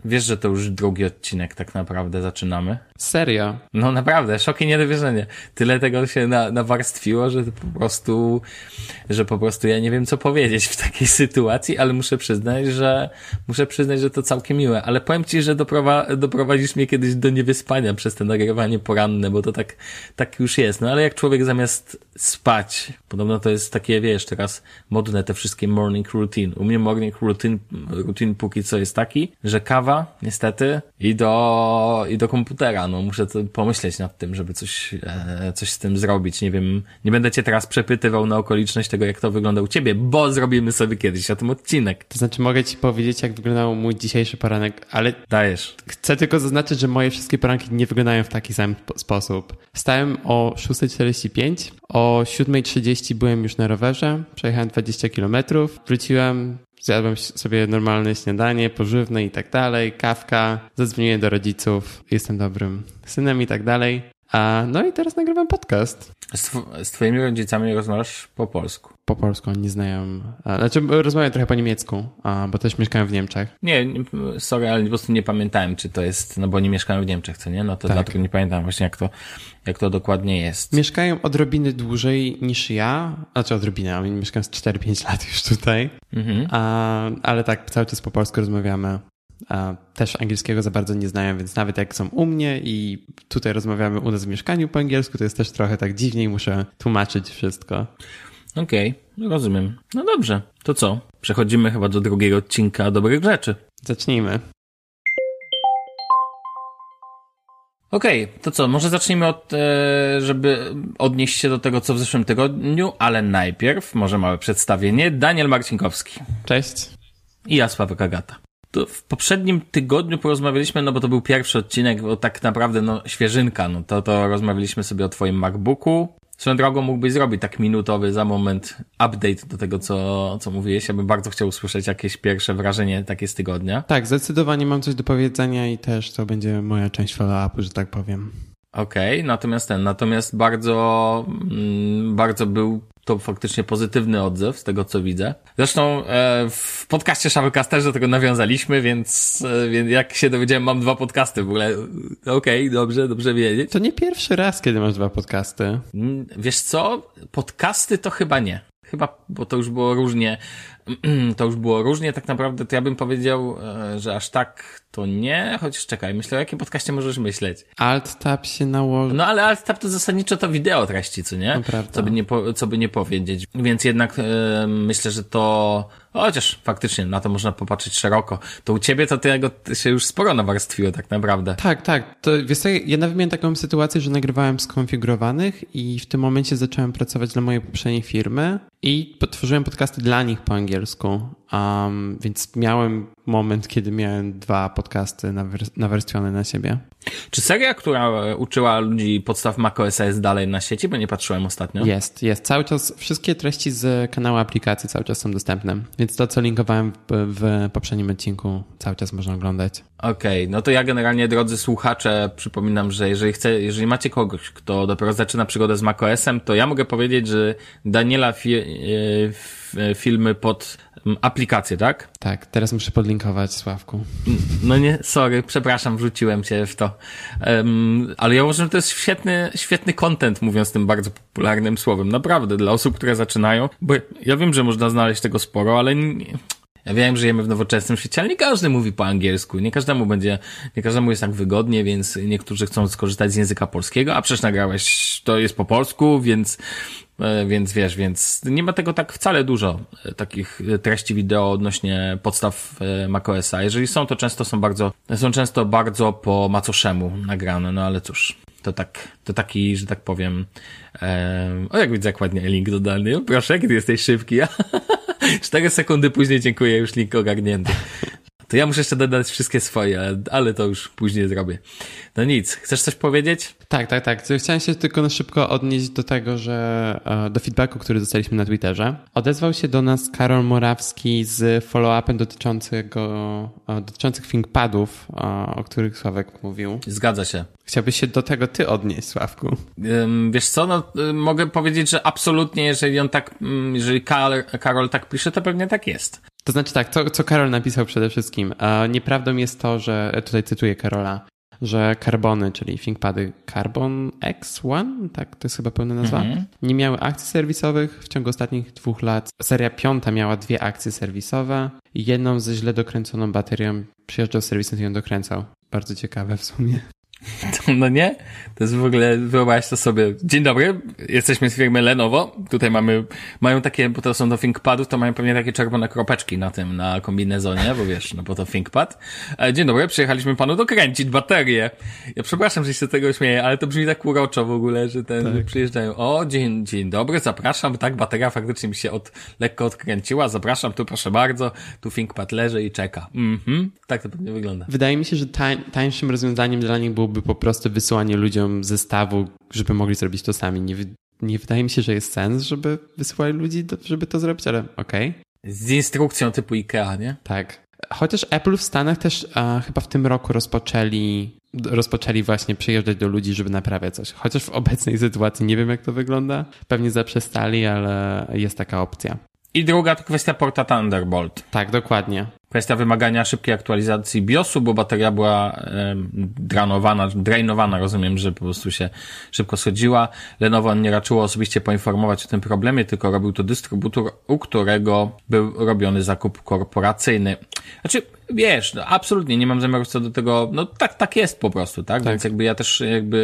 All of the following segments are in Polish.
Wiesz, że to już drugi odcinek tak naprawdę zaczynamy? Serio? No naprawdę, szok i niedowierzenie. Tyle tego się nawarstwiło, że po prostu ja nie wiem, co powiedzieć w takiej sytuacji, ale muszę przyznać, że to całkiem miłe. Ale powiem ci, że doprowadzisz mnie kiedyś do niewyspania przez to nagrywanie poranne, bo to tak już jest. No ale jak człowiek zamiast spać, podobno to jest takie, wiesz, teraz modne te wszystkie morning routine. U mnie morning routine póki co jest taki, że kawa, niestety, i do komputera. No muszę pomyśleć nad tym, żeby coś z tym zrobić. Nie wiem, nie będę cię teraz przepytywał na okoliczność tego, jak to wygląda u ciebie, bo zrobimy sobie kiedyś o tym odcinek. To znaczy mogę ci powiedzieć, jak wyglądał mój dzisiejszy poranek, ale dajesz. Chcę tylko zaznaczyć, że moje wszystkie poranki nie wyglądają w taki sam sposób. Wstałem o 6:45, o 7:30 byłem już na rowerze, przejechałem 20 km, wróciłem, zjadłem sobie normalne śniadanie, pożywne i tak dalej, kawka, zadzwoniłem do rodziców, jestem dobrym synem i tak dalej. No i teraz nagrywam podcast. Z twoimi rodzicami rozmawiasz po polsku? Po polsku, oni nie znają. Znaczy rozmawiam trochę po niemiecku, bo też mieszkają w Niemczech. Nie, sorry, ale po prostu nie pamiętałem, czy to jest, no bo oni mieszkają w Niemczech, co nie? No to dlatego nie pamiętam właśnie, jak to dokładnie jest. Mieszkają odrobiny dłużej niż ja, znaczy odrobinę, oni mieszkają z 4-5 lat już tutaj, ale tak, cały czas po polsku rozmawiamy. Też angielskiego za bardzo nie znają, więc nawet jak są u mnie i tutaj rozmawiamy u nas w mieszkaniu po angielsku, to jest też trochę tak dziwnie i muszę tłumaczyć wszystko. Okej, rozumiem. No dobrze, to co? Przechodzimy chyba do drugiego odcinka dobrych rzeczy. Zacznijmy. Okej, to co? Może zacznijmy żeby odnieść się do tego, co w zeszłym tygodniu, ale najpierw może małe przedstawienie. Daniel Marcinkowski. Cześć. I ja, Sławek Agata. To w poprzednim tygodniu porozmawialiśmy, no bo to był pierwszy odcinek, bo tak naprawdę, świeżynka, to rozmawialiśmy sobie o twoim MacBooku. Swoją drogą mógłbyś zrobić tak minutowy za moment update do tego, co mówiłeś. Ja bym bardzo chciał usłyszeć jakieś pierwsze wrażenie takie z tygodnia. Tak, zdecydowanie mam coś do powiedzenia i też to będzie moja część follow-upu, że tak powiem. Okej, natomiast bardzo był to faktycznie pozytywny odzew z tego, co widzę. Zresztą w podcaście Shovelcast też do tego nawiązaliśmy, więc jak się dowiedziałem, mam 2 podcasty w ogóle. Okej, dobrze wiedzieć. To nie pierwszy raz, kiedy masz 2 podcasty. Wiesz co? Podcasty to chyba nie. Bo to już było różnie. Tak naprawdę to ja bym powiedział, że aż tak to nie. Chociaż czekaj, myślę, o jakim podcaście możesz myśleć? Alt-tab się nałoży. No ale alt-tab to zasadniczo to wideo treści, co nie? Co by nie powiedzieć. Więc jednak myślę, że to... Chociaż faktycznie na to można popatrzeć szeroko. To u ciebie to tego się już sporo nawarstwiło tak naprawdę. Tak. To, wiesz co, ja nawet miałem taką sytuację, że nagrywałem skonfigurowanych i w tym momencie zacząłem pracować dla mojej poprzedniej firmy i tworzyłem podcasty dla nich po angielsku. Więc miałem moment, kiedy miałem 2 podcasty nawarstwione na siebie. Czy seria, która uczyła ludzi podstaw macOSa jest dalej na sieci? Bo nie patrzyłem ostatnio. Jest. Cały czas wszystkie treści z kanału aplikacji cały czas są dostępne. Więc to, co linkowałem w poprzednim odcinku, cały czas można oglądać. Okej, no to ja generalnie, drodzy słuchacze, przypominam, że jeżeli macie kogoś, kto dopiero zaczyna przygodę z macOSem, to ja mogę powiedzieć, że Daniela filmy pod aplikację, tak? Tak, teraz muszę podlinkować, Sławku. No nie, sorry, przepraszam, wrzuciłem cię w to. Ale ja uważam, że to jest świetny content, mówiąc tym bardzo popularnym słowem. Naprawdę, dla osób, które zaczynają, bo ja wiem, że można znaleźć tego sporo, ale ja wiem, że żyjemy w nowoczesnym świecie, ale nie każdy mówi po angielsku. Nie każdemu jest tak wygodnie, więc niektórzy chcą skorzystać z języka polskiego, a przecież nagrałeś, to jest po polsku, więc nie ma tego tak wcale dużo, takich treści wideo odnośnie podstaw macOSa. Jeżeli są, to często bardzo po macoszemu nagrane, no ale cóż, to taki, że tak powiem, jak widzę, jak ładnie link dodany. Proszę, kiedy jesteś szybki. 4 sekundy później, dziękuję, już link ogarnięty. To ja muszę jeszcze dodać wszystkie swoje, ale to już później zrobię. No nic, chcesz coś powiedzieć? Tak. Chciałem się tylko na szybko odnieść do tego, że do feedbacku, który dostaliśmy na Twitterze. Odezwał się do nas Karol Morawski z follow-upem dotyczących ThinkPadów, o których Sławek mówił. Zgadza się. Chciałbyś się do tego ty odnieść, Sławku? Wiesz co, mogę powiedzieć, że absolutnie, jeżeli Karol tak pisze, to pewnie tak jest. To znaczy tak, co Karol napisał przede wszystkim. Nieprawdą jest to, że, tutaj cytuję Karola, że karbony, czyli ThinkPady Carbon X1, tak to jest chyba pełna nazwa, nie miały akcji serwisowych w ciągu ostatnich 2 lat. Seria 5 miała 2 akcje serwisowe. Jedną ze źle dokręconą baterią przyjeżdżał serwisant i ją dokręcał. Bardzo ciekawe w sumie. No nie? To jest w ogóle, wyobraź to sobie. Dzień dobry, jesteśmy z firmy Lenovo. Tutaj mają takie, bo to są do ThinkPadów, to mają pewnie takie czerwone kropeczki na kombinezonie, bo wiesz, no bo to ThinkPad. Dzień dobry, przyjechaliśmy panu dokręcić baterię. Ja przepraszam, że się z tego śmieję, ale to brzmi tak uroczo w ogóle, że przyjeżdżają. O, dzień dobry, zapraszam. Tak, bateria faktycznie mi się lekko odkręciła. Zapraszam, tu proszę bardzo. Tu ThinkPad leży i czeka. Tak to pewnie wygląda. Wydaje mi się, że tańszym rozwiązaniem dla nich byłoby po prostu wysyłanie ludziom zestawu, żeby mogli zrobić to sami. Nie wydaje mi się, że jest sens, żeby wysyłali ludzi, żeby to zrobić, ale okej. Z instrukcją typu IKEA, nie? Tak. Chociaż Apple w Stanach też chyba w tym roku rozpoczęli właśnie przyjeżdżać do ludzi, żeby naprawiać coś. Chociaż w obecnej sytuacji nie wiem, jak to wygląda. Pewnie zaprzestali, ale jest taka opcja. I druga to kwestia porta Thunderbolt. Tak, dokładnie. Kwestia wymagania szybkiej aktualizacji BIOSu, bo bateria była drainowana, rozumiem, że po prostu się szybko schodziła. Lenovo nie raczyło osobiście poinformować o tym problemie, tylko robił to dystrybutor, u którego był robiony zakup korporacyjny. Znaczy, wiesz, no, absolutnie nie mam zamiaru co do tego, no tak jest po prostu, tak? Więc jakby ja też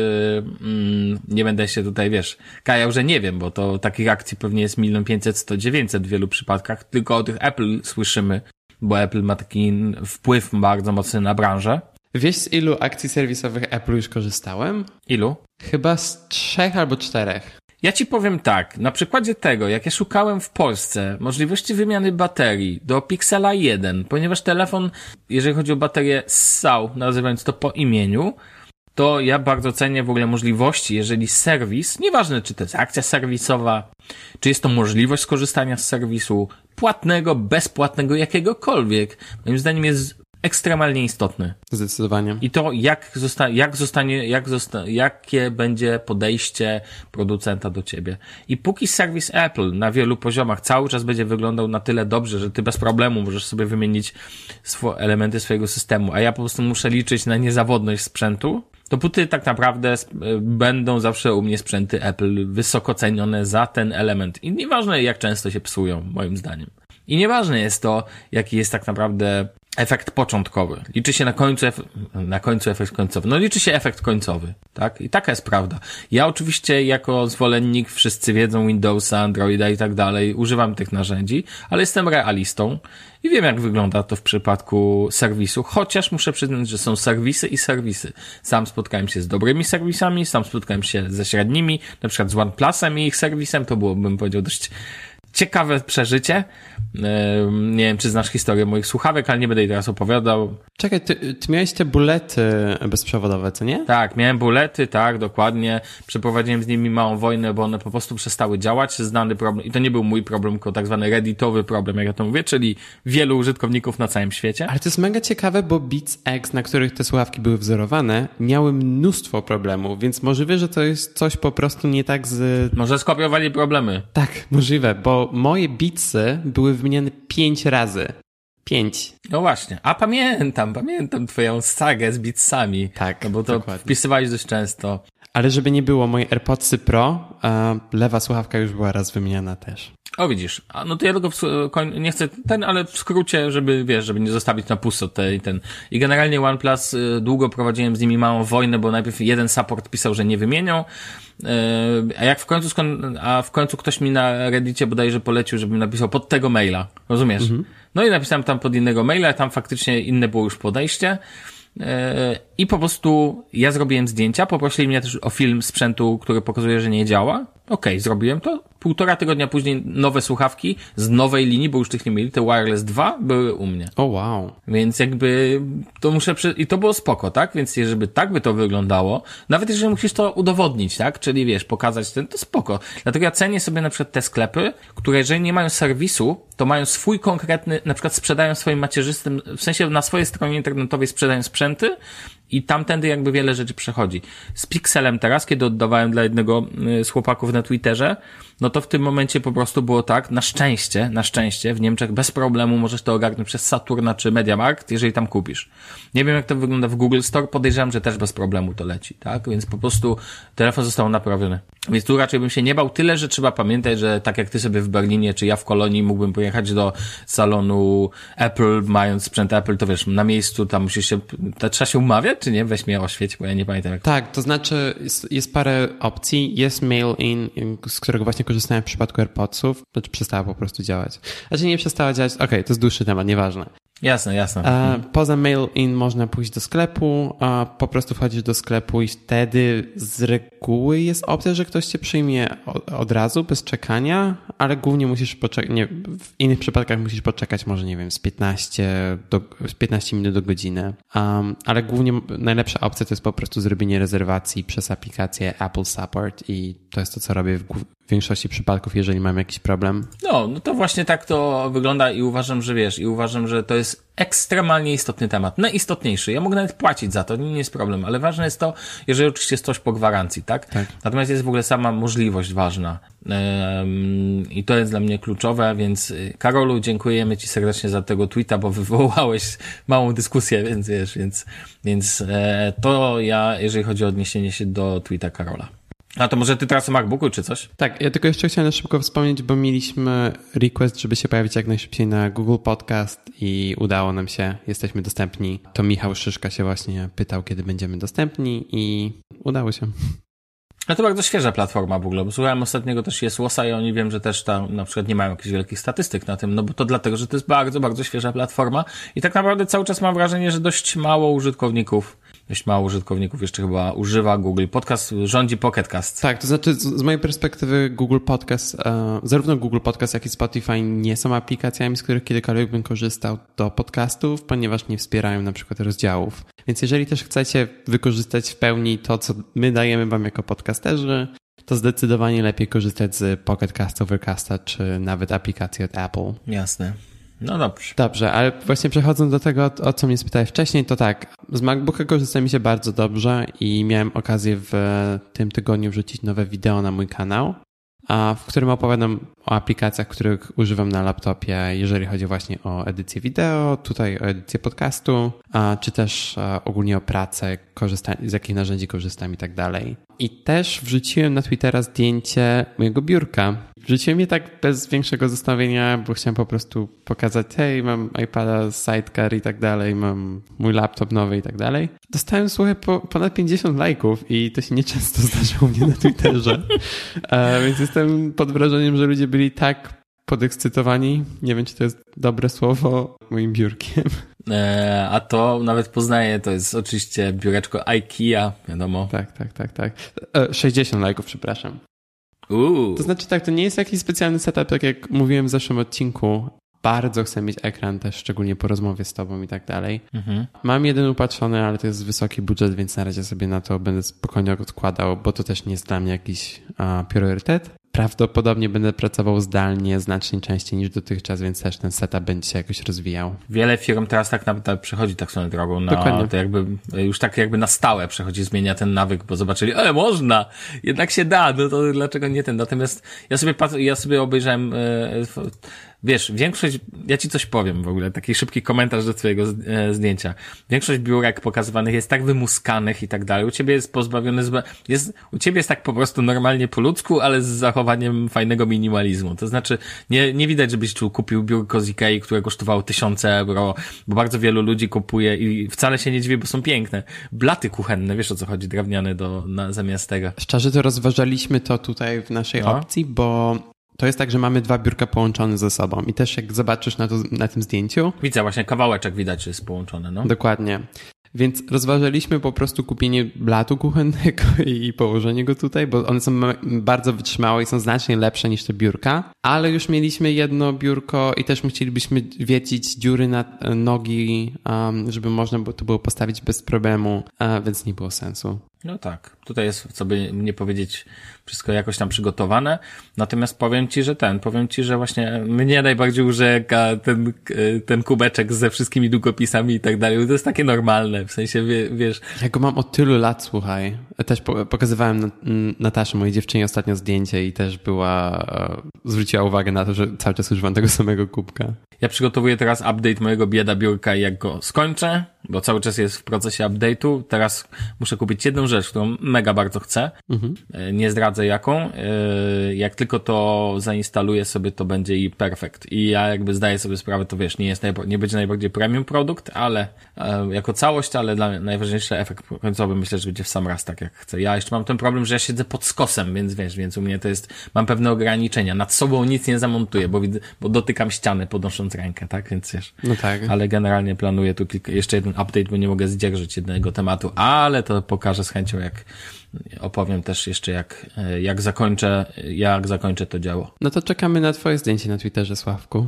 nie będę się tutaj, wiesz, kajał, że nie wiem, bo to takich akcji pewnie jest 1 500 100 900 w wielu przypadkach, tylko o tych Apple słyszymy, bo Apple ma taki wpływ bardzo mocny na branżę. Wiesz, z ilu akcji serwisowych Apple już korzystałem? Ilu? Chyba z 3 albo 4. Ja ci powiem tak, na przykładzie tego, jak ja szukałem w Polsce możliwości wymiany baterii do Pixela 1, ponieważ telefon, jeżeli chodzi o baterię ssał, nazywając to po imieniu, to ja bardzo cenię w ogóle możliwości, jeżeli serwis, nieważne czy to jest akcja serwisowa, czy jest to możliwość skorzystania z serwisu płatnego, bezpłatnego, jakiegokolwiek, moim zdaniem jest ekstremalnie istotny. Zdecydowanie. I to jakie będzie podejście producenta do ciebie. I póki serwis Apple na wielu poziomach cały czas będzie wyglądał na tyle dobrze, że ty bez problemu możesz sobie wymienić elementy swojego systemu, a ja po prostu muszę liczyć na niezawodność sprzętu, dopóty tak naprawdę będą zawsze u mnie sprzęty Apple wysoko cenione za ten element. I nieważne jak często się psują, moim zdaniem. I nieważne jest to, jaki jest tak naprawdę efekt początkowy. Liczy się na końcu efekt końcowy. No liczy się efekt końcowy, tak? I taka jest prawda. Ja oczywiście jako zwolennik, wszyscy wiedzą, Windowsa, Androida i tak dalej, używam tych narzędzi, ale jestem realistą i wiem, jak wygląda to w przypadku serwisu, chociaż muszę przyznać, że są serwisy i serwisy. Sam spotkałem się z dobrymi serwisami, sam spotkałem się ze średnimi, na przykład z OnePlusem i ich serwisem, to było, bym powiedział, dość ciekawe przeżycie. Nie wiem, czy znasz historię moich słuchawek, ale nie będę jej teraz opowiadał. Czekaj, ty miałeś te bulety bezprzewodowe, co nie? Tak, miałem bulety, tak, dokładnie. Przeprowadziłem z nimi małą wojnę, bo one po prostu przestały działać. Znany problem, i to nie był mój problem, tylko tak zwany redditowy problem, jak ja to mówię, czyli wielu użytkowników na całym świecie. Ale to jest mega ciekawe, bo Beats X, na których te słuchawki były wzorowane, miały mnóstwo problemów, więc możliwe, że to jest coś po prostu nie tak z... Może skopiowali problemy. Tak, możliwe, bo moje Beatsy były wymieniane 5 razy. 5. No właśnie. A pamiętam twoją sagę z Beatsami. Tak, no bo to dokładnie. wpisywałeś dość często. Ale żeby nie było, moje AirPodsy Pro, lewa słuchawka już była raz wymieniana też. O, widzisz. No to ja tylko nie chcę ale w skrócie, żeby nie zostawić na pusto ten. I generalnie OnePlus długo prowadziłem z nimi małą wojnę, bo najpierw jeden support pisał, że nie wymienią, a w końcu ktoś mi na Reddicie bodajże polecił, żebym napisał pod tego maila. Rozumiesz? Mhm. No i napisałem tam pod innego maila, tam faktycznie inne było już podejście. I po prostu ja zrobiłem zdjęcia, poprosili mnie też o film sprzętu, który pokazuje, że nie działa. Okej, zrobiłem to. 1,5 tygodnia później nowe słuchawki z nowej linii, bo już tych nie mieli, te Wireless 2 były u mnie. O wow. Więc jakby to i to było spoko, tak? Więc jeżeli tak by to wyglądało, nawet jeżeli musisz to udowodnić, tak? Czyli wiesz, pokazać to spoko. Dlatego ja cenię sobie na przykład te sklepy, które jeżeli nie mają serwisu, to mają swój konkretny, na przykład sprzedają swoim macierzystym, w sensie na swojej stronie internetowej sprzedają sprzęty i tamtędy jakby wiele rzeczy przechodzi. Z Pixelem teraz, kiedy oddawałem dla jednego z chłopaków na Twitterze, no to w tym momencie po prostu było tak, na szczęście w Niemczech bez problemu możesz to ogarnąć przez Saturna czy MediaMarkt, jeżeli tam kupisz. Nie wiem jak to wygląda w Google Store, podejrzewam, że też bez problemu to leci, tak? Więc po prostu telefon został naprawiony. Więc tu raczej bym się nie bał, tyle, że trzeba pamiętać, że tak jak ty sobie w Berlinie czy ja w Kolonii mógłbym pojechać do salonu Apple, mając sprzęt Apple, to wiesz, na miejscu tam trzeba się umawiać, czy nie? Weź mnie oświeć, bo ja nie pamiętam jak. Tak, to znaczy jest parę opcji. Jest mail-in, z którego właśnie korzystałem w przypadku AirPodsów, to przestała po prostu działać. Znaczy nie przestała działać, okej, to jest dłuższy temat, nieważne. Jasne. Poza mail-in można pójść do sklepu, po prostu wchodzisz do sklepu i wtedy z reguły jest opcja, że ktoś cię przyjmie od razu, bez czekania, ale głównie musisz poczekać, w innych przypadkach musisz poczekać może, nie wiem, z 15 minut do godziny, ale głównie najlepsza opcja to jest po prostu zrobienie rezerwacji przez aplikację Apple Support i to jest to, co robię w większości przypadków, jeżeli mam jakiś problem. No to właśnie tak to wygląda i uważam, że to jest ekstremalnie istotny temat. Najistotniejszy. Ja mogę nawet płacić za to, nie jest problem, ale ważne jest to, jeżeli oczywiście jest coś po gwarancji, tak? Natomiast jest w ogóle sama możliwość ważna. I to jest dla mnie kluczowe, więc Karolu, dziękujemy ci serdecznie za tego tweeta, bo wywołałeś małą dyskusję, więc to ja, jeżeli chodzi o odniesienie się do tweeta Karola. A to może ty teraz o MacBooku czy coś? Tak, ja tylko jeszcze chciałem na szybko wspomnieć, bo mieliśmy request, żeby się pojawić jak najszybciej na Google Podcast i udało nam się, jesteśmy dostępni. To Michał Szyszka się właśnie pytał, kiedy będziemy dostępni i udało się. No to bardzo świeża platforma w ogóle. Słuchałem ostatniego też Jesłosa i oni wiem, że też tam na przykład nie mają jakichś wielkich statystyk na tym, no bo to dlatego, że to jest bardzo, bardzo świeża platforma i tak naprawdę cały czas mam wrażenie, że dość mało użytkowników jeszcze chyba używa Google Podcast, rządzi Pocket Cast. Tak, to znaczy z mojej perspektywy Google Podcast, zarówno Google Podcast, jak i Spotify nie są aplikacjami, z których kiedykolwiek bym korzystał do podcastów, ponieważ nie wspierają na przykład rozdziałów. Więc jeżeli też chcecie wykorzystać w pełni to, co my dajemy wam jako podcasterzy, to zdecydowanie lepiej korzystać z Pocket Cast, Overcasta, czy nawet aplikacji od Apple. Jasne. No dobrze. Dobrze, ale właśnie przechodząc do tego, o co mnie spytałeś wcześniej, to tak, z MacBooka korzysta mi się bardzo dobrze i miałem okazję w tym tygodniu wrzucić nowe wideo na mój kanał, w którym opowiadam o aplikacjach, których używam na laptopie, jeżeli chodzi właśnie o edycję wideo, tutaj o edycję podcastu, czy też ogólnie o pracę, z jakich narzędzi korzystam i tak dalej. I też wrzuciłem na Twittera zdjęcie mojego biurka. Wrzuciłem je tak bez większego zastanowienia, bo chciałem po prostu pokazać, hej, mam iPada, sidecar i tak dalej, mam mój laptop nowy i tak dalej. Dostałem, słuchaj, ponad 50 lajków i to się nieczęsto zdarzyło mnie na Twitterze. Więc jestem pod wrażeniem, że ludzie byli tak podekscytowani, nie wiem, czy to jest dobre słowo, moim biurkiem. A to nawet poznaję, to jest oczywiście biureczko IKEA, wiadomo. Tak. 60 lajków, przepraszam. To znaczy tak, to nie jest jakiś specjalny setup, tak jak mówiłem w zeszłym odcinku. Bardzo chcę mieć ekran też, szczególnie po rozmowie z tobą i tak dalej. Mam jeden upatrzony, ale to jest wysoki budżet, więc na razie sobie na to będę spokojnie odkładał, bo to też nie jest dla mnie jakiś priorytet. Prawdopodobnie będę pracował zdalnie znacznie częściej niż dotychczas, więc też ten setup będzie się jakoś rozwijał. Wiele firm teraz tak naprawdę przechodzi tak swoją drogą to jakby już tak jakby na stałe przechodzi, zmienia ten nawyk, bo zobaczyli, można, jednak się da, no to dlaczego nie ten? Natomiast ja sobie obejrzałem wiesz, większość, ja ci coś powiem w ogóle, taki szybki komentarz do twojego zdjęcia. Większość biurek pokazywanych jest tak wymuskanych i tak dalej. U ciebie jest pozbawiony, u ciebie jest tak po prostu normalnie po ludzku, ale z zachowaniem fajnego minimalizmu. To znaczy, nie widać, żebyś tu kupił biurko z Ikei, które kosztowało 1000 euro, bo bardzo wielu ludzi kupuje i wcale się nie dziwię, bo są piękne. Blaty kuchenne, wiesz o co chodzi, drewniane zamiast tego. Szczerze to rozważaliśmy to tutaj w naszej opcji, bo to jest tak, że mamy 2 biurka połączone ze sobą i też jak zobaczysz na tym zdjęciu... Widzę, właśnie kawałeczek widać, że jest połączone, no. Dokładnie. Więc rozważaliśmy po prostu kupienie blatu kuchennego i położenie go tutaj, bo one są bardzo wytrzymałe i są znacznie lepsze niż te biurka, ale już mieliśmy jedno biurko i też chcielibyśmy wiecić dziury na nogi, żeby można to było postawić bez problemu, więc nie było sensu. No tak, tutaj jest, co by nie powiedzieć, wszystko jakoś tam przygotowane, natomiast powiem ci, że właśnie mnie najbardziej urzeka ten kubeczek ze wszystkimi długopisami i tak dalej, to jest takie normalne, w sensie, wiesz... Ja go mam od tylu lat, słuchaj. Też pokazywałem Nataszy, mojej dziewczynie, ostatnio zdjęcie i też zwróciła uwagę na to, że cały czas używam tego samego kubka. Ja przygotowuję teraz update mojego bieda biurka i jak go skończę, bo cały czas jest w procesie update'u, teraz muszę kupić jedną rzecz, którą mega bardzo chcę. Nie zdradzę jaką. Jak tylko to zainstaluję sobie, to będzie i perfekt. I ja jakby zdaję sobie sprawę, to wiesz, nie będzie najbardziej premium produkt, ale jako całość, ale dla mnie najważniejszy efekt końcowy myślę, że będzie w sam raz tak jak chcę. Ja jeszcze mam ten problem, że ja siedzę pod skosem, więc wiesz, więc u mnie to jest, mam pewne ograniczenia. Nad sobą nic nie zamontuję, bo dotykam ściany podnosząc rękę, tak? Więc wiesz. No tak. Ale generalnie planuję tu jeszcze jeden update, bo nie mogę zdzierżyć jednego tematu, ale to pokażę z chęcią, jak opowiem też jeszcze, jak zakończę to dzieło. No to czekamy na twoje zdjęcie na Twitterze, Sławku.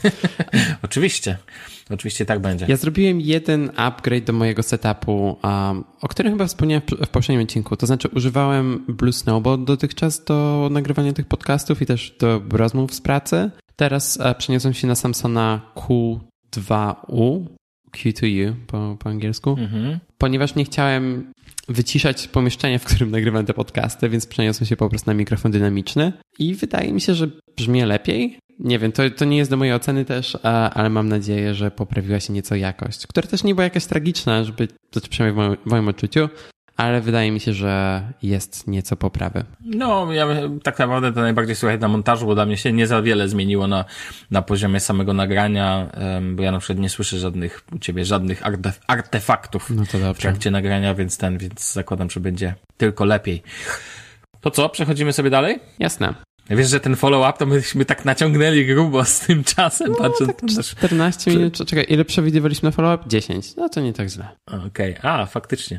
Oczywiście tak będzie. Ja zrobiłem jeden upgrade do mojego setupu, o którym chyba wspomniałem w poprzednim odcinku. To znaczy używałem Blue Snowball dotychczas do nagrywania tych podcastów i też do rozmów z pracy. Teraz przeniosłem się na Samsona Q2U, Q2U po angielsku, ponieważ nie chciałem wyciszać pomieszczenia, w którym nagrywam te podcasty, więc przeniosłem się po prostu na mikrofon dynamiczny i wydaje mi się, że brzmi lepiej. Nie wiem, to nie jest do mojej oceny też, ale mam nadzieję, że poprawiła się nieco jakość, która też nie była jakaś tragiczna, przynajmniej w moim odczuciu, ale wydaje mi się, że jest nieco poprawy. No, ja tak naprawdę to najbardziej słuchaj na montażu, bo dla mnie się nie za wiele zmieniło na poziomie samego nagrania, bo ja na przykład nie słyszę u ciebie żadnych artefaktów w trakcie nagrania, więc zakładam, że będzie tylko lepiej. To co, przechodzimy sobie dalej? Jasne. Wiesz, że ten follow-up to myśmy tak naciągnęli grubo z tym czasem. No, tak 14 minut. Czekaj, ile przewidywaliśmy na follow-up? 10. No to nie tak źle. Okej. Faktycznie.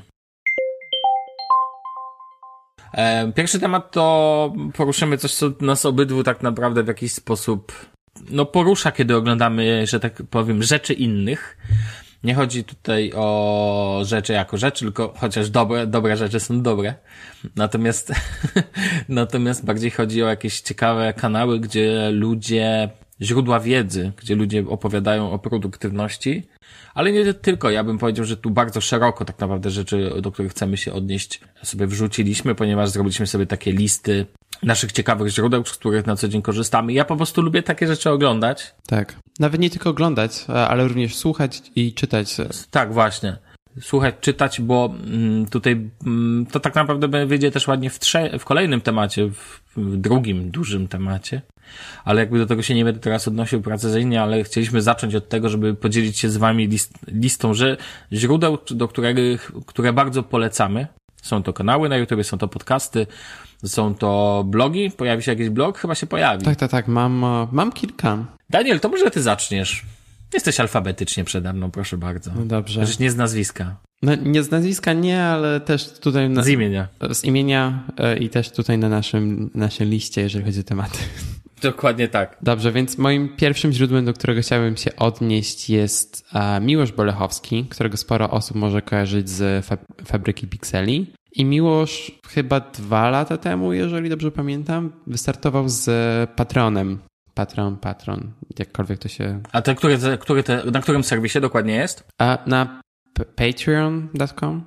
Pierwszy temat to poruszymy coś, co nas obydwu tak naprawdę w jakiś sposób porusza, kiedy oglądamy, że tak powiem, rzeczy innych. Nie chodzi tutaj o rzeczy jako rzeczy, tylko chociaż dobre rzeczy są dobre. Natomiast bardziej chodzi o jakieś ciekawe kanały, źródła wiedzy, gdzie ludzie opowiadają o produktywności, ale nie tylko. Ja bym powiedział, że tu bardzo szeroko tak naprawdę rzeczy, do których chcemy się odnieść, sobie wrzuciliśmy, ponieważ zrobiliśmy sobie takie listy naszych ciekawych źródeł, z których na co dzień korzystamy. Ja po prostu lubię takie rzeczy oglądać. Tak. Nawet nie tylko oglądać, ale również słuchać i czytać. Tak, właśnie. Słuchać, czytać, bo tutaj to tak naprawdę wyjdzie też ładnie w kolejnym temacie, w drugim dużym temacie. Ale jakby do tego się nie będę teraz odnosił precyzyjnie, ale chcieliśmy zacząć od tego, żeby podzielić się z wami listą źródeł, które bardzo polecamy. Są to kanały na YouTube, są to podcasty, są to blogi. Pojawi się jakiś blog? Chyba się pojawi. Tak. Mam kilka. Daniel, to może ty zaczniesz. Jesteś alfabetycznie przede mną, proszę bardzo. No dobrze. Przecież nie z nazwiska. No, nie z nazwiska nie, ale też tutaj... Z imienia. Z imienia i też tutaj na naszej liście, jeżeli chodzi o tematy. Dokładnie tak. Dobrze, więc moim pierwszym źródłem, do którego chciałbym się odnieść, jest Miłosz Bolechowski, którego sporo osób może kojarzyć z Fabryki Pikseli. I Miłosz chyba 2 lata temu, jeżeli dobrze pamiętam, wystartował z Patronem. Patron, jakkolwiek to się... A na którym serwisie dokładnie jest? Na patreon.com.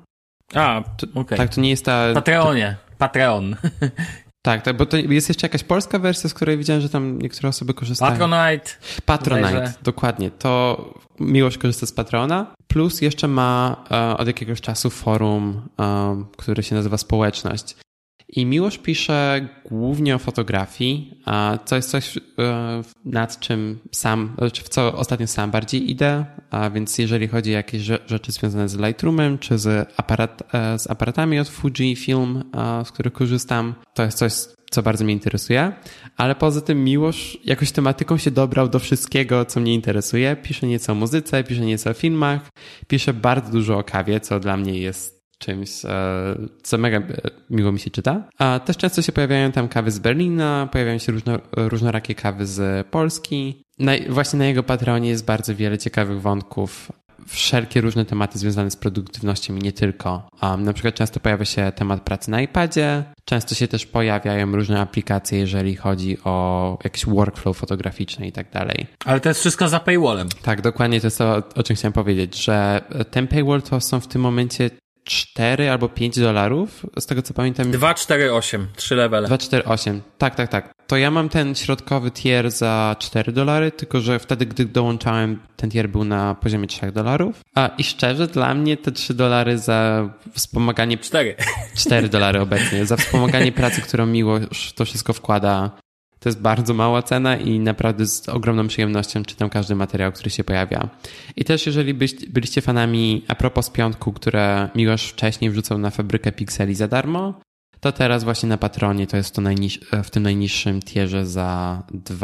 Okej. Tak, to nie jest ta... Patreon. Tak, bo to jest jeszcze jakaś polska wersja, z której widziałem, że tam niektóre osoby korzystają. Patronite, dokładnie. To Miłosz korzysta z Patrona, plus jeszcze ma od jakiegoś czasu forum, które się nazywa Społeczność. I Miłosz pisze głównie o fotografii, co jest coś, nad czym w co ostatnio sam bardziej idę, a więc jeżeli chodzi o jakieś rzeczy związane z Lightroomem, czy z aparatami od Fujifilm, z których korzystam, to jest coś, co bardzo mnie interesuje, ale poza tym Miłosz jakoś tematyką się dobrał do wszystkiego, co mnie interesuje. Pisze nieco o muzyce, pisze nieco o filmach, pisze bardzo dużo o kawie, co dla mnie jest czymś, co mega miło mi się czyta. A też często się pojawiają tam kawy z Berlina, pojawiają się różnorakie kawy z Polski. Właśnie na jego Patreonie jest bardzo wiele ciekawych wątków. wszelkie różne tematy związane z produktywnością i nie tylko. Na przykład często pojawia się temat pracy na iPadzie, często się też pojawiają różne aplikacje, jeżeli chodzi o jakieś workflow fotograficzne i tak dalej. Ale to jest wszystko za paywallem. Tak, dokładnie to jest to, o czym chciałem powiedzieć, że ten paywall to są w tym momencie $4 albo $5, z tego co pamiętam. 248, 3 levele. 248, tak. To ja mam ten środkowy tier za $4, tylko że wtedy, gdy dołączałem, ten tier był na poziomie $3. I szczerze, dla mnie te $3 za wspomaganie... $4 obecnie. Za wspomaganie pracy, którą Miłosz to wszystko wkłada, to jest bardzo mała cena i naprawdę z ogromną przyjemnością czytam każdy materiał, który się pojawia. I też jeżeli byliście fanami a propos piątku, które Miłosz wcześniej wrzucał na Fabrykę Pikseli za darmo, to teraz właśnie na Patronie to jest to w tym najniższym tierze za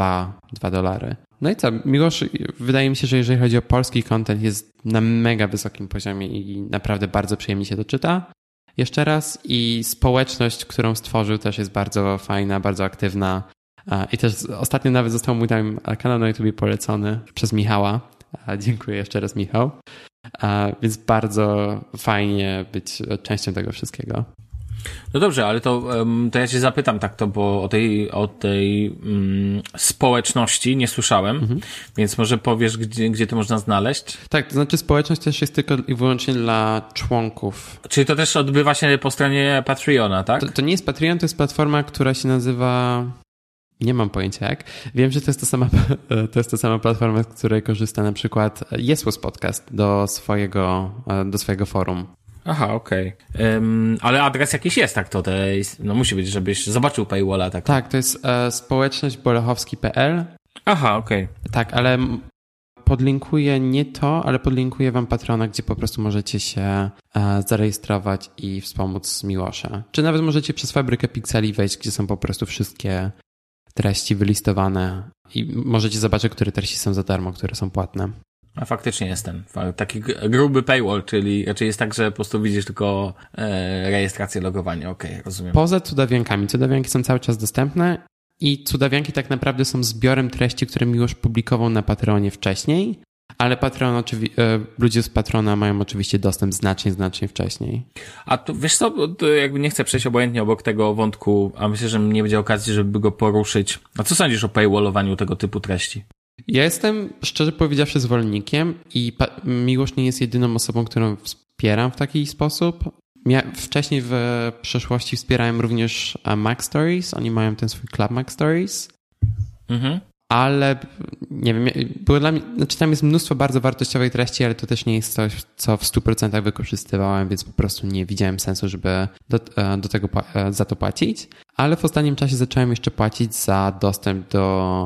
$2. No i co? Miłosz, wydaje mi się, że jeżeli chodzi o polski content, jest na mega wysokim poziomie i naprawdę bardzo przyjemnie się to czyta. Jeszcze raz i społeczność, którą stworzył, też jest bardzo fajna, bardzo aktywna. I też ostatnio nawet został mój tam kanał na YouTubie polecony przez Michała. Dziękuję jeszcze raz, Michał. Więc bardzo fajnie być częścią tego wszystkiego. No dobrze, ale to ja cię zapytam bo o tej społeczności nie słyszałem, więc może powiesz, gdzie to można znaleźć? Tak, to znaczy społeczność też jest tylko i wyłącznie dla członków. Czyli to też odbywa się po stronie Patreona, tak? To nie jest Patreon, to jest platforma, która się nazywa... Nie mam pojęcia jak. Wiem, że to jest ta sama platforma, z której korzysta na przykład Jesus Podcast do swojego forum. Aha, okej. Ale adres jakiś jest, tak? No musi być, żebyś zobaczył paywalla. Tak, tak, to jest społecznośćbolechowski.pl. Aha, okej. Tak, ale podlinkuję nie to, ale podlinkuję wam Patrona, gdzie po prostu możecie się zarejestrować i wspomóc Miłosza. Czy nawet możecie przez Fabrykę Pikseli wejść, gdzie są po prostu wszystkie treści wylistowane i możecie zobaczyć, które treści są za darmo, które są płatne. A faktycznie jest taki gruby paywall, czyli raczej jest tak, że po prostu widzisz tylko rejestrację, logowanie. Okej, rozumiem. Poza cudawiankami. Cudawianki są cały czas dostępne i cudawianki tak naprawdę są zbiorem treści, które Miłosz publikował na Patreonie wcześniej, ale ludzie z Patrona mają oczywiście dostęp znacznie wcześniej. A to wiesz co, to jakby nie chcę przejść obojętnie obok tego wątku, a myślę, że nie będzie okazji, żeby go poruszyć. A co sądzisz o paywallowaniu tego typu treści? Ja jestem, szczerze powiedziawszy, zwolennikiem i Miłosz nie jest jedyną osobą, którą wspieram w taki sposób. Wcześniej w przeszłości wspierałem również Mac Stories. Oni mają ten swój Club Mac Stories. Ale nie wiem, było dla mnie, znaczy tam jest mnóstwo bardzo wartościowej treści, ale to też nie jest coś, co w 100% wykorzystywałem, więc po prostu nie widziałem sensu, żeby za to płacić. Ale w ostatnim czasie zacząłem jeszcze płacić za dostęp do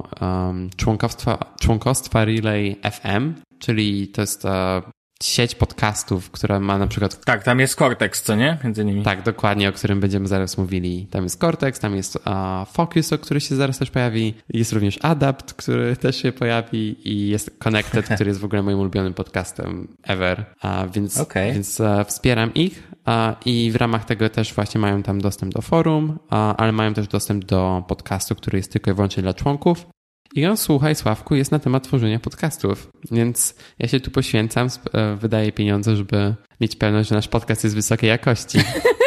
członkostwa Relay FM, czyli to jest sieć podcastów, która ma na przykład... Tak, tam jest Cortex, co nie? Między innymi. Tak, dokładnie, o którym będziemy zaraz mówili. Tam jest Cortex, tam jest Focus, o który się zaraz też pojawi. Jest również Adapt, który też się pojawi i jest Connected, który jest w ogóle moim ulubionym podcastem ever. Więc wspieram ich i w ramach tego też właśnie mają tam dostęp do forum, ale mają też dostęp do podcastu, który jest tylko i wyłącznie dla członków. I on, słuchaj, Sławku, jest na temat tworzenia podcastów, więc ja się tu poświęcam, wydaję pieniądze, żeby mieć pewność, że nasz podcast jest wysokiej jakości.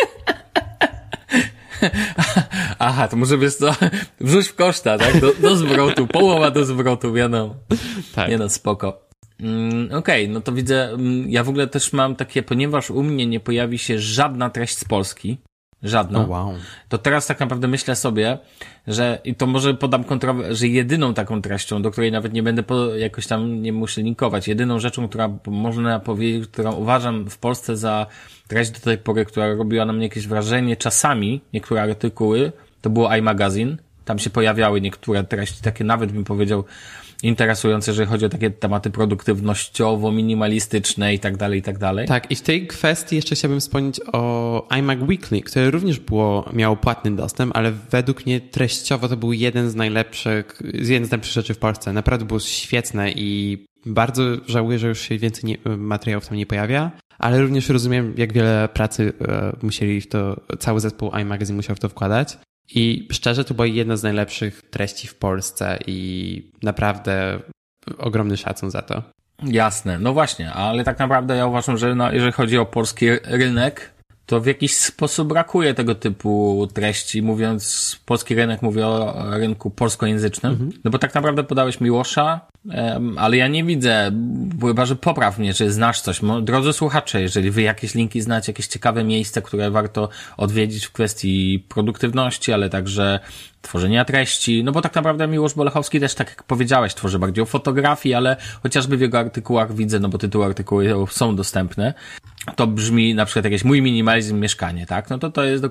Aha, to może wiesz co, wrzuć w koszta, tak? Do zwrotu, połowa do zwrotu, wiadomo. Tak. Nie no, spoko. Okej, no to widzę, ja w ogóle też mam takie, ponieważ u mnie nie pojawi się żadna treść z Polski, żadna. Wow. To teraz tak naprawdę myślę sobie, że i to może podam że jedyną taką treścią, do której nawet nie będę jakoś tam nie muszę linkować, jedyną rzeczą, która można powiedzieć, którą uważam w Polsce za treść do tej pory, która robiła na mnie jakieś wrażenie, czasami niektóre artykuły, to było iMagazine. Tam się pojawiały niektóre treści, takie nawet bym powiedział interesujące, jeżeli chodzi o takie tematy produktywnościowo-minimalistyczne i tak dalej, i tak dalej. Tak, i w tej kwestii jeszcze chciałbym wspomnieć o iMac Weekly, które również miało płatny dostęp, ale według mnie treściowo to był jeden z najlepszych rzeczy w Polsce. Naprawdę było świetne i bardzo żałuję, że już się więcej materiałów tam nie pojawia, ale również rozumiem, jak wiele pracy musieli cały zespół iMagazine musiał w to wkładać. I szczerze, to była jedna z najlepszych treści w Polsce i naprawdę ogromny szacun za to. Jasne, no właśnie, ale tak naprawdę ja uważam, że jeżeli chodzi o polski rynek, to w jakiś sposób brakuje tego typu treści. Mówiąc polski rynek, mówię o rynku polskojęzycznym. No bo tak naprawdę podałeś Miłosza, ale ja nie widzę, chyba że popraw mnie, czy znasz coś. Drodzy słuchacze, jeżeli wy jakieś linki znacie, jakieś ciekawe miejsca, które warto odwiedzić w kwestii produktywności, ale także tworzenia treści, no bo tak naprawdę Miłosz Bolechowski też, tak jak powiedziałeś, tworzy bardziej o fotografii, ale chociażby w jego artykułach widzę, no bo tytuły artykułów są dostępne, to brzmi na przykład jakieś mój minimalizm mieszkanie, tak? No to jest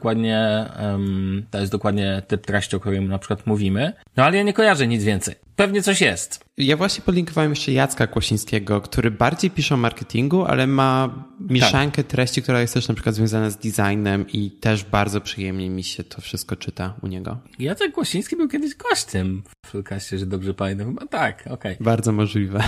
dokładnie typ treści, o którym na przykład mówimy. No ale ja nie kojarzę nic więcej. Pewnie coś jest. Ja właśnie podlinkowałem jeszcze Jacka Kłosińskiego, który bardziej pisze o marketingu, ale ma mieszankę treści, która jest też na przykład związana z designem i też bardzo przyjemnie mi się to wszystko czyta u niego. Jacek Kłosiński był kiedyś gościem w podcaście, że dobrze pamiętam. Chyba tak, okej. Bardzo możliwe.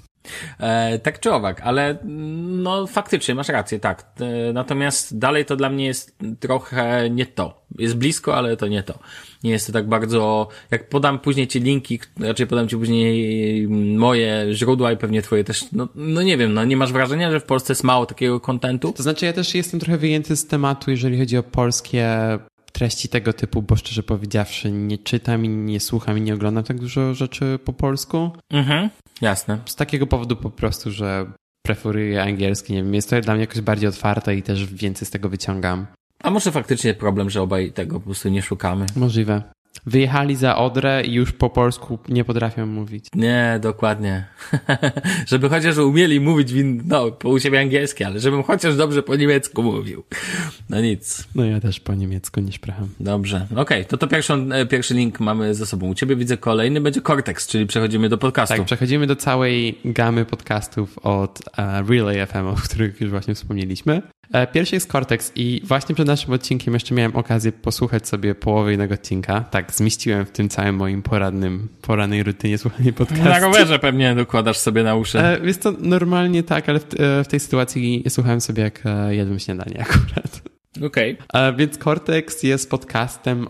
Tak czy owak, ale no faktycznie masz rację, tak. Natomiast dalej to dla mnie jest trochę nie to. Jest blisko, ale to nie to. Nie jest to tak bardzo, jak podam później ci linki, raczej podam ci później moje źródła i pewnie twoje też, no nie wiem, no nie masz wrażenia, że w Polsce jest mało takiego kontentu? To znaczy ja też jestem trochę wyjęty z tematu, jeżeli chodzi o polskie treści tego typu, bo szczerze powiedziawszy nie czytam i nie słucham i nie oglądam tak dużo rzeczy po polsku. Jasne. Z takiego powodu po prostu, że preferuję angielski, nie wiem, jest to dla mnie jakoś bardziej otwarte i też więcej z tego wyciągam. A może faktycznie problem, że obaj tego po prostu nie szukamy? Możliwe. Wyjechali za Odrę i już po polsku nie potrafią mówić. Nie, dokładnie. Żeby chociaż umieli mówić u siebie angielskie, ale żebym chociaż dobrze po niemiecku mówił. No nic. No ja też po niemiecku nie spracham. Dobrze, okej, to pierwszy link mamy ze sobą. U ciebie widzę kolejny, będzie Cortex, czyli przechodzimy do podcastu. Tak, przechodzimy do całej gamy podcastów od Relay FM, o których już właśnie wspomnieliśmy. Pierwszy jest Cortex i właśnie przed naszym odcinkiem jeszcze miałem okazję posłuchać sobie połowy jednego odcinka. Tak, zmieściłem w tym całym moim porannej rutynie słuchania podcastu. Na rowerze pewnie dokładasz sobie na uszy. Jest to normalnie tak, ale w tej sytuacji słuchałem sobie jak jadłem śniadanie akurat. Okej. Więc Cortex jest podcastem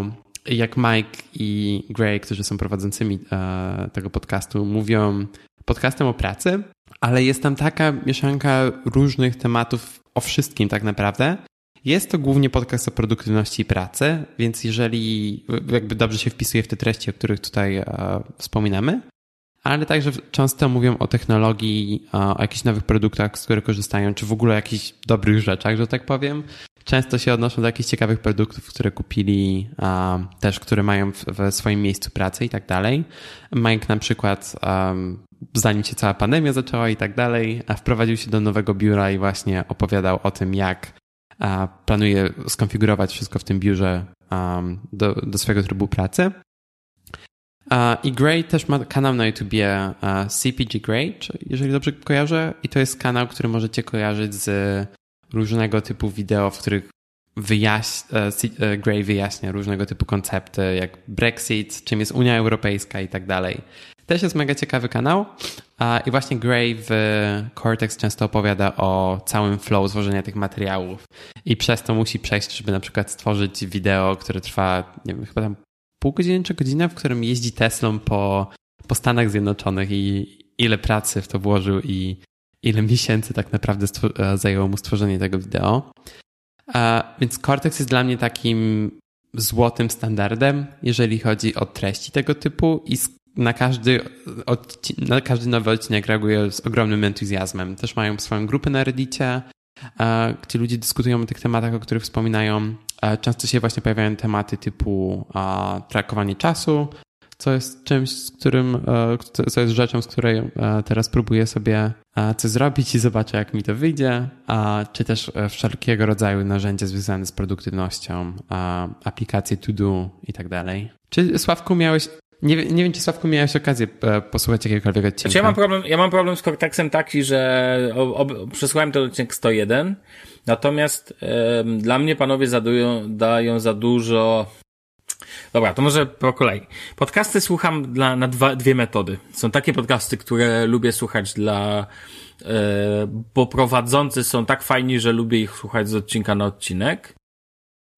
jak Mike i Gray, którzy są prowadzącymi tego podcastu, mówią podcastem o pracy, ale jest tam taka mieszanka różnych tematów o wszystkim tak naprawdę. Jest to głównie podcast o produktywności i pracy, więc jeżeli jakby dobrze się wpisuje w te treści, o których tutaj wspominamy, ale także często mówią o technologii, o jakichś nowych produktach, z których korzystają, czy w ogóle o jakichś dobrych rzeczach, że tak powiem. Często się odnoszą do jakichś ciekawych produktów, które kupili, też które mają w swoim miejscu pracy i tak dalej. Mike na przykład, zanim się cała pandemia zaczęła i tak dalej, wprowadził się do nowego biura i właśnie opowiadał o tym, jak planuje skonfigurować wszystko w tym biurze do swojego trybu pracy. I Gray też ma kanał na YouTubie CPG Gray, jeżeli dobrze kojarzę, i to jest kanał, który możecie kojarzyć z różnego typu wideo, w których Gray wyjaśnia różnego typu koncepty, jak Brexit, czym jest Unia Europejska i tak dalej. Też jest mega ciekawy kanał i właśnie Gray w Cortex często opowiada o całym flow złożenia tych materiałów i przez to musi przejść, żeby na przykład stworzyć wideo, które trwa, nie wiem, chyba tam pół godziny czy godzina, w którym jeździ Teslą po Stanach Zjednoczonych i ile pracy w to włożył i ile miesięcy tak naprawdę zajęło mu stworzenie tego wideo. Więc Cortex jest dla mnie takim złotym standardem, jeżeli chodzi o treści tego typu i na każdy nowy odcinek reaguję z ogromnym entuzjazmem. Też mają swoją grupę na Reddicie, gdzie ludzie dyskutują o tych tematach, o których wspominają. Często się właśnie pojawiają tematy typu trackowanie czasu, co jest czymś, co jest rzeczą, z której teraz próbuję sobie coś zrobić i zobaczę, jak mi to wyjdzie, czy też wszelkiego rodzaju narzędzia związane z produktywnością, aplikacje to do i tak dalej. Czy Sławku miałeś... Nie wiem, czy Sławku miałeś okazję posłuchać jakiegokolwiek odcinka. Znaczy ja mam problem z Cortexem taki, że przesłuchałem ten odcinek 101, natomiast dla mnie panowie dają za dużo... Dobra, to może po kolei. Podcasty słucham na dwie metody. Są takie podcasty, które lubię słuchać bo prowadzący są tak fajni, że lubię ich słuchać z odcinka na odcinek.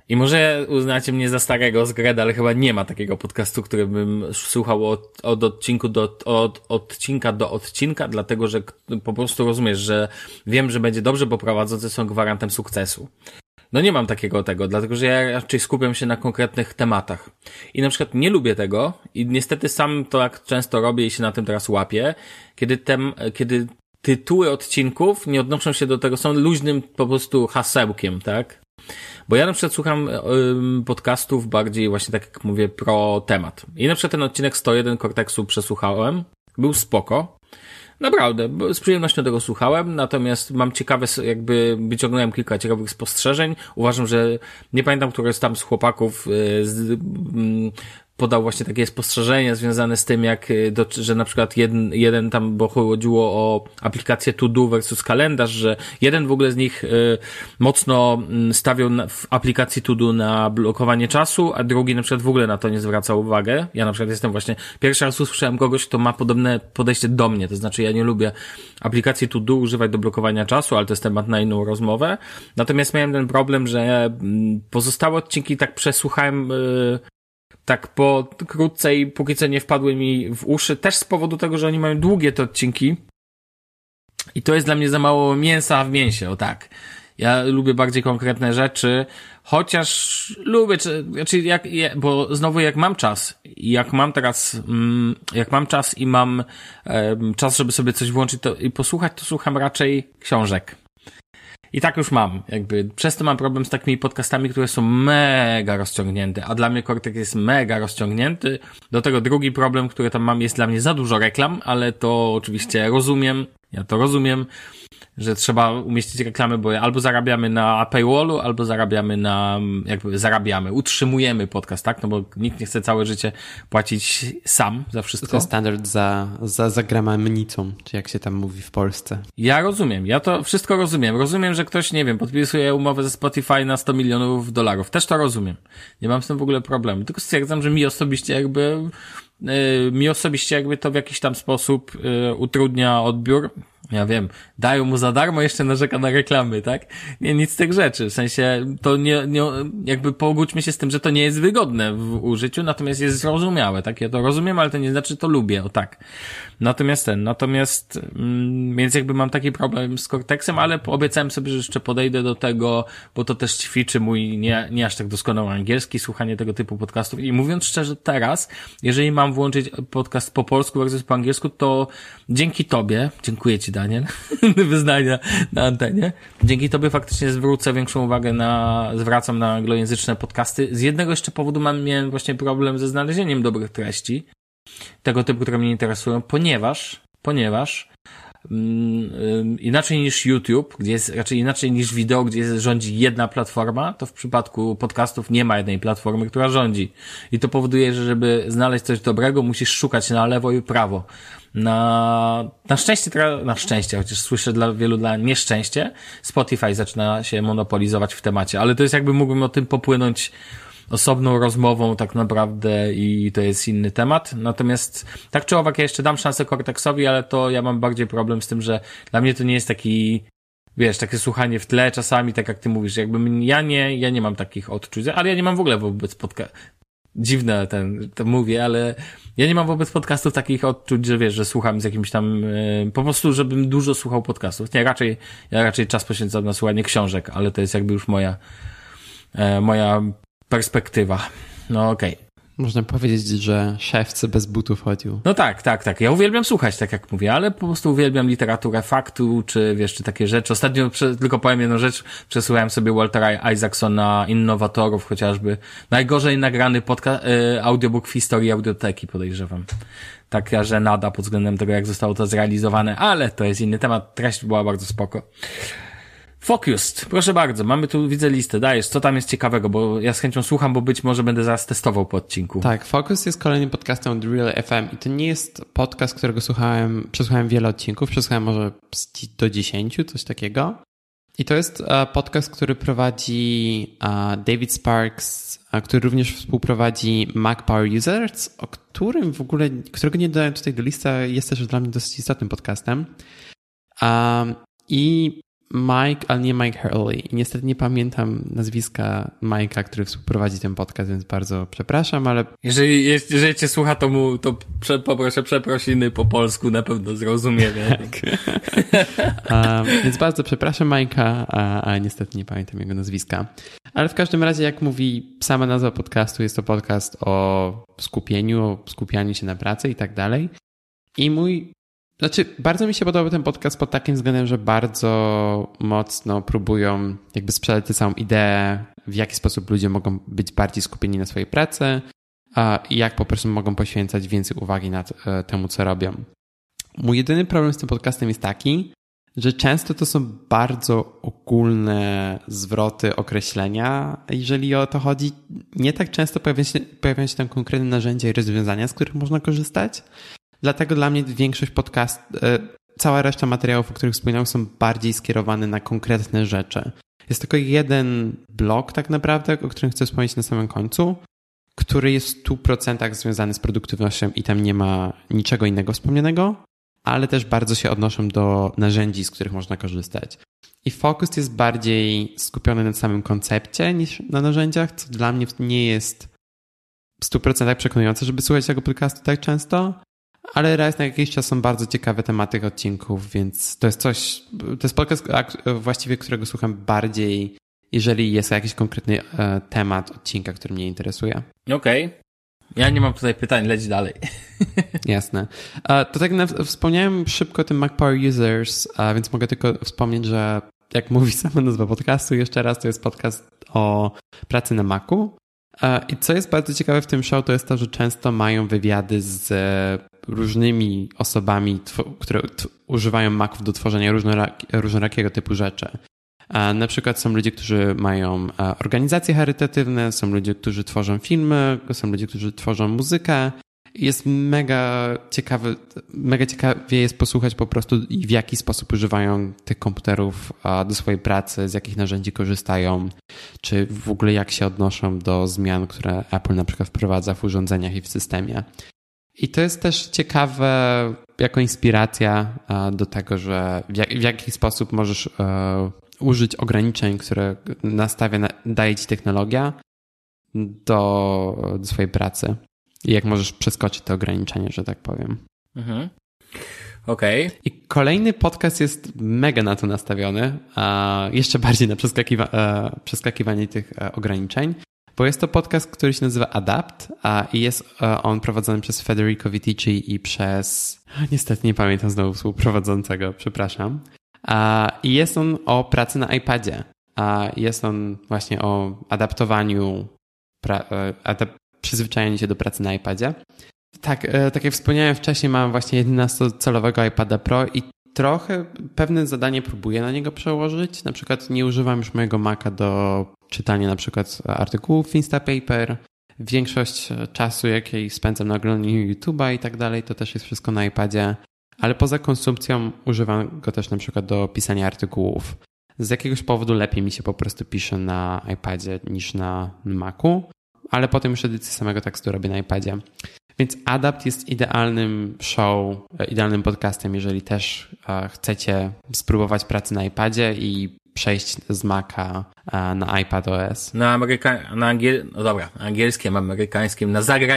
I może uznacie mnie za starego z Greda, ale chyba nie ma takiego podcastu, który bym słuchał od odcinka do odcinka, dlatego że po prostu rozumiesz, że wiem, że będzie dobrze, bo prowadzący są gwarantem sukcesu. No nie mam takiego dlatego że ja raczej skupiam się na konkretnych tematach. I na przykład nie lubię tego i niestety sam to tak często robię i się na tym teraz łapię, kiedy tytuły odcinków nie odnoszą się do tego, są luźnym po prostu hasełkiem, tak? Bo ja na przykład słucham podcastów bardziej właśnie tak jak mówię pro temat. I na przykład ten odcinek 101 Cortexu przesłuchałem, był spoko. Naprawdę, z przyjemnością tego słuchałem, natomiast mam wyciągnąłem kilka ciekawych spostrzeżeń. Uważam, że nie pamiętam, który tam z chłopaków podał właśnie takie spostrzeżenia związane z tym, że na przykład jeden tam, bo chodziło o aplikację To Do versus kalendarz, że jeden w ogóle z nich mocno stawiał w aplikacji To Do na blokowanie czasu, a drugi na przykład w ogóle na to nie zwracał uwagi. Ja na przykład pierwszy raz usłyszałem kogoś, kto ma podobne podejście do mnie, to znaczy ja nie lubię aplikacji To Do używać do blokowania czasu, ale to jest temat na inną rozmowę. Natomiast miałem ten problem, że pozostałe odcinki tak przesłuchałem tak pokrótce i póki co nie wpadły mi w uszy, też z powodu tego, że oni mają długie te odcinki i to jest dla mnie za mało mięsa w mięsie, o tak. Ja lubię bardziej konkretne rzeczy, chociaż lubię, bo znowu jak mam czas i jak mam czas i mam czas, żeby sobie coś włączyć i posłuchać, to słucham raczej książek. I tak już mam, przez to mam problem z takimi podcastami, które są mega rozciągnięte, a dla mnie Cortex jest mega rozciągnięty. Do tego drugi problem, który tam mam, jest dla mnie za dużo reklam, ale to oczywiście ja to rozumiem, że trzeba umieścić reklamy, bo albo zarabiamy na paywallu, albo utrzymujemy podcast, tak? No bo nikt nie chce całe życie płacić sam za wszystko. To jest standard za gramamnicą, czy jak się tam mówi w Polsce. Ja rozumiem, ja to wszystko rozumiem. Rozumiem, że ktoś, nie wiem, podpisuje umowę ze Spotify na $100 milionów. Też to rozumiem. Nie mam z tym w ogóle problemu. Tylko stwierdzam, że mi osobiście to w jakiś tam sposób utrudnia odbiór. Ja wiem, dają mu za darmo, jeszcze narzeka na reklamy, tak? Nie, nic z tych rzeczy. W sensie, to nie, pogódźmy się z tym, że to nie jest wygodne w użyciu, natomiast jest zrozumiałe, tak? Ja to rozumiem, ale to nie znaczy, że to lubię, o tak. Więc mam taki problem z Cortexem, ale obiecałem sobie, że jeszcze podejdę do tego, bo to też ćwiczy mój nie aż tak doskonały angielski, słuchanie tego typu podcastów. I mówiąc szczerze teraz, jeżeli mam włączyć podcast po polsku versus po angielsku, to dzięki tobie, dziękuję ci Daniel, wyznania na antenie. Dzięki tobie faktycznie zwrócę większą uwagę zwracam na anglojęzyczne podcasty. Z jednego jeszcze powodu miałem właśnie problem ze znalezieniem dobrych treści, tego typu, które mnie interesują, ponieważ inaczej niż YouTube, gdzie jest raczej inaczej niż wideo, gdzie rządzi jedna platforma, to w przypadku podcastów nie ma jednej platformy, która rządzi. I to powoduje, że żeby znaleźć coś dobrego, musisz szukać na lewo i prawo. Na szczęście, chociaż słyszę dla wielu nieszczęście, Spotify zaczyna się monopolizować w temacie, ale to jest mógłbym o tym popłynąć osobną rozmową tak naprawdę i to jest inny temat. Natomiast tak czy owak ja jeszcze dam szansę Cortexowi, ale to ja mam bardziej problem z tym, że dla mnie to nie jest taki, takie słuchanie w tle czasami, tak jak ty mówisz, ja nie mam takich odczuć, ale ja nie mam w ogóle wobec dziwne to mówię, ale ja nie mam wobec podcastów takich odczuć, że że słucham z jakimś tam, po prostu, żebym dużo słuchał podcastów. Nie, ja raczej czas poświęcam na słuchanie książek, ale to jest już moja perspektywa. No okej. Można powiedzieć, że szewcy bez butów chodził. No tak. Ja uwielbiam słuchać, tak jak mówię, ale po prostu uwielbiam literaturę faktu, czy takie rzeczy. Ostatnio tylko powiem jedną rzecz. Przesłuchałem sobie Waltera Isaacsona, Innowatorów chociażby. Najgorzej nagrany audiobook w historii audioteki, podejrzewam. Taka żenada pod względem tego, jak zostało to zrealizowane, ale to jest inny temat. Treść była bardzo spoko. Focused, proszę bardzo, mamy tu, widzę listę, dajesz, co tam jest ciekawego, bo ja z chęcią słucham, bo być może będę zaraz testował po odcinku. Tak, Focus jest kolejnym podcastem od Real FM i to nie jest podcast, którego przesłuchałem wiele odcinków, przesłuchałem może do 10, coś takiego. I to jest podcast, który prowadzi David Sparks, który również współprowadzi Mac Power Users, o którym którego nie dodałem tutaj do listy, jest też dla mnie dosyć istotnym podcastem. I Mike, ale nie Mike Hurley. I niestety nie pamiętam nazwiska Mike'a, który współprowadzi ten podcast, więc bardzo przepraszam, ale... Jeżeli cię słucha, to poproszę przeprosiny po polsku, na pewno zrozumie. Tak. Więc bardzo przepraszam Mike'a, a niestety nie pamiętam jego nazwiska. Ale w każdym razie, jak mówi sama nazwa podcastu, jest to podcast o skupianiu się na pracy i tak dalej. I bardzo mi się podobał ten podcast pod takim względem, że bardzo mocno próbują jakby sprzedać tę całą ideę, w jaki sposób ludzie mogą być bardziej skupieni na swojej pracy i jak po prostu mogą poświęcać więcej uwagi na temu, co robią. Mój jedyny problem z tym podcastem jest taki, że często to są bardzo ogólne zwroty, określenia, jeżeli o to chodzi. Nie tak często pojawiają się tam konkretne narzędzia i rozwiązania, z których można korzystać. Dlatego dla mnie większość cała reszta materiałów, o których wspominałem, są bardziej skierowane na konkretne rzeczy. Jest tylko jeden blog tak naprawdę, o którym chcę wspomnieć na samym końcu, który jest w 100% związany z produktywnością i tam nie ma niczego innego wspomnianego, ale też bardzo się odnoszą do narzędzi, z których można korzystać. I fokus jest bardziej skupiony na samym koncepcie niż na narzędziach, co dla mnie nie jest w 100% przekonujące, żeby słuchać tego podcastu tak często, ale raz na jakiś czas są bardzo ciekawe tematy odcinków, więc to jest podcast właściwie, którego słucham bardziej, jeżeli jest jakiś konkretny temat odcinka, który mnie interesuje. Okej. Ja nie mam tutaj pytań, leć dalej. Jasne. To tak wspomniałem szybko o tym Mac Power Users, więc mogę tylko wspomnieć, że jak mówi sama nazwa podcastu, jeszcze raz to jest podcast o pracy na Macu. I co jest bardzo ciekawe w tym show, to jest to, że często mają wywiady z różnymi osobami, które używają Maców do tworzenia różnorakiego typu rzeczy. Na przykład są ludzie, którzy mają organizacje charytatywne, są ludzie, którzy tworzą filmy, są ludzie, którzy tworzą muzykę. Jest mega ciekawie jest posłuchać po prostu w jaki sposób używają tych komputerów do swojej pracy, z jakich narzędzi korzystają, czy w ogóle jak się odnoszą do zmian, które Apple na przykład wprowadza w urządzeniach i w systemie. I to jest też ciekawe jako inspiracja do tego, że w jaki sposób możesz użyć ograniczeń, które daje ci technologia do swojej pracy. I jak możesz przeskoczyć te ograniczenia, że tak powiem. Mhm. Okej. I kolejny podcast jest mega na to nastawiony, jeszcze bardziej na przeskakiwanie tych ograniczeń, bo jest to podcast, który się nazywa Adapt i jest on prowadzony przez Federico Vitici i przez... Niestety nie pamiętam znowu współprowadzącego, przepraszam. I jest on o pracy na iPadzie. Jest on właśnie o adaptowaniu przyzwyczajenie się do pracy na iPadzie. Tak jak wspomniałem wcześniej, mam właśnie 11-calowego iPada Pro i trochę pewne zadanie próbuję na niego przełożyć. Na przykład nie używam już mojego Maca do czytania na przykład artykułów w Instapaper. Większość czasu, jakiej spędzam na oglądaniu YouTube'a i tak dalej, to też jest wszystko na iPadzie. Ale poza konsumpcją używam go też na przykład do pisania artykułów. Z jakiegoś powodu lepiej mi się po prostu pisze na iPadzie niż na Macu. Ale potem już edycję samego tekstu robię na iPadzie. Więc Adapt jest idealnym podcastem, jeżeli też chcecie spróbować pracy na iPadzie i przejść z Maca na iPadOS. Angielskim, amerykańskim,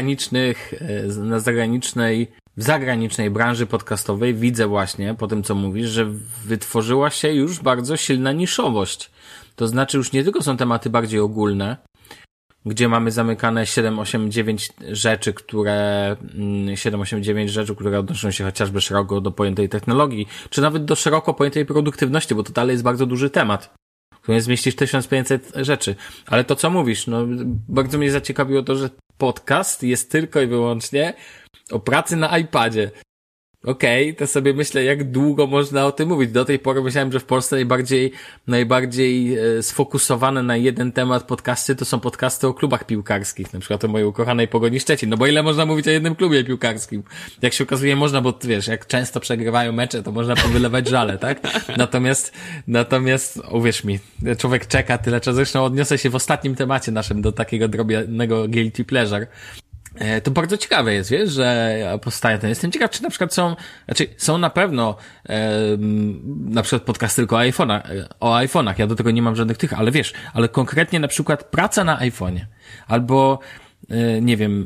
w zagranicznej branży podcastowej widzę właśnie po tym, co mówisz, że wytworzyła się już bardzo silna niszowość. To znaczy już nie tylko są tematy bardziej ogólne, gdzie mamy zamykane 7, 8, 9 rzeczy, które odnoszą się chociażby szeroko do pojętej technologii, czy nawet do szeroko pojętej produktywności, bo to dalej jest bardzo duży temat, w którym zmieścisz 1500 rzeczy. Ale to, co mówisz, bardzo mnie zaciekawiło to, że podcast jest tylko i wyłącznie o pracy na iPadzie. Okej, to sobie myślę, jak długo można o tym mówić. Do tej pory myślałem, że w Polsce najbardziej sfokusowane na jeden temat podcasty to są podcasty o klubach piłkarskich, na przykład o mojej ukochanej Pogoni Szczecin. No bo ile można mówić o jednym klubie piłkarskim? Jak się okazuje, można, bo wiesz, jak często przegrywają mecze, to można powylewać żale, tak? Natomiast uwierz mi, człowiek czeka tyle czasu. Zresztą odniosę się w ostatnim temacie naszym do takiego drobnego guilty pleasure. To bardzo ciekawe jest, wiesz, że powstaje ten. Jestem ciekaw, czy na przykład są na pewno na przykład podcasty tylko o iPhone'ach. Ja do tego nie mam żadnych tych, ale wiesz, ale konkretnie na przykład praca na iPhone'ie. Albo, nie wiem,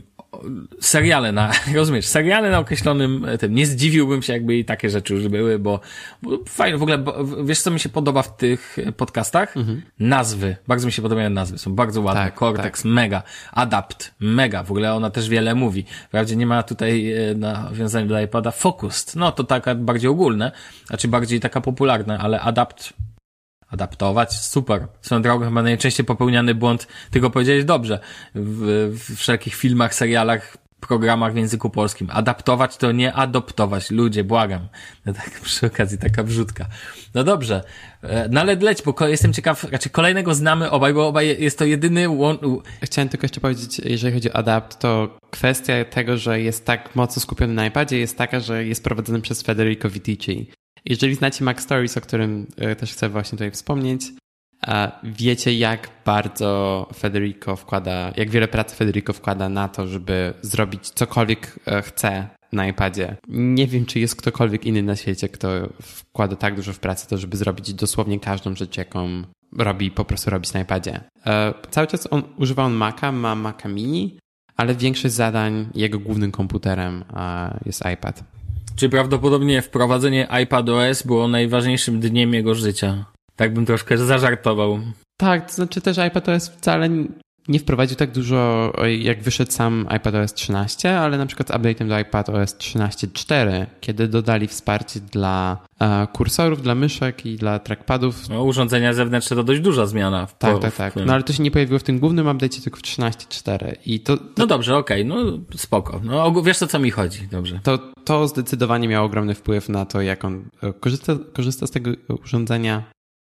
seriale na określonym tym. Nie zdziwiłbym się, jakby i takie rzeczy już były, bo fajnie, w ogóle, wiesz, co mi się podoba w tych podcastach? Nazwy. Bardzo mi się podobają nazwy. Są bardzo ładne. Tak, Cortex, mega. Adapt, mega. W ogóle ona też wiele mówi. Wprawdzie nie ma tutaj nawiązania do iPada. Focused. No, to taka bardziej ogólne, znaczy bardziej taka popularna, ale adaptować, super. Swoją drogą chyba najczęściej popełniany błąd, ty go powiedziałeś dobrze, w wszelkich filmach, serialach, programach w języku polskim. Adaptować to nie adoptować. Ludzie, błagam. No tak przy okazji taka wrzutka. No dobrze. No ale leć, bo jestem ciekaw, raczej kolejnego znamy obaj, bo obaj jest to jedyny Chciałem tylko jeszcze powiedzieć, jeżeli chodzi o Adapt, to kwestia tego, że jest tak mocno skupiony na iPadzie, jest taka, że jest prowadzony przez Federico Vitici. Jeżeli znacie Mac Stories, o którym też chcę właśnie tutaj wspomnieć, wiecie jak bardzo jak wiele pracy Federico wkłada na to, żeby zrobić cokolwiek chce na iPadzie. Nie wiem, czy jest ktokolwiek inny na świecie, kto wkłada tak dużo w pracę to, żeby zrobić dosłownie każdą rzecz, jaką po prostu robić na iPadzie. Cały czas używa Maca, ma Maca Mini, ale większość zadań jego głównym komputerem jest iPad. Czyli prawdopodobnie wprowadzenie iPadOS było najważniejszym dniem jego życia. Tak bym troszkę zażartował. Tak, to znaczy też iPadOS wcale nie wprowadził tak dużo, jak wyszedł sam iPadOS 13, ale na przykład z update'em do iPadOS 13.4, kiedy dodali wsparcie dla kursorów, dla myszek i dla trackpadów. No, urządzenia zewnętrzne to dość duża zmiana. Tak. No ale to się nie pojawiło w tym głównym update'cie, tylko w 13.4. No dobrze, okej, no spoko. No wiesz, o co mi chodzi, dobrze. To zdecydowanie miało ogromny wpływ na to, jak on korzysta z tego urządzenia.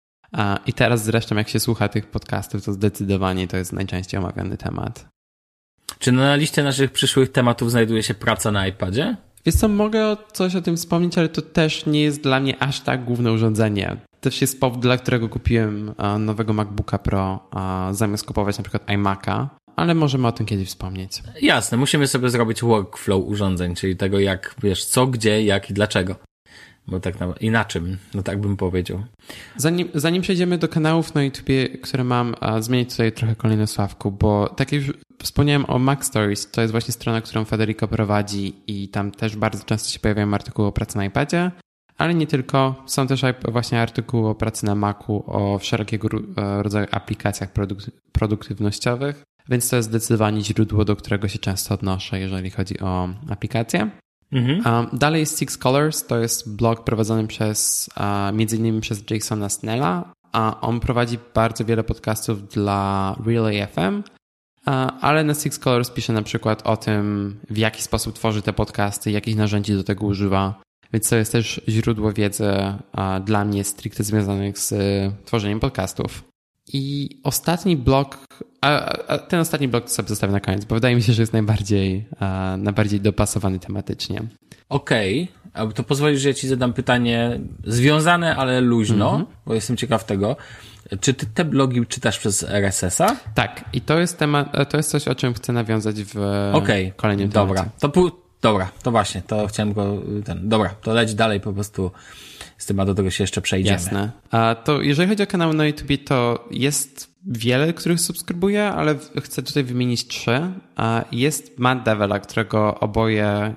I teraz zresztą jak się słucha tych podcastów, to zdecydowanie to jest najczęściej omawiany temat. Czy na liście naszych przyszłych tematów znajduje się praca na iPadzie? Wiesz co, mogę coś o tym wspomnieć, ale to też nie jest dla mnie aż tak główne urządzenie. Też jest powód, dla którego kupiłem nowego MacBooka Pro, zamiast kupować na przykład iMac'a, ale możemy o tym kiedyś wspomnieć. Jasne, musimy sobie zrobić workflow urządzeń, czyli tego jak, wiesz, co, gdzie, jak i dlaczego. Bo tak i na czym, no tak bym powiedział. Zanim przejdziemy do kanałów na YouTubie, które mam, zmienić tutaj trochę kolejny Sławku, bo tak jak już wspomniałem o Mac Stories, to jest właśnie strona, którą Federico prowadzi i tam też bardzo często się pojawiają artykuły o pracy na iPadzie, ale nie tylko. Są też właśnie artykuły o pracy na Macu, o wszelkiego rodzaju aplikacjach produktywnościowych, więc to jest zdecydowanie źródło, do którego się często odnoszę, jeżeli chodzi o aplikacje. Dalej jest Six Colors, to jest blog prowadzony między innymi przez Jasona Snella, a on prowadzi bardzo wiele podcastów dla Relay FM, ale na Six Colors pisze na przykład o tym, w jaki sposób tworzy te podcasty, jakich narzędzi do tego używa, więc to jest też źródło wiedzy dla mnie stricte związanych z tworzeniem podcastów. I ostatni blog, ten ostatni blog sobie zostawię na koniec, bo wydaje mi się, że jest najbardziej dopasowany tematycznie. Okej, to pozwolisz, że ja ci zadam pytanie związane, ale luźno, bo jestem ciekaw tego. Czy ty te blogi czytasz przez RSS-a? Tak, i to jest coś, o czym chcę nawiązać w kolejnym temacie. Dobra, to właśnie, to chciałem dobra, to leć dalej po prostu z tym, a do tego się jeszcze przejdziemy. Jasne. To jeżeli chodzi o kanał na YouTube, to jest wiele, których subskrybuję, ale chcę tutaj wymienić 3. Jest Matt Devela, którego oboje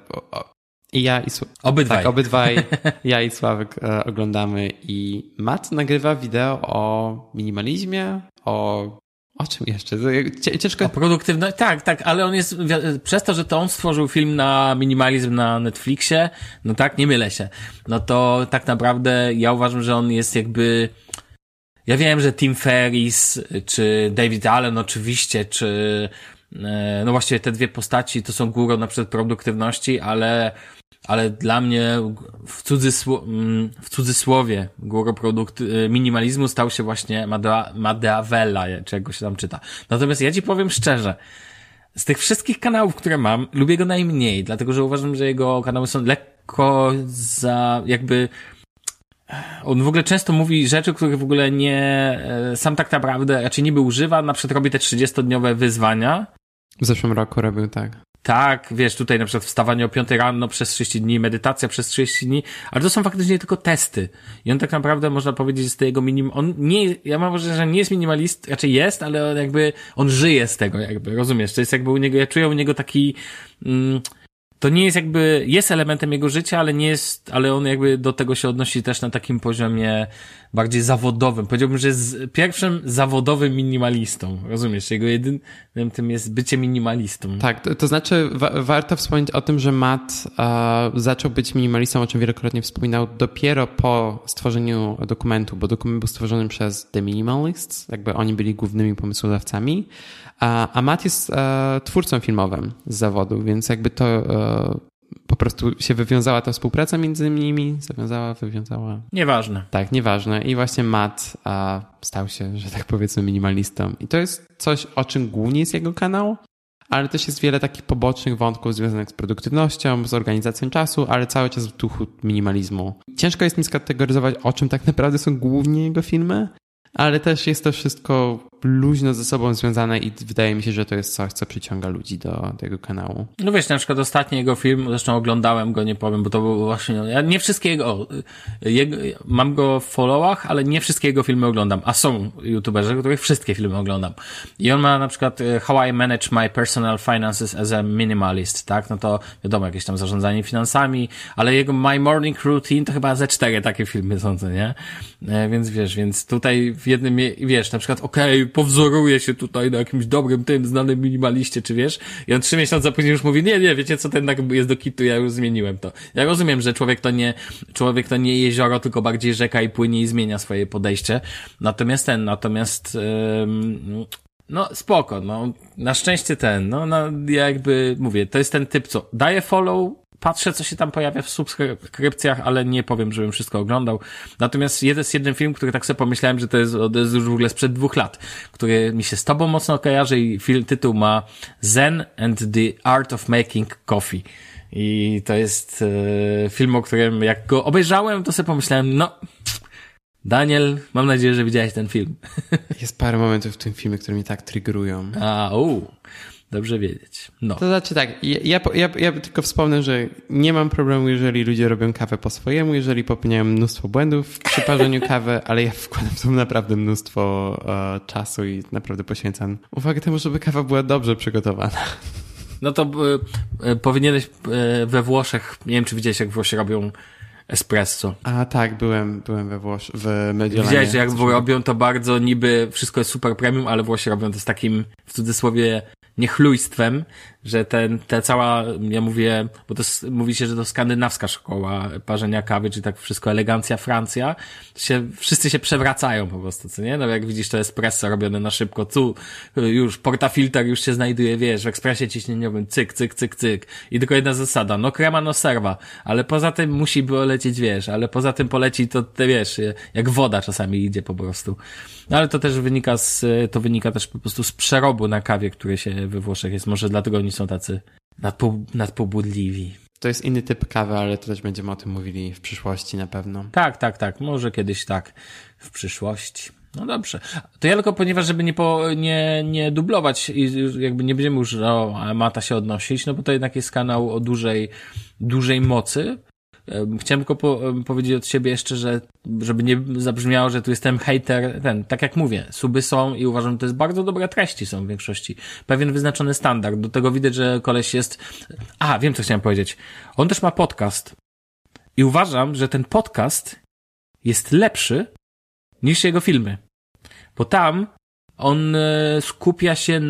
obydwaj ja i Sławek oglądamy i Matt nagrywa wideo o minimalizmie, o czym jeszcze? Ciężko... O produktywności, tak, ale on jest, przez to, że to on stworzył film na minimalizm na Netflixie, no tak, nie mylę się, no to tak naprawdę ja uważam, że on jest jakby, ja wiem, że Tim Ferriss, czy David Allen oczywiście, czy no właściwie te dwie postaci to są górą na przykład produktywności, ale dla mnie w cudzysłowie górą minimalizmu stał się właśnie Maddavella, czy jak go się tam czyta. Natomiast ja ci powiem szczerze, z tych wszystkich kanałów, które mam, lubię go najmniej, dlatego że uważam, że jego kanały są lekko on w ogóle często mówi rzeczy, których w ogóle nie sam tak naprawdę raczej niby używa, na przykład robi te 30-dniowe wyzwania. W zeszłym roku robił tak. Tak, wiesz, tutaj na przykład wstawanie o 5 rano przez 30 dni, medytacja przez 30 dni, ale to są faktycznie tylko testy. I on tak naprawdę, można powiedzieć, jest to jego on nie, ja mam wrażenie, że nie jest minimalist, raczej jest, ale on jakby, on żyje z tego jakby, rozumiesz? To jest jakby u niego, ja czuję u niego taki, to nie jest jakby, jest elementem jego życia, ale nie jest, ale on jakby do tego się odnosi też na takim poziomie bardziej zawodowym. Powiedziałbym, że jest pierwszym zawodowym minimalistą. Rozumiesz? Jego jedynym tym jest bycie minimalistą. Tak, to znaczy warto wspomnieć o tym, że Matt zaczął być minimalistą, o czym wielokrotnie wspominał, dopiero po stworzeniu dokumentu, bo dokument był stworzony przez The Minimalists, jakby oni byli głównymi pomysłodawcami, a Matt jest twórcą filmowym z zawodu, więc jakby to po prostu się wywiązała ta współpraca między nimi, wywiązała. Nieważne. Tak, nieważne. I właśnie Matt stał się, że tak powiedzmy, minimalistą. I to jest coś, o czym głównie jest jego kanał, ale też jest wiele takich pobocznych wątków związanych z produktywnością, z organizacją czasu, ale cały czas w duchu minimalizmu. Ciężko jest mi skategoryzować, o czym tak naprawdę są głównie jego filmy, ale też jest to wszystko luźno ze sobą związane i wydaje mi się, że to jest coś, co przyciąga ludzi do tego kanału. No wiesz, na przykład ostatni jego film, zresztą oglądałem go, nie powiem, bo to był właśnie, ja nie wszystkie mam go w followach, ale nie wszystkie jego filmy oglądam, a są youtuberzy, których wszystkie filmy oglądam. I on ma na przykład How I Manage My Personal Finances as a Minimalist, tak? No to wiadomo, jakieś tam zarządzanie finansami, ale jego My Morning Routine to chyba ze 4 takie filmy są, co nie? Więc wiesz, więc tutaj w jednym, wiesz, na przykład powzoruje się tutaj na jakimś dobrym znanym minimaliście, czy wiesz? I on 3 miesiące później już mówi, nie, wiecie co, ten jest do kitu, ja już zmieniłem to. Ja rozumiem, że człowiek to nie jezioro, tylko bardziej rzeka i płynie i zmienia swoje podejście. Natomiast no spoko, no na szczęście ja jakby mówię, to jest ten typ, co daje follow, patrzę, co się tam pojawia w subskrypcjach, ale nie powiem, żebym wszystko oglądał. Natomiast jest jeden film, który tak sobie pomyślałem, że to jest już w ogóle sprzed 2 lat, który mi się z tobą mocno kojarzy i tytuł ma Zen and the Art of Making Coffee. I to jest film, o którym jak go obejrzałem, to sobie pomyślałem, Daniel, mam nadzieję, że widziałeś ten film. Jest parę momentów w tym filmie, które mnie tak triggerują. Dobrze wiedzieć. No. To znaczy tak, ja tylko wspomnę, że nie mam problemu, jeżeli ludzie robią kawę po swojemu, jeżeli popełniają mnóstwo błędów przy parzeniu kawy, ale ja wkładam w to naprawdę mnóstwo czasu i naprawdę poświęcam uwagę temu, żeby kawa była dobrze przygotowana. No to powinieneś we Włoszech, nie wiem czy widziałeś jak Włosi robią espresso. A tak, byłem w Mediolanie. Widziałeś, że jak robią to bardzo niby, wszystko jest super premium, ale Włosi robią to z takim, w cudzysłowie, niechlujstwem, że ta cała, ja mówię, bo to mówi się, że to skandynawska szkoła parzenia kawy, czy tak wszystko elegancja Francja, wszyscy się przewracają po prostu, co nie? No jak widzisz to espresso robione na szybko, już portafilter już się znajduje, wiesz, w ekspresie ciśnieniowym, cyk, cyk, cyk, cyk. I tylko jedna zasada, no crema no serva, ale poza tym musi polecieć, wiesz, ale poza tym poleci to, wiesz, jak woda czasami idzie po prostu. No ale to też wynika też po prostu z przerobu na kawie, który się we Włoszech jest. Może dlatego oni są tacy nadpobudliwi. To jest inny typ kawy, ale to też będziemy o tym mówili w przyszłości na pewno. Tak. Może kiedyś tak w przyszłości. No dobrze. To ja tylko, ponieważ żeby nie dublować i jakby nie będziemy już Mata się odnosić, no bo to jednak jest kanał o dużej mocy. Chciałem tylko powiedzieć od siebie jeszcze, że żeby nie zabrzmiało, że tu jestem hejter, tak jak mówię, suby są i uważam, że to jest bardzo dobre treści są w większości. Pewien wyznaczony standard. Do tego widać, że koleś jest... wiem co chciałem powiedzieć. On też ma podcast i uważam, że ten podcast jest lepszy niż jego filmy. Bo tam on skupia się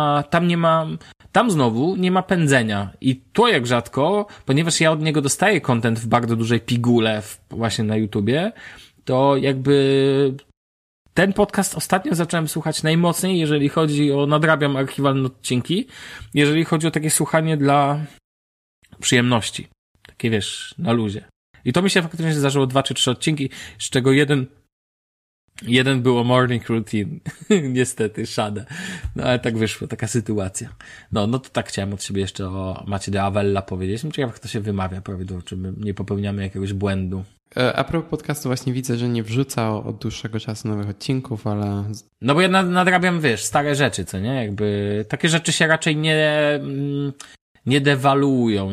tam znowu nie ma pędzenia. I to jak rzadko, ponieważ ja od niego dostaję content w bardzo dużej pigułce właśnie na YouTubie, to jakby ten podcast ostatnio zacząłem słuchać najmocniej, jeżeli chodzi o nadrabiam archiwalne odcinki, jeżeli chodzi o takie słuchanie dla przyjemności. Takie wiesz, na luzie. I to mi się faktycznie zdarzyło 2 czy 3 odcinki, z czego jeden Jeden było morning routine. Niestety, szade. No ale tak wyszło, taka sytuacja. No to tak chciałem od siebie jeszcze o Macie de Avella powiedzieć. Ciekawe, jak to się wymawia, prawidłowo, czy my nie popełniamy jakiegoś błędu. A propos podcastu, właśnie widzę, że nie wrzuca od dłuższego czasu nowych odcinków, ale... No bo ja nadrabiam, stare rzeczy, co nie? Jakby takie rzeczy się raczej nie dewaluują,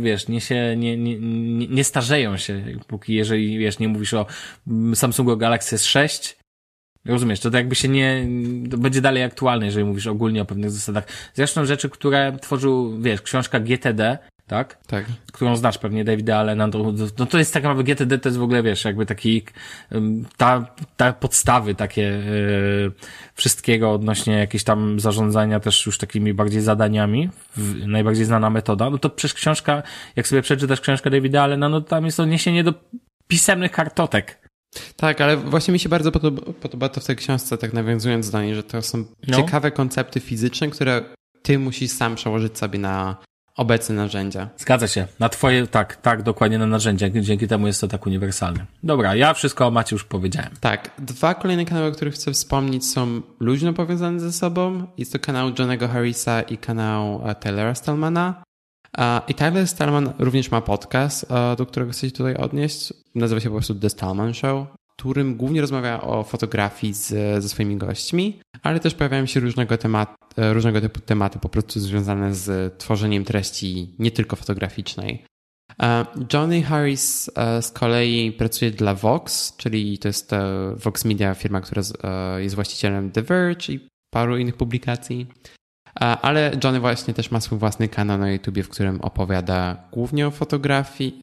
nie starzeją się, póki jeżeli, nie mówisz o Samsungu Galaxy S6, rozumiesz, to jakby się to będzie dalej aktualne, jeżeli mówisz ogólnie o pewnych zasadach. Zresztą rzeczy, które tworzył, książka GTD, tak? Tak. Którą znasz pewnie, Davida Allena, no to jest tak naprawdę GTD, to jest w ogóle, jakby taki, ta podstawy takie, wszystkiego odnośnie jakieś tam zarządzania też już takimi bardziej zadaniami, najbardziej znana metoda, no to przecież książka, jak sobie przeczytasz książkę Davida Allena, no to tam jest odniesienie do pisemnych kartotek. Tak, ale właśnie mi się bardzo podoba to w tej książce, tak nawiązując do niej, że to są ciekawe koncepty fizyczne, które ty musisz sam przełożyć sobie na obecne narzędzia. Zgadza się. Na twoje, tak, dokładnie na narzędzia. Dzięki temu jest to tak uniwersalne. Dobra, ja wszystko o Macie już powiedziałem. Tak. 2 kolejne kanały, o których chcę wspomnieć, są luźno powiązane ze sobą. Jest to kanał Johnnego Harrisa i kanał Taylora Stallmana. I Tyler Stallman również ma podcast, do którego chcę się tutaj odnieść. Nazywa się po prostu The Stallman Show, w którym głównie rozmawia o fotografii ze swoimi gośćmi, ale też pojawiają się różnego typu tematy po prostu związane z tworzeniem treści nie tylko fotograficznej. Johnny Harris z kolei pracuje dla Vox, czyli to jest Vox Media, firma, która jest właścicielem The Verge i paru innych publikacji. Ale Johnny właśnie też ma swój własny kanał na YouTubie, w którym opowiada głównie o fotografii,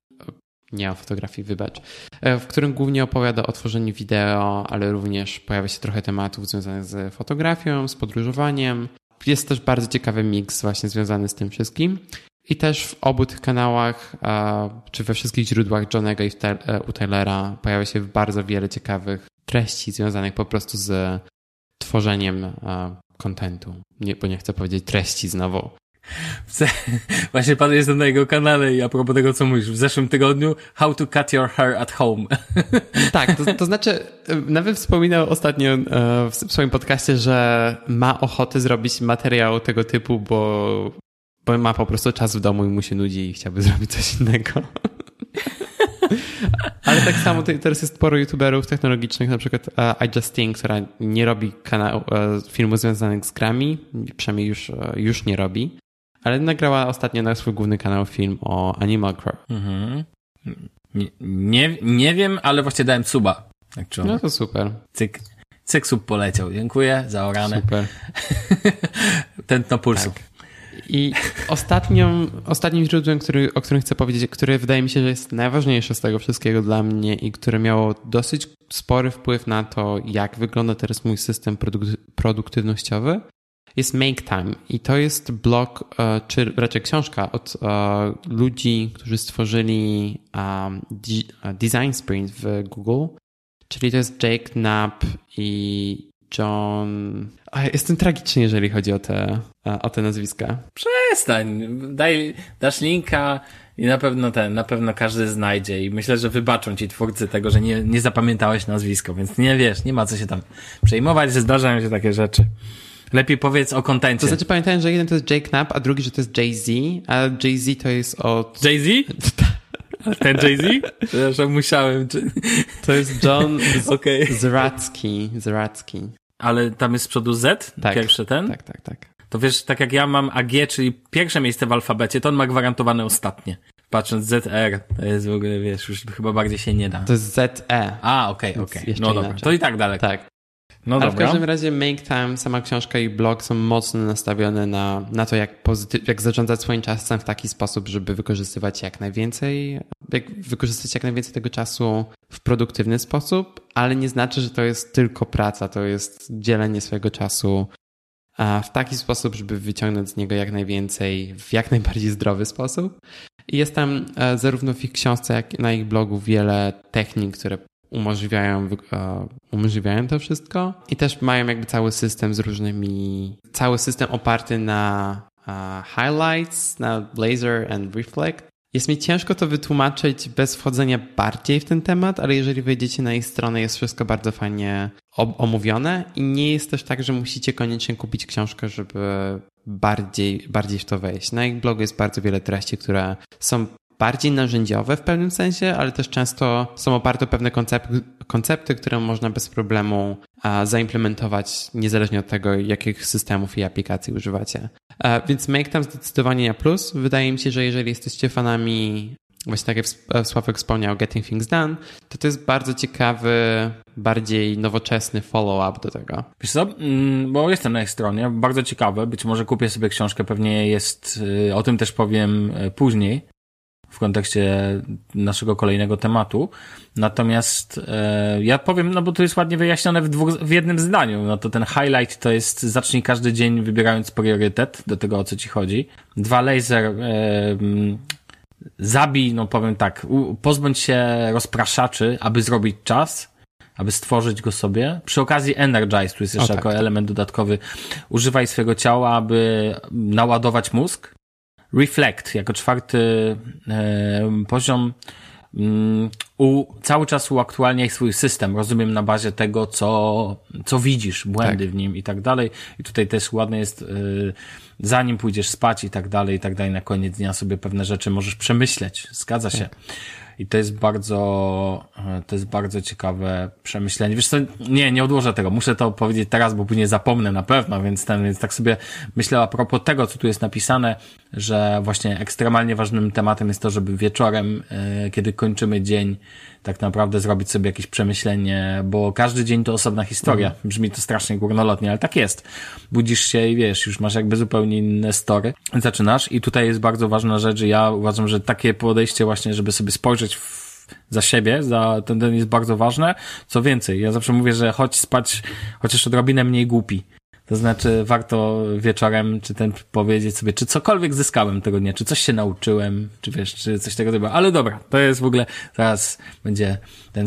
w którym głównie opowiada o tworzeniu wideo, ale również pojawia się trochę tematów związanych z fotografią, z podróżowaniem. Jest też bardzo ciekawy miks właśnie związany z tym wszystkim. I też w obu tych kanałach, czy we wszystkich źródłach Johnego i u Taylora pojawia się bardzo wiele ciekawych treści związanych po prostu z tworzeniem kontentu. Bo nie chcę powiedzieć treści znowu. Właśnie pan jestem na jego kanale i a propos tego, co mówisz, w zeszłym tygodniu How to cut your hair at home. Tak, to znaczy nawet wspominał ostatnio w swoim podcaście, że ma ochotę zrobić materiał tego typu, bo ma po prostu czas w domu i mu się nudzi i chciałby zrobić coś innego. Ale tak samo teraz jest sporo youtuberów technologicznych, na przykład iJustine, która nie robi filmów związanych z grami, przynajmniej już nie robi, ale nagrała ostatnio na swój główny kanał film o Animal Crossing. Mhm. Nie wiem, ale właśnie dałem suba. No to super. Cyk sub poleciał. Dziękuję, zaorane. Super. Tętno pulsu. Tak. I ostatnim źródłem, o którym chcę powiedzieć, które wydaje mi się, że jest najważniejsze z tego wszystkiego dla mnie i które miało dosyć spory wpływ na to, jak wygląda teraz mój system produktywnościowy, jest Make Time. I to jest blog, czy raczej książka od ludzi, którzy stworzyli Design Sprint w Google. Czyli to jest Jake Knapp i John... Jestem tragiczny, jeżeli chodzi o te nazwiska. Przestań. Dasz linka i na pewno każdy znajdzie i myślę, że wybaczą ci twórcy tego, że nie zapamiętałeś nazwisko, więc nie ma co się tam przejmować, że zdarzają się takie rzeczy. Lepiej powiedz o kontencie. To znaczy pamiętałem, że jeden to jest Jake Knapp, a drugi, że to jest Jay-Z, a Jay-Z to jest od... Jay-Z? Ten Jay-Z? Zresztą musiałem. To jest John Zeracki. Ale tam jest z przodu Z? Tak. Pierwszy ten? Tak. To wiesz, tak jak ja mam AG, czyli pierwsze miejsce w alfabecie, to on ma gwarantowane ostatnie. Patrząc ZR, to jest w ogóle, już chyba bardziej się nie da. To jest ZE. Okej. No dobra, to i tak daleko. Tak. No ale dobra. w każdym razie Make Time, sama książka i blog są mocno nastawione na to, jak zarządzać swoim czasem w taki sposób, żeby wykorzystać jak najwięcej tego czasu w produktywny sposób, ale nie znaczy, że to jest tylko praca, to jest dzielenie swojego czasu w taki sposób, żeby wyciągnąć z niego jak najwięcej w jak najbardziej zdrowy sposób. I jest tam zarówno w ich książce, jak i na ich blogu wiele technik, które umożliwiają to wszystko i też mają jakby cały system oparty na highlights, na laser and reflect. Jest mi ciężko to wytłumaczyć bez wchodzenia bardziej w ten temat, ale jeżeli wejdziecie na ich stronę, jest wszystko bardzo fajnie omówione i nie jest też tak, że musicie koniecznie kupić książkę, żeby bardziej w to wejść. Na ich blogu jest bardzo wiele treści, które są bardziej narzędziowe w pewnym sensie, ale też często są oparte o pewne koncepty, które można bez problemu zaimplementować niezależnie od tego, jakich systemów i aplikacji używacie. Więc Make Time zdecydowanie na plus. Wydaje mi się, że jeżeli jesteście fanami, właśnie tak jak Sławek wspomniał, Getting Things Done, to jest bardzo ciekawy, bardziej nowoczesny follow-up do tego. Wiesz co, bo jestem na ich stronie, bardzo ciekawe, być może kupię sobie książkę, pewnie jest, o tym też powiem później, w kontekście naszego kolejnego tematu. Natomiast ja powiem, no bo to jest ładnie wyjaśnione w jednym zdaniu. No to ten highlight to jest zacznij każdy dzień wybierając priorytet do tego, o co ci chodzi. 2 laser, zabij, no powiem tak, pozbądź się rozpraszaczy, aby zrobić czas, aby stworzyć go sobie. Przy okazji energize, tu jest jeszcze jako element dodatkowy. Używaj swojego ciała, aby naładować mózg. Reflect jako 4 poziom. Cały czas uaktualniaj swój system, rozumiem, na bazie tego, co widzisz, błędy w nim i tak dalej. I tutaj też ładne jest, zanim pójdziesz spać i tak dalej, na koniec dnia sobie pewne rzeczy możesz przemyśleć. Zgadza się. I to jest bardzo ciekawe przemyślenie. Wiesz co, nie odłożę tego. Muszę to powiedzieć teraz, bo później zapomnę na pewno, więc tak sobie myślę a propos tego, co tu jest napisane, że właśnie ekstremalnie ważnym tematem jest to, żeby wieczorem, kiedy kończymy dzień, tak naprawdę zrobić sobie jakieś przemyślenie, bo każdy dzień to osobna historia. Brzmi to strasznie górnolotnie, ale tak jest. Budzisz się i wiesz, już masz jakby zupełnie inne story. Zaczynasz i tutaj jest bardzo ważna rzecz, że ja uważam, że takie podejście właśnie, żeby sobie spojrzeć za siebie, ten jest bardzo ważne. Co więcej, ja zawsze mówię, że chodź spać chociaż odrobinę mniej głupi. To znaczy warto wieczorem powiedzieć sobie, czy cokolwiek zyskałem tego dnia, czy coś się nauczyłem, czy coś tego typu. Ale dobra, to jest w ogóle, teraz będzie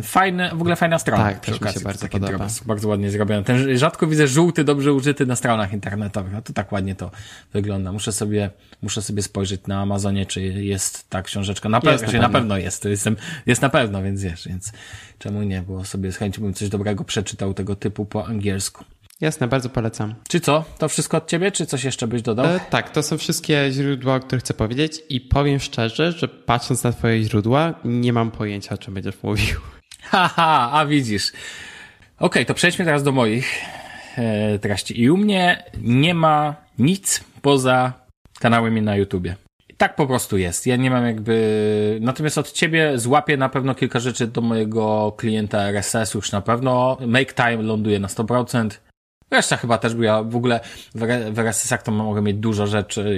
fajna strona. Tak, też mi się bardzo podoba. Bardzo ładnie zrobione. Rzadko widzę żółty, dobrze użyty na stronach internetowych, a to tak ładnie to wygląda. Muszę sobie spojrzeć na Amazonie, czy jest ta książeczka. Na pewno jest. Jest na pewno, więc wiesz, więc czemu nie, bo sobie z chęcią bym coś dobrego przeczytał tego typu po angielsku. Jasne, bardzo polecam. Czy co? To wszystko od ciebie? Czy coś jeszcze byś dodał? Tak, to są wszystkie źródła, o których chcę powiedzieć i powiem szczerze, że patrząc na twoje źródła, nie mam pojęcia, o czym będziesz mówił. A widzisz. Okej, to przejdźmy teraz do moich treści. I u mnie nie ma nic poza kanałem na YouTubie. Tak po prostu jest. Ja nie mam natomiast od ciebie złapię na pewno kilka rzeczy do mojego klienta RSS już na pewno. Make Time ląduje na 100%. Reszta chyba też, bo ja w ogóle w RSS-ach to mogę mieć dużo rzeczy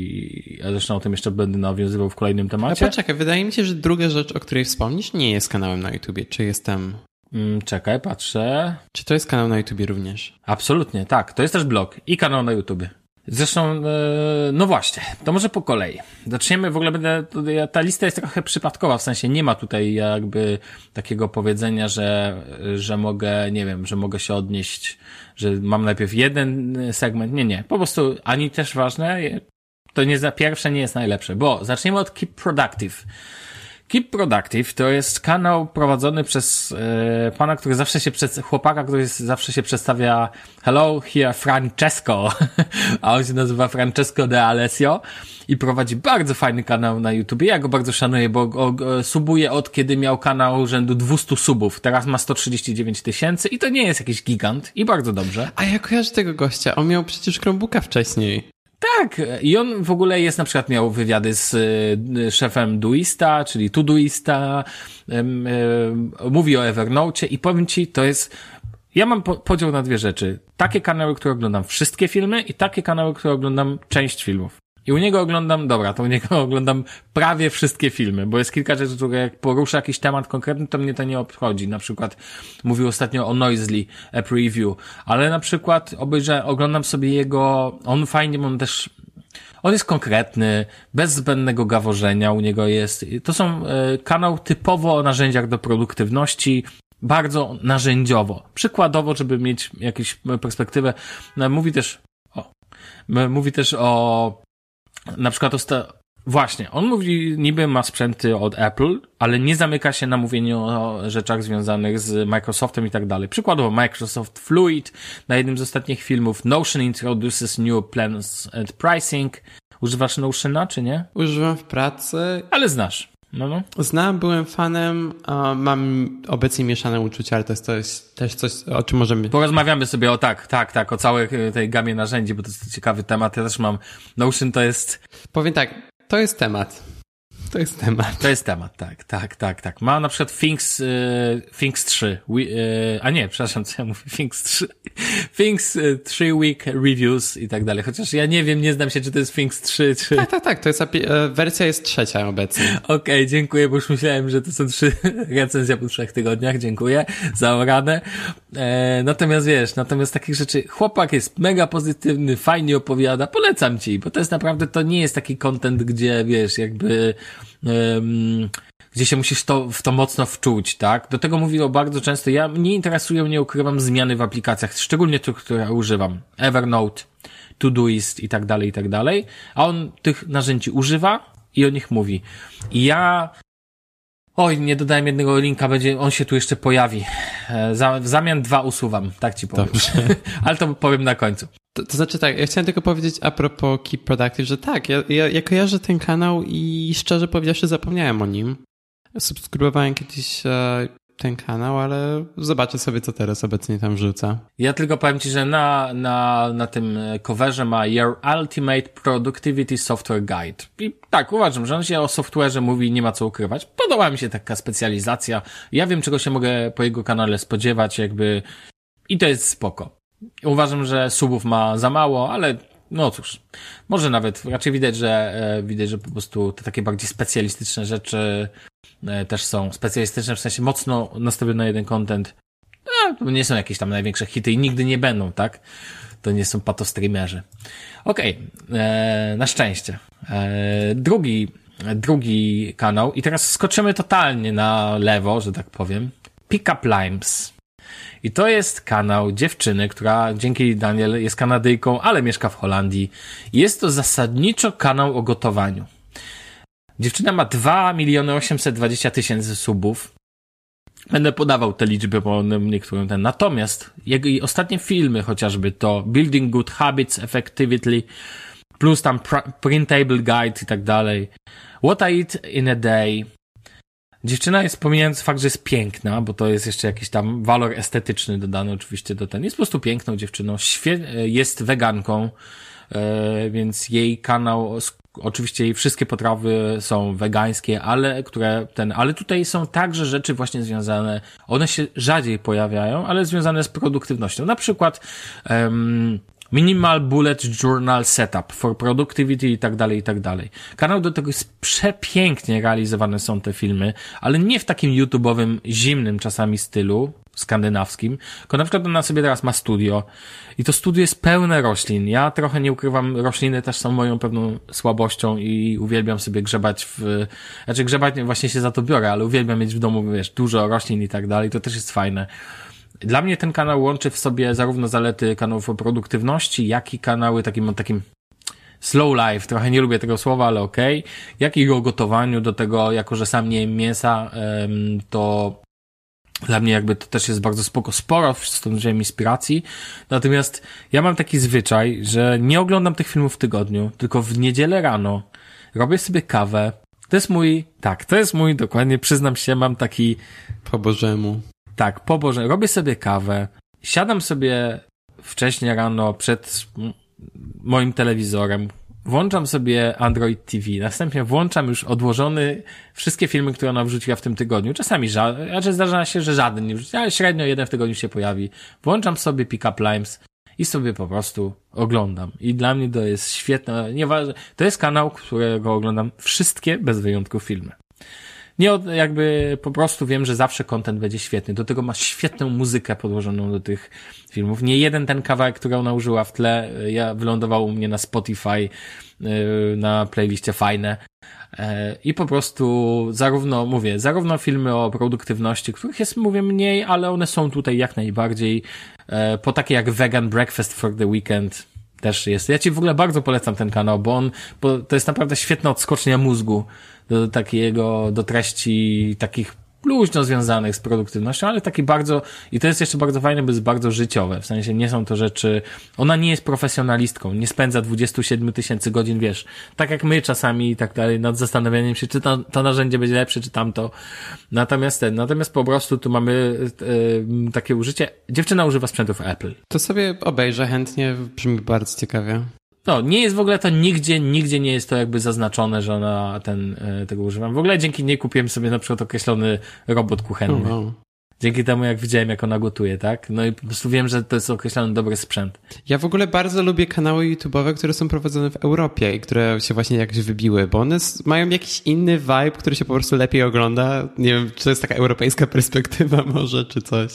i zresztą o tym jeszcze będę nawiązywał w kolejnym temacie. A poczekaj, wydaje mi się, że druga rzecz, o której wspomnisz, nie jest kanałem na YouTubie. Czy jestem... Czekaj, patrzę. Czy to jest kanał na YouTubie również? Absolutnie, tak. To jest też blog i kanał na YouTubie. Zresztą, no właśnie, to może po kolei. Zaczniemy, w ogóle ta lista jest trochę przypadkowa, w sensie nie ma tutaj jakby takiego powiedzenia, że mogę, nie wiem, że mogę się odnieść, że mam najpierw jeden segment. Nie, po prostu ani też ważne, to pierwsze nie jest najlepsze, bo zaczniemy od Keep Productive. Keep Productive to jest kanał prowadzony przez pana, który chłopaka, który zawsze się przedstawia hello, here Francesco, a on się nazywa Francesco de Alessio i prowadzi bardzo fajny kanał na YouTubie. Ja go bardzo szanuję, bo subuje od kiedy miał kanał rzędu 200 subów. Teraz ma 139 000 i to nie jest jakiś gigant i bardzo dobrze. A ja kojarzę tego gościa, on miał przecież Chromebooka wcześniej. Tak, i on w ogóle miał wywiady z szefem Doista, czyli Todoista, mówi o Evernote i powiem ci, ja mam podział na dwie rzeczy. Takie kanały, które oglądam wszystkie filmy i takie kanały, które oglądam część filmów. I u niego oglądam prawie wszystkie filmy, bo jest kilka rzeczy, które jak porusza jakiś temat konkretny, to mnie to nie obchodzi. Na przykład mówił ostatnio o Noisely, a preview, ale na przykład oglądam sobie on fajnie, on jest konkretny, bez zbędnego gaworzenia u niego jest. To są kanał typowo o narzędziach do produktywności, bardzo narzędziowo. Przykładowo, żeby mieć jakąś perspektywę, mówi też o na przykład Właśnie, on mówi, niby ma sprzęty od Apple, ale nie zamyka się na mówieniu o rzeczach związanych z Microsoftem i tak dalej. Przykładowo Microsoft Fluid na jednym z ostatnich filmów. Notion introduces new plans and pricing. Używasz Notiona, czy nie? Używam w pracy. Ale znasz. No. Znam, byłem fanem, mam obecnie mieszane uczucia, ale to jest też coś, o czym możemy... Porozmawiamy sobie o o całej tej gamie narzędzi, bo to jest ciekawy temat. Ja też mam. Notion to jest... Powiem tak, to jest temat. To jest temat, tak. Ma na przykład Things 3. Przepraszam, co ja mówię? Things 3. Things 3 week reviews i tak dalej. Chociaż ja nie wiem, nie znam się, czy to jest Things 3, czy... Tak. To jest wersja jest 3 obecnie. Okej, dziękuję, bo już myślałem, że to są 3 recenzje po 3 tygodniach. Dziękuję za radę. Natomiast takich rzeczy, chłopak jest mega pozytywny, fajnie opowiada, polecam ci, bo to jest naprawdę, to nie jest taki content, gdzie wiesz, jakby gdzie się musisz w to mocno wczuć, tak? Do tego mówiło bardzo często, mnie interesują, nie ukrywam, zmiany w aplikacjach, szczególnie tych, które używam. Evernote, Todoist i tak dalej, a on tych narzędzi używa i o nich mówi. I nie dodałem jednego linka, on się tu jeszcze pojawi. W zamian 2 usuwam, tak ci powiem. Dobrze. Ale to powiem na końcu. To znaczy tak, ja chciałem tylko powiedzieć a propos Keep Productive, że tak, ja kojarzę ten kanał i szczerze powiedziawszy zapomniałem o nim. Subskrybowałem kiedyś ten kanał, ale zobaczę sobie, co teraz obecnie tam wrzuca. Ja tylko powiem ci, że na tym coverze ma Your Ultimate Productivity Software Guide. I tak, uważam, że on się o software'ze mówi, nie ma co ukrywać. Podoba mi się taka specjalizacja. Ja wiem, czego się mogę po jego kanale spodziewać, i to jest spoko. Uważam, że subów ma za mało, ale no cóż, może nawet raczej widać, że po prostu te takie bardziej specjalistyczne rzeczy też są specjalistyczne, w sensie mocno nastawione na jeden content. To nie są jakieś tam największe hity i nigdy nie będą, tak? To nie są patostreamerzy. Okej, na szczęście. Drugi kanał i teraz skoczymy totalnie na lewo, że tak powiem. Pick Up Limes. I to jest kanał dziewczyny, która dzięki Daniel jest Kanadyjką, ale mieszka w Holandii. Jest to zasadniczo kanał o gotowaniu. Dziewczyna ma 2 820 000 subów. Będę podawał te liczby, bo niektórym Natomiast jej ostatnie filmy chociażby to Building Good Habits Effectively, plus tam Printable Guide i tak dalej. What I Eat in a Day. Dziewczyna jest, pomijając fakt, że jest piękna, bo to jest jeszcze jakiś tam walor estetyczny dodany oczywiście jest po prostu piękną dziewczyną, jest weganką, więc jej kanał, oczywiście jej wszystkie potrawy są wegańskie, ale tutaj są także rzeczy właśnie związane, one się rzadziej pojawiają, ale związane z produktywnością. Na przykład Minimal Bullet Journal Setup for Productivity i tak dalej. Kanał do tego jest przepięknie realizowane są te filmy, ale nie w takim YouTube'owym, zimnym czasami stylu skandynawskim, tylko na przykład ona sobie teraz ma studio i to studio jest pełne roślin. Ja trochę nie ukrywam, rośliny też są moją pewną słabością i uwielbiam sobie grzebać właśnie się za to biorę, ale uwielbiam mieć w domu, dużo roślin i tak dalej, to też jest fajne. Dla mnie ten kanał łączy w sobie zarówno zalety kanałów o produktywności, jak i kanały takim slow life, trochę nie lubię tego słowa, ale okej, jak i o gotowaniu, do tego, jako że sam nie jem mięsa, to dla mnie to też jest bardzo sporo stąd wziąłem inspiracji. Natomiast ja mam taki zwyczaj, że nie oglądam tych filmów w tygodniu, tylko w niedzielę rano robię sobie kawę. To jest mój, dokładnie, przyznam się, mam taki... Po Bożemu. Tak, po Boże, robię sobie kawę, siadam sobie wcześnie rano przed moim telewizorem, włączam sobie Android TV, następnie włączam już odłożony wszystkie filmy, które ona wrzuciła w tym tygodniu. Czasami zdarza się, że żaden nie wrzuci, ale średnio jeden w tygodniu się pojawi. Włączam sobie Pick Up Limes i sobie po prostu oglądam. I dla mnie to jest świetne, to jest kanał, którego oglądam wszystkie, bez wyjątku, filmy. Po prostu wiem, że zawsze content będzie świetny. Do tego ma świetną muzykę podłożoną do tych filmów. Nie jeden ten kawałek, który ona użyła w tle, wylądował u mnie na Spotify, na playliście fajne. I po prostu zarówno filmy o produktywności, których jest, mniej, ale one są tutaj jak najbardziej. Po takie jak Vegan Breakfast for the Weekend. też jest. Ja ci w ogóle bardzo polecam ten kanał, bo to jest naprawdę świetna odskocznia mózgu do treści takich luźno związanych z produktywnością, ale taki bardzo, i to jest jeszcze bardzo fajne, bo jest bardzo życiowe, w sensie nie są to rzeczy, ona nie jest profesjonalistką, nie spędza 27 000 godzin, wiesz, tak jak my czasami i tak dalej, nad zastanawianiem się, czy to narzędzie będzie lepsze, czy tamto. Natomiast po prostu tu mamy takie użycie, dziewczyna używa sprzętów Apple. To sobie obejrzę chętnie, brzmi bardzo ciekawie. No, nie jest w ogóle to nigdzie nie jest to jakby zaznaczone, że ona tego używa. W ogóle dzięki niej kupiłem sobie na przykład określony robot kuchenny. Dzięki temu, jak widziałem, jak ona gotuje, tak? No i po prostu wiem, że to jest określony dobry sprzęt. Ja w ogóle bardzo lubię kanały YouTube'owe, które są prowadzone w Europie i które się właśnie jakoś wybiły, bo one mają jakiś inny vibe, który się po prostu lepiej ogląda. Nie wiem, czy to jest taka europejska perspektywa może, czy coś.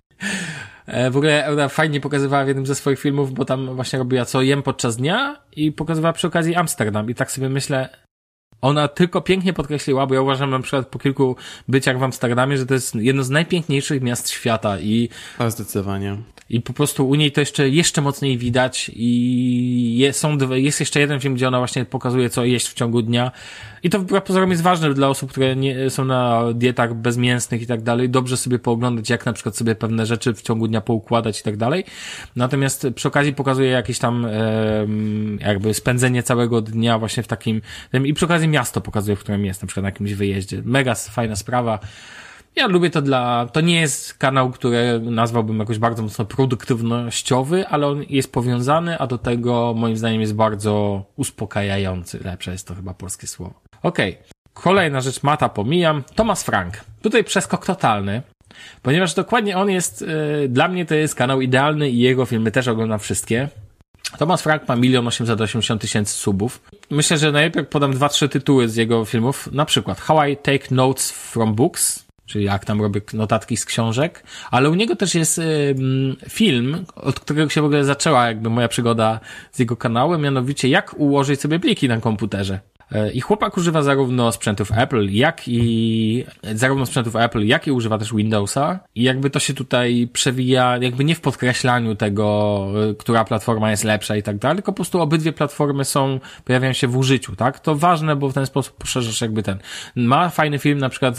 W ogóle ona fajnie pokazywała w jednym ze swoich filmów, bo tam właśnie robiła co jem podczas dnia i pokazywała przy okazji Amsterdam. I tak sobie myślę, ona tylko pięknie podkreśliła, bo ja uważam na przykład po kilku byciach w Amsterdamie, że to jest jedno z najpiękniejszych miast świata O, zdecydowanie. I po prostu u niej to jeszcze mocniej widać i jest jeszcze jeden film, gdzie ona właśnie pokazuje, co jeść w ciągu dnia. I to wbrew pozorom jest ważne dla osób, które nie są na dietach bezmięsnych i tak dalej. Dobrze sobie pooglądać, jak na przykład sobie pewne rzeczy w ciągu dnia poukładać i tak dalej. Natomiast przy okazji pokazuje jakieś tam jakby spędzenie całego dnia właśnie w takim i przy okazji miasto pokazuje, w którym jest, na przykład na jakimś wyjeździe. Mega fajna sprawa. Ja lubię to nie jest kanał, który nazwałbym jakoś bardzo mocno produktywnościowy, ale on jest powiązany, a do tego moim zdaniem jest bardzo uspokajający. Lepsze jest to chyba polskie słowo. Okej. Kolejna rzecz, Mata pomijam. Thomas Frank. Tutaj przeskok totalny, ponieważ dokładnie on jest, dla mnie to jest kanał idealny i jego filmy też oglądam wszystkie. Thomas Frank ma 1 880 000 subów. Myślę, że najlepiej podam 2-3 tytuły z jego filmów. Na przykład How I Take Notes from Books, czyli jak tam robię notatki z książek, ale u niego też jest film, od którego się w ogóle zaczęła jakby moja przygoda z jego kanałem, mianowicie jak ułożyć sobie pliki na komputerze. I chłopak używa zarówno sprzętów Apple, jak i używa też Windowsa i jakby to się tutaj przewija jakby nie w podkreślaniu tego, która platforma jest lepsza i tak dalej, tylko po prostu obydwie platformy pojawiają się w użyciu, tak? To ważne, bo w ten sposób poszerzasz jakby ma fajny film na przykład z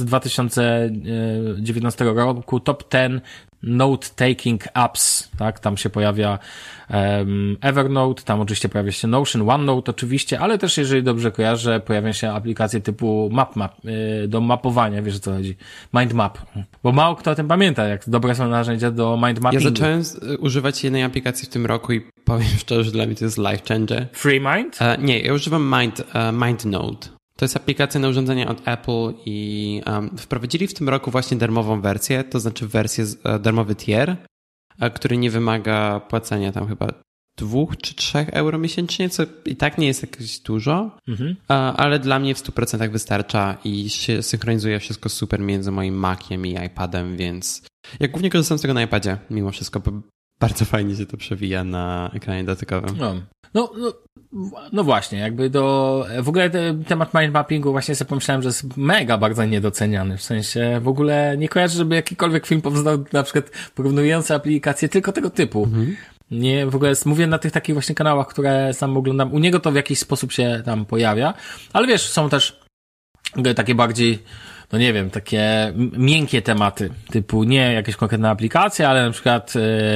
2019 roku, Top 10 Note-taking apps, tak? Tam się pojawia Evernote, tam oczywiście pojawia się Notion, OneNote oczywiście, ale też, jeżeli dobrze kojarzę, pojawiają się aplikacje typu MapMap, do mapowania, wiesz o co chodzi, MindMap. Bo mało kto o tym pamięta, jak dobre są narzędzia do mindmappingu. Ja zacząłem używać jednej aplikacji w tym roku i powiem szczerze, że dla mnie to jest life changer. FreeMind? Nie, ja używam MindNote. To jest aplikacja na urządzenia od Apple i wprowadzili w tym roku właśnie darmową wersję, to znaczy darmowy tier, który nie wymaga płacenia tam chyba 2 czy 3 euro miesięcznie, co i tak nie jest jakieś dużo, ale dla mnie w 100% wystarcza i się synchronizuje wszystko super między moim Maciem i iPadem, więc ja głównie korzystam z tego na iPadzie mimo wszystko, bo bardzo fajnie się to przewija na ekranie dotykowym. No właśnie, jakby w ogóle temat mindmappingu właśnie sobie pomyślałem, że jest mega bardzo niedoceniany, w sensie w ogóle nie kojarzę, żeby jakikolwiek film powstał na przykład porównujący aplikacje tylko tego typu. Nie, w ogóle mówię na tych takich właśnie kanałach, które sam oglądam, u niego to w jakiś sposób się tam pojawia, ale wiesz, są też takie bardziej, no nie wiem, takie miękkie tematy, typu nie jakieś konkretne aplikacje, ale na przykład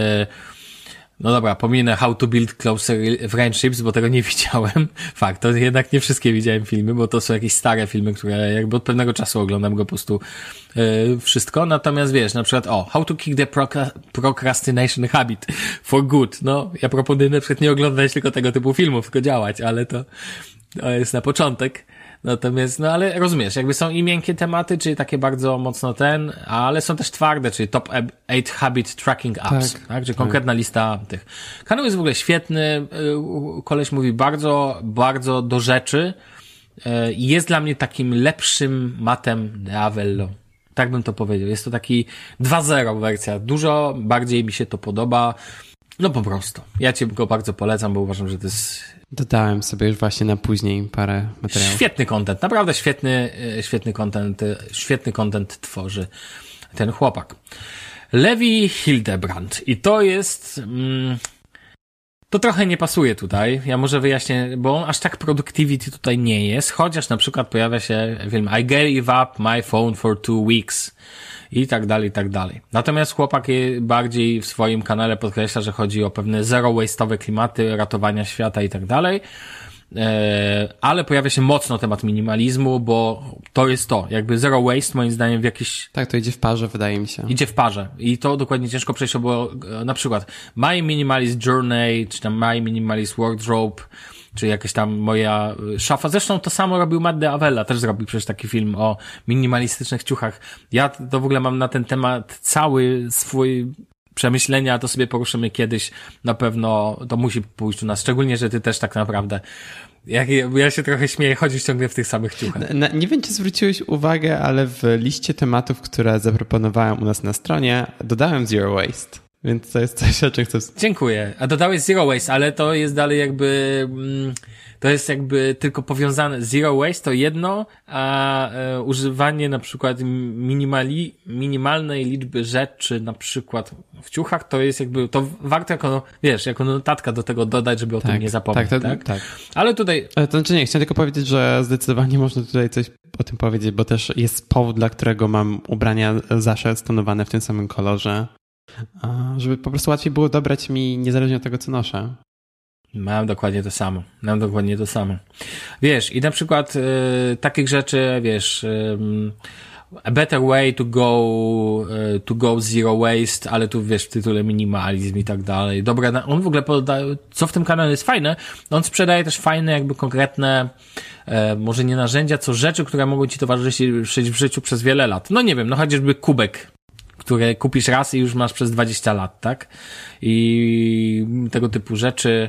no dobra, pominę How to Build Closer Friendships, bo tego nie widziałem. Fakt, to jednak nie wszystkie widziałem filmy, bo to są jakieś stare filmy, które jakby od pewnego czasu oglądam go po prostu wszystko. Natomiast wiesz, na przykład How to Kick the Procrastination Habit for Good. No, ja proponuję na przykład nie oglądać tylko tego typu filmów, tylko działać, ale to jest na początek. Natomiast, no ale rozumiesz, jakby są i miękkie tematy, czyli takie bardzo mocno ale są też twarde, czyli Top 8 Habit Tracking Apps, tak? Czyli konkretna lista tych. Kanał jest w ogóle świetny, koleś mówi bardzo, bardzo do rzeczy i jest dla mnie takim lepszym matem de Avello. Tak bym to powiedział. Jest to taki 2.0 wersja. Dużo bardziej mi się to podoba. No po prostu. Ja ci go bardzo polecam, bo uważam, że to jest... Dodałem sobie już właśnie na później parę materiałów. Świetny content, naprawdę świetny content tworzy ten chłopak. Levi Hildebrand. I to jest... To trochę nie pasuje tutaj. Ja może wyjaśnię, bo on aż tak productivity tutaj nie jest, chociaż na przykład pojawia się film I gave up my phone for 2 weeks i tak dalej, i tak dalej. Natomiast chłopak bardziej w swoim kanale podkreśla, że chodzi o pewne zero waste'owe klimaty, ratowania świata i tak dalej. Ale pojawia się mocno temat minimalizmu, bo to jest to, jakby zero waste moim zdaniem w jakiś... Tak, to idzie w parze, wydaje mi się. Idzie w parze i to dokładnie ciężko przejść, bo na przykład My Minimalist Journey, czy tam My Minimalist Wardrobe, czy jakaś tam moja szafa, zresztą to samo robił Matt D'Avella, też zrobił przecież taki film o minimalistycznych ciuchach. Ja to w ogóle mam na ten temat cały swój przemyślenia, to sobie poruszymy kiedyś, na pewno to musi pójść u nas, szczególnie, że ty też tak naprawdę, ja się trochę śmieję, chodzisz ciągle w tych samych ciuchach. Nie wiem, czy zwróciłeś uwagę, ale w liście tematów, które zaproponowałem u nas na stronie, dodałem zero waste, więc to jest coś, o czym chcę... Dziękuję. A dodałeś zero waste, ale to jest dalej jakby... To jest jakby tylko powiązane. Zero waste to jedno, a używanie na przykład minimalnej liczby rzeczy, na przykład w ciuchach, to jest jakby, to warto jako, wiesz, jako notatka do tego dodać, żeby o tym nie zapomnieć, tak? Ale tutaj... To znaczy nie, chciałem tylko powiedzieć, że zdecydowanie można tutaj coś o tym powiedzieć, bo też jest powód, dla którego mam ubrania zawsze stonowane w tym samym kolorze, żeby po prostu łatwiej było dobrać mi niezależnie od tego, co noszę. Mam dokładnie to samo. Wiesz, i na przykład takich rzeczy, wiesz, a better way to go zero waste, ale tu wiesz w tytule minimalizm i tak dalej. Dobra, on w ogóle podaje, co w tym kanale jest fajne, on sprzedaje też fajne jakby konkretne, może nie narzędzia, co rzeczy, które mogą ci towarzyszyć w życiu przez wiele lat. No nie wiem, no chociażby kubek, które kupisz raz i już masz przez 20 lat, tak? I tego typu rzeczy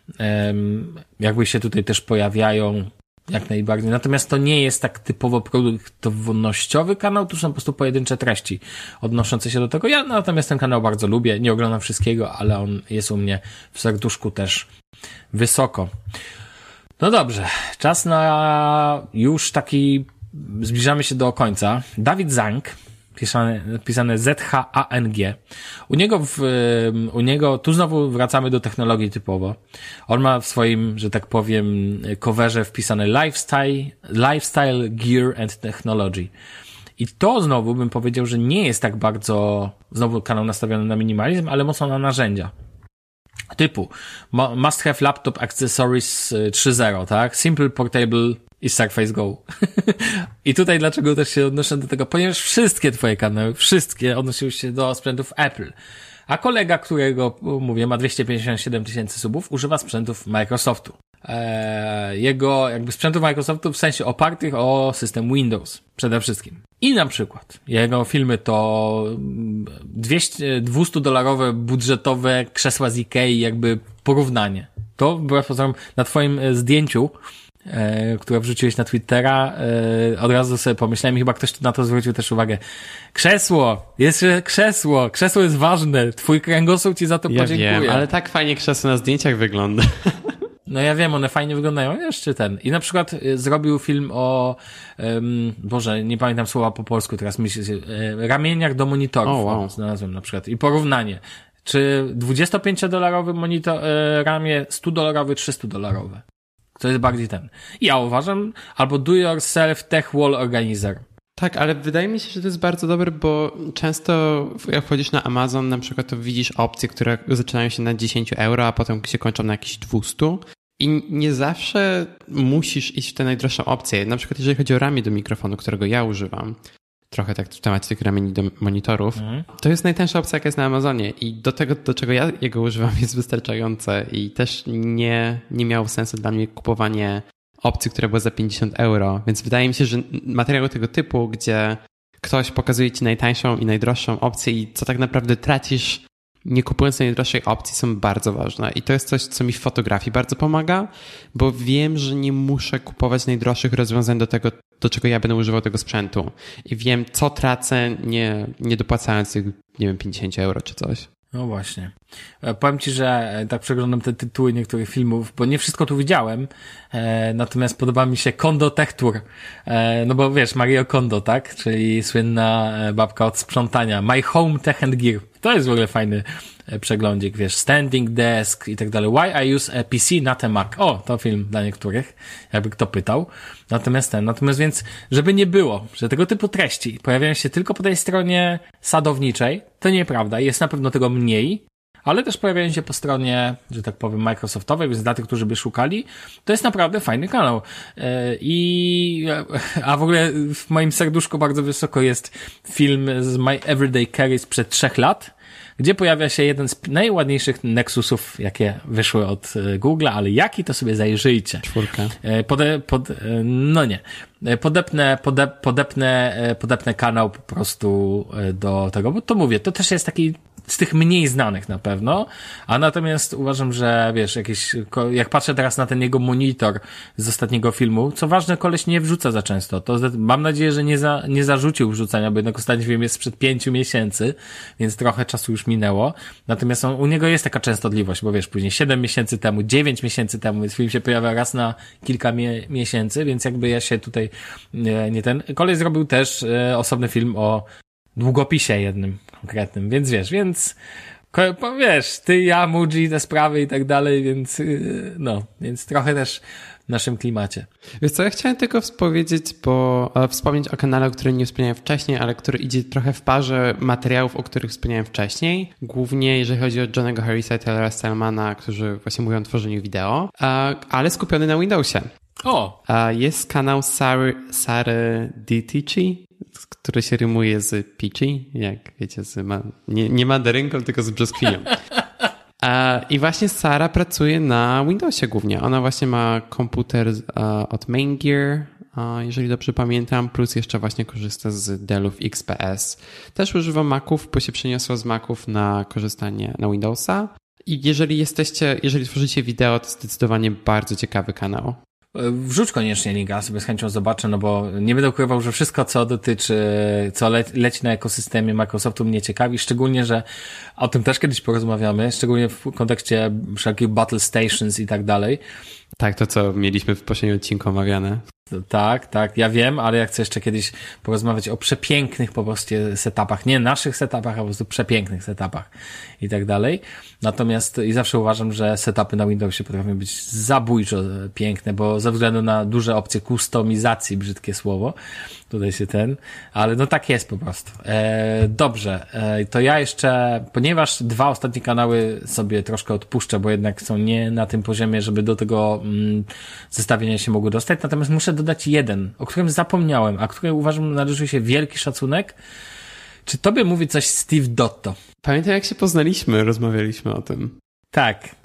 jakby się tutaj też pojawiają jak najbardziej. Natomiast to nie jest tak typowo produktownościowy kanał, tu są po prostu pojedyncze treści odnoszące się do tego. Ja natomiast ten kanał bardzo lubię, nie oglądam wszystkiego, ale on jest u mnie w serduszku też wysoko. No dobrze, czas na już taki, zbliżamy się do końca. Dawid Zank, pisane Z-H-A-N-G. U niego, tu znowu wracamy do technologii typowo. On ma w swoim, że tak powiem, coverze wpisane lifestyle, gear and technology. I to znowu bym powiedział, że nie jest tak bardzo, znowu kanał nastawiony na minimalizm, ale mocno na narzędzia. Typu must have laptop accessories 3.0, tak? Simple, portable i Surface Go. I tutaj dlaczego też się odnoszę do tego? Ponieważ wszystkie twoje kanały, wszystkie odnosiły się do sprzętów Apple. A kolega, którego, mówię, ma 257 000 subów, używa sprzętów Microsoftu. Jego jakby sprzętów Microsoftu w sensie opartych o system Windows przede wszystkim. I na przykład jego filmy to $200 budżetowe krzesła z Ikei, jakby porównanie. To wbrew pozorom na twoim zdjęciu, które wrzuciłeś na Twittera, od razu sobie pomyślałem i chyba ktoś na to zwrócił też uwagę. Krzesło jest ważne, twój kręgosłup ci za to podziękuje. Ja wiem, ale tak fajnie krzesło na zdjęciach wygląda. No ja wiem, one fajnie wyglądają, jeszcze ten. I na przykład zrobił film o, Boże, nie pamiętam słowa po polsku, teraz myślę, ramieniach do monitorów. Wow. Znalazłem na przykład. I porównanie. Czy $25 ramię, $100, $300. To jest bardziej ten. Ja uważam, albo do yourself tech wall organizer. Tak, ale wydaje mi się, że to jest bardzo dobre, bo często jak wchodzisz na Amazon na przykład, to widzisz opcje, które zaczynają się na 10 euro, a potem się kończą na jakieś 200 i nie zawsze musisz iść w te najdroższe opcje. Na przykład jeżeli chodzi o ramię do mikrofonu, którego ja używam, trochę tak w temacie tych ramieni do monitorów, to jest najtańsza opcja, jaka jest na Amazonie i do tego, do czego ja jego używam, jest wystarczające i też nie miało sensu dla mnie kupowanie opcji, która była za 50 euro, więc wydaje mi się, że materiały tego typu, gdzie ktoś pokazuje ci najtańszą i najdroższą opcję i co tak naprawdę tracisz nie kupując najdroższej opcji, są bardzo ważne i to jest coś, co mi w fotografii bardzo pomaga, bo wiem, że nie muszę kupować najdroższych rozwiązań do tego, do czego ja będę używał tego sprzętu i wiem, co tracę, nie dopłacając tych, nie wiem, 50 euro czy coś. No właśnie. Powiem ci, że tak przeglądam te tytuły niektórych filmów, bo nie wszystko tu widziałem, natomiast podoba mi się Kondo Tech Tour, no bo wiesz, Mario Kondo, tak? Czyli słynna babka od sprzątania. My Home Tech and Gear. To jest w ogóle fajny przeglądzik, wiesz, Standing Desk i tak dalej. Why I use a PC, not a Mac. O, to film dla niektórych, jakby kto pytał. Natomiast więc, żeby nie było, że tego typu treści pojawiają się tylko po tej stronie sadowniczej, to nieprawda. Jest na pewno tego mniej, ale też pojawiają się po stronie, że tak powiem, Microsoftowej, więc dla tych, którzy by szukali, to jest naprawdę fajny kanał. A w ogóle w moim serduszku bardzo wysoko jest film z My Everyday Carry sprzed 3 lat, gdzie pojawia się jeden z najładniejszych Nexusów, jakie wyszły od Google'a, ale jaki, to sobie zajrzyjcie. 4. No nie. Podepnę kanał po prostu do tego, bo to mówię, to też jest taki z tych mniej znanych na pewno, a natomiast uważam, że wiesz, jak patrzę teraz na ten jego monitor z ostatniego filmu, co ważne, koleś nie wrzuca za często, to mam nadzieję, że nie zarzucił wrzucania, bo jednak ostatni film jest sprzed 5 miesięcy, więc trochę czasu już minęło, natomiast u niego jest taka częstotliwość, bo wiesz, później 7 miesięcy temu, 9 miesięcy temu, więc film się pojawia raz na kilka miesięcy, więc jakby ja się tutaj koleś zrobił też osobny film o długopisie jednym konkretnym, więc wiesz, ty, ja, Muji, te sprawy i tak dalej, więc trochę też w naszym klimacie. Wiesz co, ja chciałem tylko wspomnieć o kanale, o którym nie wspomniałem wcześniej, ale który idzie trochę w parze materiałów, o których wspomniałem wcześniej, głównie jeżeli chodzi o Johnnego Harrisa i Taylora Stallmana, którzy właśnie mówią o tworzeniu wideo, ale skupiony na Windowsie. Jest kanał Sary Ditici, który się rymuje z Peachy, jak wiecie, nie mandarynką, tylko z brzoskwinią. I właśnie Sara pracuje na Windowsie głównie. Ona właśnie ma komputer od Main Gear, jeżeli dobrze pamiętam, plus jeszcze właśnie korzysta z Dellów XPS. Też używa Maców, bo się przeniosła z Maców na korzystanie na Windowsa. I jeżeli tworzycie wideo, to zdecydowanie bardzo ciekawy kanał. Wrzuć koniecznie linka, sobie z chęcią zobaczę, no bo nie będę ukrywał, że wszystko, co dotyczy, co leci na ekosystemie Microsoftu, mnie ciekawi, szczególnie, że o tym też kiedyś porozmawiamy, szczególnie w kontekście wszelkich Battle Stations i tak dalej. Tak, to co mieliśmy w poprzednim odcinku omawiane. Tak, ja wiem, ale ja chcę jeszcze kiedyś porozmawiać o przepięknych po prostu setupach, nie naszych setupach, a po prostu przepięknych setupach i tak dalej. Natomiast i zawsze uważam, że setupy na Windowsie potrafią być zabójczo piękne, bo ze względu na duże opcje kustomizacji, brzydkie słowo, tutaj się ale no tak jest po prostu. Dobrze, to ja jeszcze, ponieważ 2 ostatnie kanały sobie troszkę odpuszczę, bo jednak są nie na tym poziomie, żeby do tego zestawienia się mogły dostać, natomiast muszę dodać jeden, o którym zapomniałem, a który uważam należy się wielki szacunek. Czy tobie mówi coś Steve Dotto? Pamiętam, jak się poznaliśmy, rozmawialiśmy o tym. Tak.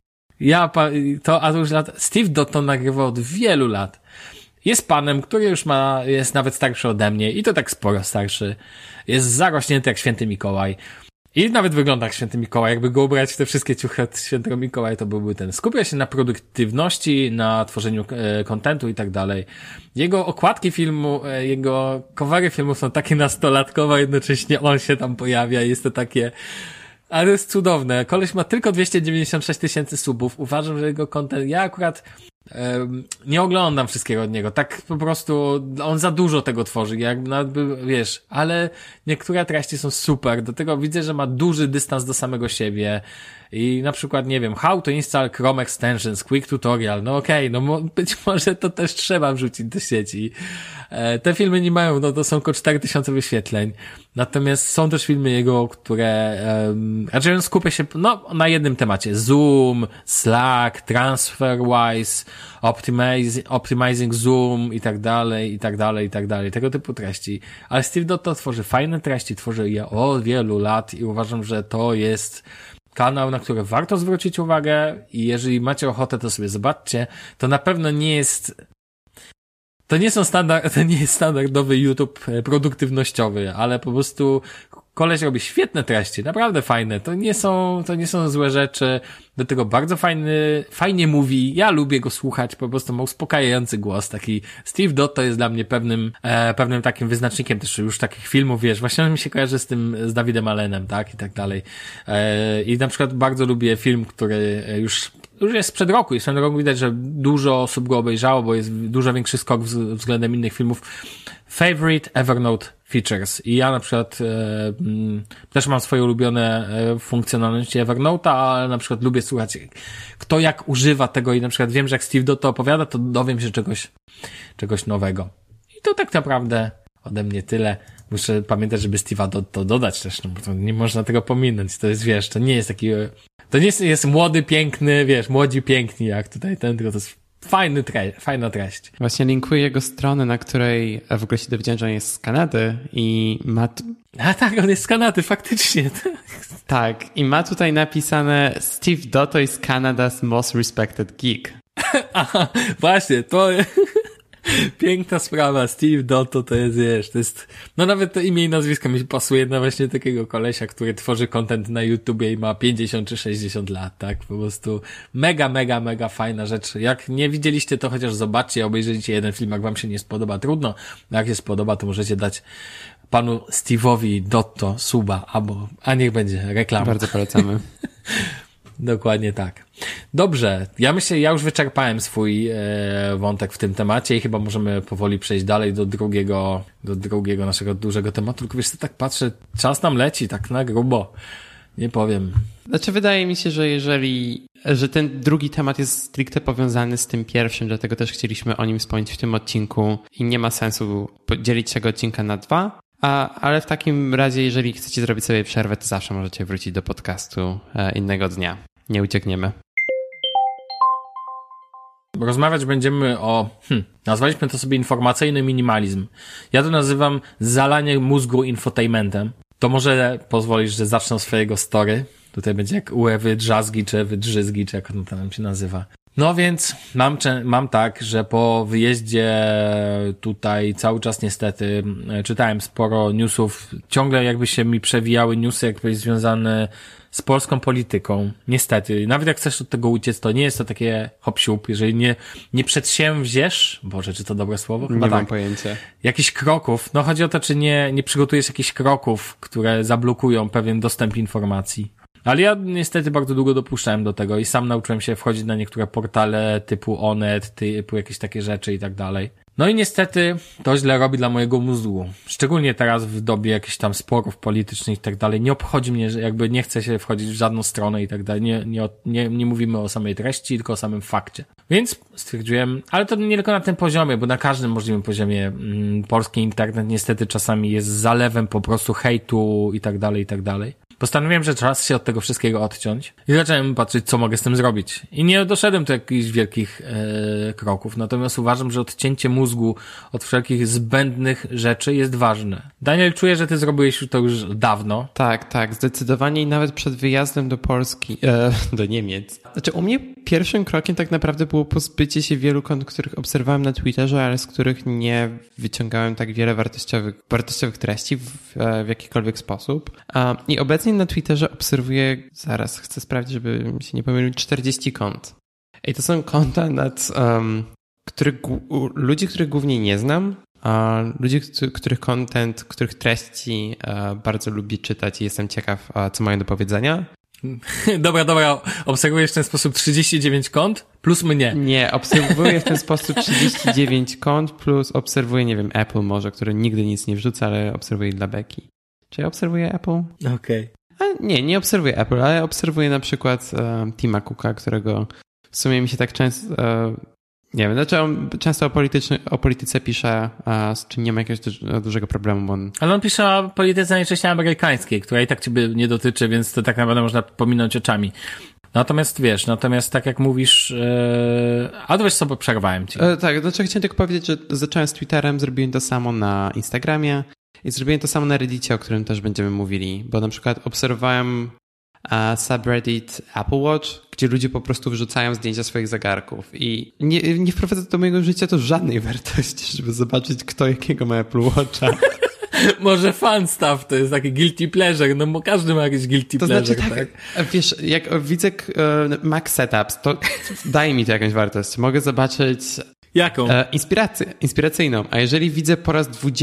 To już Steve Dotto nagrywał od wielu lat. Jest panem, który już jest nawet starszy ode mnie i to tak sporo starszy. Jest zarośnięty jak święty Mikołaj. I nawet wygląda jak święty Mikołaj. Jakby go ubrać w te wszystkie ciuchy od świętego Mikołaja, to byłby ten. Skupia się na produktywności, na tworzeniu kontentu i tak dalej. Jego okładki filmu, jego covery filmów są takie nastolatkowe, jednocześnie on się tam pojawia. Jest to takie... Ale to jest cudowne. Koleś ma tylko 296 000 subów. Uważam, że jego content... Ja akurat nie oglądam wszystkiego od niego. Tak po prostu on za dużo tego tworzy. Wiesz, ale niektóre treści są super. Do tego widzę, że ma duży dystans do samego siebie. I na przykład, nie wiem, how to install Chrome extensions, quick tutorial. No okej, no być może to też trzeba wrzucić do sieci. Te filmy nie mają, no to są około 4000 wyświetleń. Natomiast są też filmy jego, które raczej on skupia się na jednym temacie. Zoom, Slack, TransferWise, optimizing Zoom i tak dalej. Tego typu treści. Ale Steve Dotto tworzy fajne treści, tworzy je od wielu lat i uważam, że to jest kanał, na który warto zwrócić uwagę i jeżeli macie ochotę, to sobie zobaczcie. To na pewno nie jest... To nie jest standardowy YouTube produktywnościowy, ale po prostu koleś robi świetne treści, naprawdę fajne. To nie są złe rzeczy. Do tego bardzo fajnie mówi. Ja lubię go słuchać, po prostu ma uspokajający głos. Taki Steve Dotto jest dla mnie pewnym takim wyznacznikiem też już takich filmów, wiesz. Właśnie on mi się kojarzy z Davidem Allenem, tak? I tak dalej. I na przykład bardzo lubię film, który już jest sprzed roku. I sprzed roku widać, że dużo osób go obejrzało, bo jest dużo większy skok względem innych filmów. favorite Evernote features. I ja na przykład też mam swoje ulubione funkcjonalności Evernote'a, ale na przykład lubię słuchać, kto jak używa tego i na przykład wiem, że jak Steve Dotto opowiada, to dowiem się czegoś nowego. I to tak naprawdę ode mnie tyle. Muszę pamiętać, żeby Steve'a Dotto dodać też, no bo to nie można tego pominąć. To jest, wiesz, to nie jest taki, to nie jest młody, piękny, wiesz, młodzi piękni, jak tutaj ten, tylko to jest fajna treść. Właśnie linkuję jego stronę, na której w ogóle się dowiedziałem, że on jest z Kanady i ma... A tak, on jest z Kanady, faktycznie. Tak, i ma tutaj napisane Steve Dotto is Canada's most respected geek. Aha, właśnie, to piękna sprawa. Steve Dotto to jest, wiesz, to jest, no nawet to imię i nazwisko mi pasuje na właśnie takiego kolesia, który tworzy content na YouTubie i ma 50 czy 60 lat, tak? Po prostu mega fajna rzecz. Jak nie widzieliście, to chociaż zobaczcie, obejrzyjcie jeden film, jak wam się nie spodoba. Trudno. Jak się spodoba, to możecie dać panu Steve'owi Dotto suba, a niech będzie reklama. Bardzo polecamy. Dokładnie tak. Dobrze, ja myślę, ja już wyczerpałem swój wątek w tym temacie i chyba możemy powoli przejść dalej do drugiego naszego dużego tematu. Tylko wiesz, co, tak patrzę, czas nam leci tak na grubo. Nie powiem. Znaczy wydaje mi się, że ten drugi temat jest stricte powiązany z tym pierwszym, dlatego też chcieliśmy o nim wspomnieć w tym odcinku i nie ma sensu podzielić tego odcinka na dwa. Ale w takim razie, jeżeli chcecie zrobić sobie przerwę, to zawsze możecie wrócić do podcastu innego dnia. Nie uciekniemy. Rozmawiać będziemy o, nazwaliśmy to sobie informacyjny minimalizm. Ja to nazywam zalanie mózgu infotainmentem. To może pozwolisz, że zacznę swojego story. Tutaj będzie jak u Ewy Drzazgi, czy Ewy Drzyzgi, czy jak on tam się nazywa. No więc mam tak, że po wyjeździe tutaj cały czas niestety czytałem sporo newsów. Ciągle jakby się mi przewijały newsy jakby związane z polską polityką. Niestety. Nawet jak chcesz od tego uciec, to nie jest to takie hop-siup. Jeżeli nie przedsięwziesz, Boże, czy to dobre słowo? Chyba nie tak. Mam pojęcia. Jakichś kroków. No chodzi o to, czy nie przygotujesz jakichś kroków, które zablokują pewien dostęp informacji. Ale ja niestety bardzo długo dopuszczałem do tego i sam nauczyłem się wchodzić na niektóre portale typu Onet, typu jakieś takie rzeczy i tak dalej. No i niestety to źle robi dla mojego mózgu. Szczególnie teraz w dobie jakichś tam sporów politycznych i tak dalej. Nie obchodzi mnie, że jakby nie chcę się wchodzić w żadną stronę i tak dalej. Nie mówimy o samej treści, tylko o samym fakcie. Więc stwierdziłem, ale to nie tylko na tym poziomie, bo na każdym możliwym poziomie polski internet niestety czasami jest zalewem po prostu hejtu i tak dalej, i tak dalej. Postanowiłem, że czas się od tego wszystkiego odciąć i zacząłem patrzeć, co mogę z tym zrobić. I nie doszedłem do jakichś wielkich kroków, natomiast uważam, że odcięcie mózgu od wszelkich zbędnych rzeczy jest ważne. Daniel, czuję, że ty zrobiłeś to już dawno. Tak, zdecydowanie i nawet przed wyjazdem do Polski, do Niemiec. Znaczy u mnie pierwszym krokiem tak naprawdę było pozbycie się wielu kont, których obserwowałem na Twitterze, ale z których nie wyciągałem tak wiele wartościowych treści w jakikolwiek sposób. I obecnie na Twitterze obserwuję, zaraz chcę sprawdzić, żeby mi się nie pomylić, 40 kont. I to są konta ludzi, których głównie nie znam, ludzi, których treści bardzo lubię czytać i jestem ciekaw, co mają do powiedzenia. Dobra, obserwujesz w ten sposób 39 kont plus mnie. Nie, obserwuję w ten sposób 39 kont plus obserwuję, nie wiem, Apple może, który nigdy nic nie wrzuca, ale obserwuję dla beki. Czy ja obserwuję Apple? Okej. Nie obserwuję Apple, ale obserwuję na przykład Tima Cooka, którego w sumie mi się tak często... nie wiem, znaczy on często o polityce pisze, z czym nie ma jakiegoś dużego problemu, bo on... Ale on pisze o polityce najczęściej amerykańskiej, która i tak ciebie nie dotyczy, więc to tak naprawdę można pominąć oczami. Natomiast tak jak mówisz, a to wiesz co, bo przerwałem ci. Tak, znaczy chciałem tylko powiedzieć, że zacząłem z Twitterem, zrobiłem to samo na Instagramie i zrobiłem to samo na Reddicie, o którym też będziemy mówili, bo na przykład obserwowałem subreddit Apple Watch, gdzie ludzie po prostu wrzucają zdjęcia swoich zegarków i nie wprowadza do mojego życia to żadnej wartości, żeby zobaczyć, kto jakiego ma Apple Watcha. Może fan stuff, to jest taki guilty pleasure, no bo każdy ma jakiś guilty pleasure. To znaczy tak, wiesz, jak widzę Mac Setups, to daje mi to jakąś wartość. Mogę zobaczyć... Jaką? Inspiracyjną. A jeżeli widzę po raz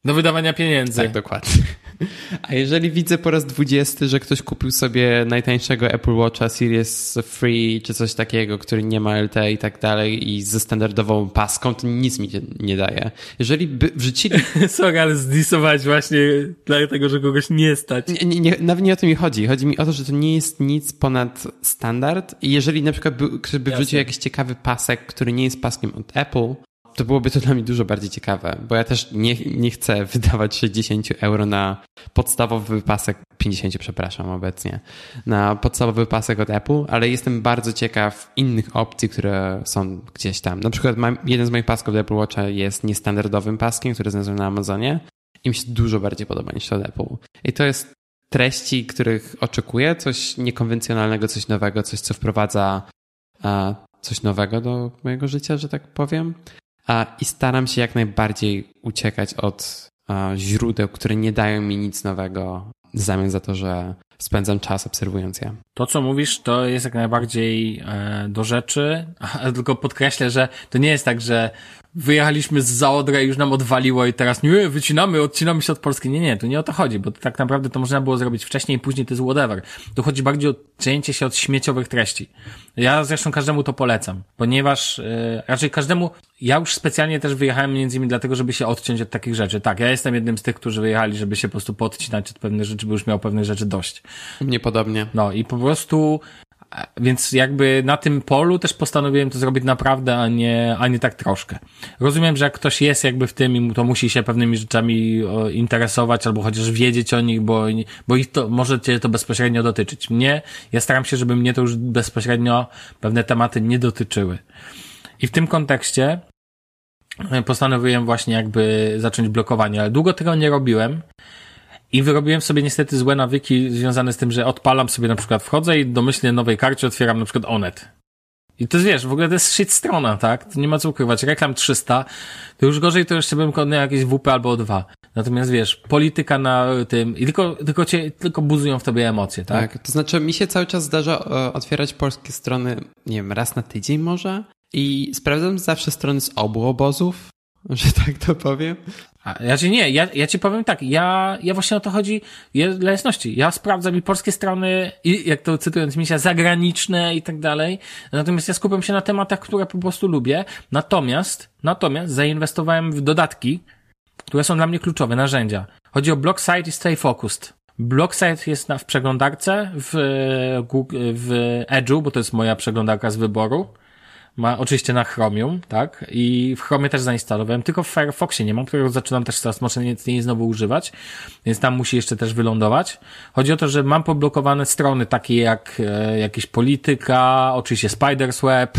Do wydawania pieniędzy. Tak, dokładnie. A jeżeli widzę po raz 20, że ktoś kupił sobie najtańszego Apple Watcha Series Free czy coś takiego, który nie ma LTE i tak dalej i ze standardową paską, to nic mi nie daje. Jeżeli by wrzucili... Sorry, ale zdisowałeś właśnie dlatego, że kogoś nie stać. Nawet nie o to mi chodzi. Chodzi mi o to, że to nie jest nic ponad standard i jeżeli na przykład ktoś by wrzucił jakiś ciekawy pasek, który nie jest paskiem od Apple, to byłoby to dla mnie dużo bardziej ciekawe, bo ja też nie chcę wydawać 60 euro na podstawowy pasek, 50 przepraszam obecnie, na podstawowy pasek od Apple, ale jestem bardzo ciekaw innych opcji, które są gdzieś tam. Na przykład jeden z moich pasków do Apple Watcha jest niestandardowym paskiem, który znalazłem na Amazonie i mi się dużo bardziej podoba niż od Apple. I to jest treści, których oczekuję, coś niekonwencjonalnego, coś nowego, coś co wprowadza coś nowego do mojego życia, że tak powiem. I staram się jak najbardziej uciekać od źródeł, które nie dają mi nic nowego w zamian za to, że spędzam czas obserwując je. To, co mówisz, to jest jak najbardziej do rzeczy, tylko podkreślę, że to nie jest tak, że wyjechaliśmy z Zaodrę i już nam odwaliło i teraz nie, odcinamy się od Polski. Nie, tu nie o to chodzi, bo tak naprawdę to można było zrobić wcześniej i później to jest whatever. Tu chodzi bardziej o odcięcie się od śmieciowych treści. Ja zresztą każdemu to polecam, ponieważ raczej każdemu, ja już specjalnie też wyjechałem między innymi dlatego, żeby się odciąć od takich rzeczy. Tak, ja jestem jednym z tych, którzy wyjechali, żeby się po prostu podcinać od pewnych rzeczy, bo już miał pewnych rzeczy dość. Mnie podobnie. No i po prostu, więc jakby na tym polu też postanowiłem to zrobić naprawdę, a nie tak troszkę. Rozumiem, że jak ktoś jest jakby w tym i to musi się pewnymi rzeczami interesować albo chociaż wiedzieć o nich, bo ich to, może cię to bezpośrednio dotyczyć. Ja staram się, żeby mnie to już bezpośrednio pewne tematy nie dotyczyły. I w tym kontekście postanowiłem właśnie jakby zacząć blokowanie, ale długo tego nie robiłem. I wyrobiłem sobie niestety złe nawyki związane z tym, że odpalam sobie na przykład, wchodzę i domyślnie nowej karcie otwieram na przykład Onet. I to jest, wiesz, w ogóle to jest shit strona, tak? To nie ma co ukrywać. Reklam 300, to już gorzej to jeszcze bym miał jakieś WP albo O2. Natomiast wiesz, polityka na tym i tylko buzują w tobie emocje, tak? Tak, to znaczy mi się cały czas zdarza otwierać polskie strony, nie wiem, raz na tydzień może i sprawdzam zawsze strony z obu obozów, że tak to powiem. Ja ci powiem tak, ja właśnie o to chodzi, dla jasności, ja sprawdzam i polskie strony, i jak to cytując Misia, zagraniczne i tak dalej, natomiast ja skupiam się na tematach, które po prostu lubię, natomiast zainwestowałem w dodatki, które są dla mnie narzędzia. Chodzi o BlockSite i Stay Focused. BlockSite jest w przeglądarce, w Edge'u, bo to jest moja przeglądarka z wyboru. Ma oczywiście na Chromium, tak? I w Chromie też zainstalowałem, tylko w Firefoxie nie mam, którego zaczynam też teraz mocniej znowu używać, więc tam musi jeszcze też wylądować. Chodzi o to, że mam poblokowane strony takie jak jakieś Polityka, oczywiście Spider's Web.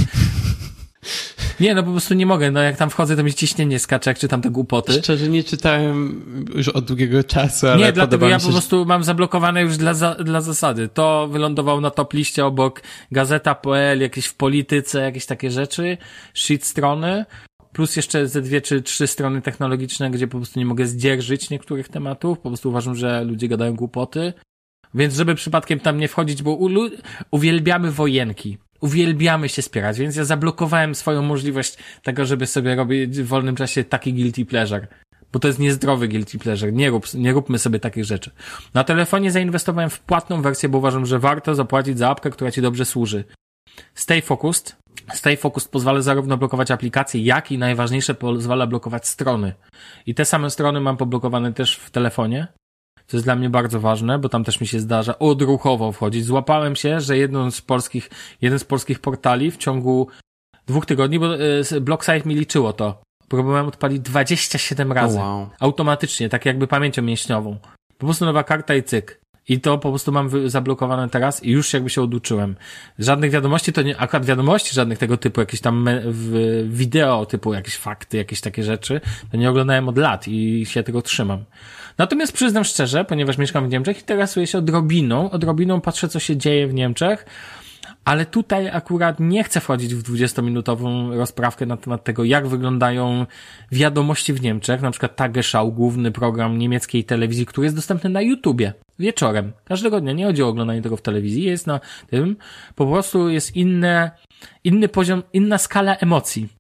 Nie, no po prostu nie mogę, no jak tam wchodzę, to mi ciśnienie skacze, jak czytam te głupoty. Szczerze nie czytałem już od długiego czasu, ale nie, dlatego ja po prostu mam zablokowane już dla zasady. To wylądowało na top liście obok Gazeta.pl, jakieś w polityce, jakieś takie rzeczy, shit strony, plus jeszcze ze 2 czy 3 strony technologiczne, gdzie po prostu nie mogę zdzierżyć niektórych tematów, po prostu uważam, że ludzie gadają głupoty. Więc żeby przypadkiem tam nie wchodzić, bo uwielbiamy wojenki. Uwielbiamy się spierać, więc ja zablokowałem swoją możliwość tego, żeby sobie robić w wolnym czasie taki guilty pleasure. Bo to jest niezdrowy guilty pleasure. Nie róbmy sobie takich rzeczy. Na telefonie zainwestowałem w płatną wersję, bo uważam, że warto zapłacić za apkę, która ci dobrze służy. Stay Focused. Stay Focused pozwala zarówno blokować aplikacje, jak i najważniejsze pozwala blokować strony. I te same strony mam poblokowane też w telefonie. To jest dla mnie bardzo ważne, bo tam też mi się zdarza odruchowo wchodzić. Złapałem się, że jeden z polskich portali w ciągu 2 tygodni, bo BlockSite mi liczyło to. Próbowałem odpalić 27 razy. Oh, wow. Automatycznie, tak jakby pamięcią mięśniową. Po prostu nowa karta i cyk. I to po prostu mam zablokowane teraz i już jakby się oduczyłem. Żadnych wiadomości, to nie, akurat wiadomości żadnych tego typu, jakieś tam wideo typu jakieś fakty, jakieś takie rzeczy, to nie oglądałem od lat i się tego trzymam. Natomiast przyznam szczerze, ponieważ mieszkam w Niemczech, interesuję się odrobiną patrzę, co się dzieje w Niemczech, ale tutaj akurat nie chcę wchodzić w 20-minutową rozprawkę na temat tego, jak wyglądają wiadomości w Niemczech, na przykład Tagesschau, główny program niemieckiej telewizji, który jest dostępny na YouTubie, wieczorem, każdego dnia, nie chodzi o oglądanie tego w telewizji, jest na tym, po prostu jest inny poziom, inna skala emocji.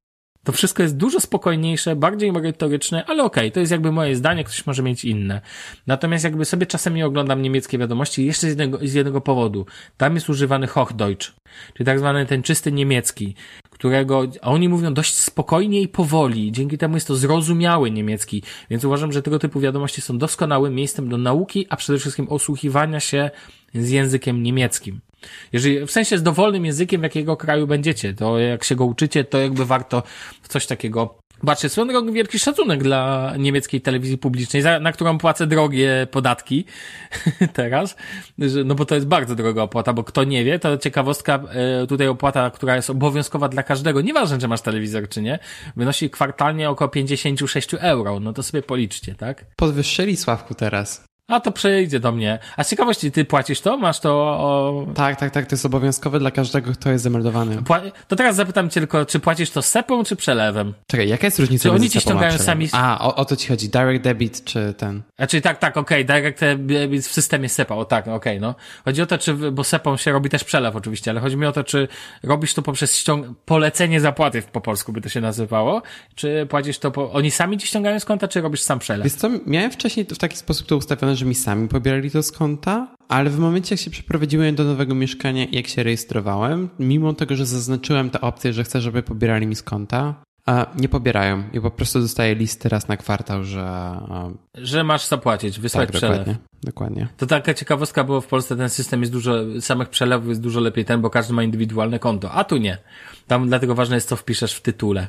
To wszystko jest dużo spokojniejsze, bardziej merytoryczne, ale okej, to jest jakby moje zdanie, ktoś może mieć inne. Natomiast jakby sobie czasem nie oglądam niemieckie wiadomości jeszcze z jednego powodu. Tam jest używany Hochdeutsch, czyli tak zwany ten czysty niemiecki, a oni mówią dość spokojnie i powoli, dzięki temu jest to zrozumiały niemiecki, więc uważam, że tego typu wiadomości są doskonałym miejscem do nauki, a przede wszystkim osłuchiwania się z językiem niemieckim. Jeżeli w sensie z dowolnym językiem, w jakiego kraju będziecie, to jak się go uczycie, to jakby warto w coś takiego patrzeć. Swoją drogą wielki szacunek dla niemieckiej telewizji publicznej, na którą płacę drogie podatki teraz, no bo to jest bardzo droga opłata, bo kto nie wie, to ciekawostka, tutaj opłata, która jest obowiązkowa dla każdego, nieważne, czy masz telewizor, czy nie, wynosi kwartalnie około 56 euro, no to sobie policzcie, tak? Podwyższyli, Sławku, teraz. A to przejdzie do mnie. A z ciekawości, ty płacisz to? Masz to Tak, to jest obowiązkowe dla każdego, kto jest zameldowany. To teraz zapytam cię tylko, czy płacisz to SEPą, czy przelewem? Czekaj, jaka jest różnica czy między oni ci SEPą a ściągają przelewem? sami... O to ci chodzi, direct debit czy ten... Czyli tak, okej, direct debit w systemie SEPA, okej, no. Chodzi o to, bo SEPą się robi też przelew oczywiście, ale chodzi mi o to, czy robisz to poprzez polecenie zapłaty po polsku by to się nazywało, czy płacisz to oni sami ci ściągają z konta, czy robisz sam przelew? Wiesz co, miałem wcześniej w taki sposób to ustawione, że mi sami pobierali to z konta, ale w momencie, jak się przeprowadziłem do nowego mieszkania i jak się rejestrowałem, mimo tego, że zaznaczyłem tę opcję, że chcę, żeby pobierali mi z konta, nie pobierają i po prostu dostaję listy raz na kwartał, że masz zapłacić, wysłać przelew. Dokładnie. To taka ciekawostka, bo w Polsce ten system jest samych przelewów jest dużo lepiej bo każdy ma indywidualne konto, a tu nie. Tam dlatego ważne jest, co wpiszesz w tytule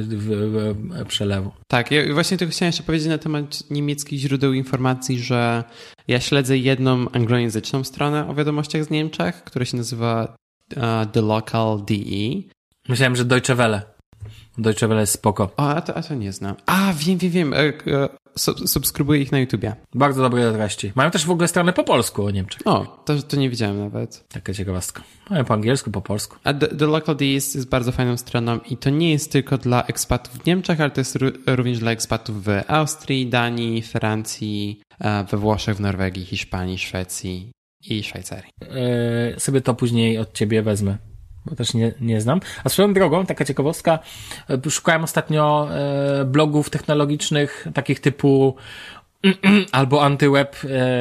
w przelewu. Tak, ja właśnie tylko chciałem jeszcze powiedzieć na temat niemieckich źródeł informacji, że ja śledzę jedną anglojęzyczną stronę o wiadomościach z Niemczech, która się nazywa The Local DE. Myślałem, że Deutsche Welle. Deutsche Welle jest spoko. A to nie znam. Wiem. Subskrybuję ich na YouTubie. Bardzo dobre treści. Mają też w ogóle stronę po polsku o Niemczech. To nie widziałem nawet. Taka ciekawostka. Mają po angielsku, po polsku. A The Local DE jest bardzo fajną stroną i to nie jest tylko dla ekspatów w Niemczech, ale to jest również dla ekspatów w Austrii, Danii, Francji, we Włoszech, w Norwegii, Hiszpanii, Szwecji i Szwajcarii. Sobie to później od ciebie wezmę, bo też nie znam. A swoją drogą, taka ciekawostka, szukałem ostatnio blogów technologicznych, takich typu albo antyweb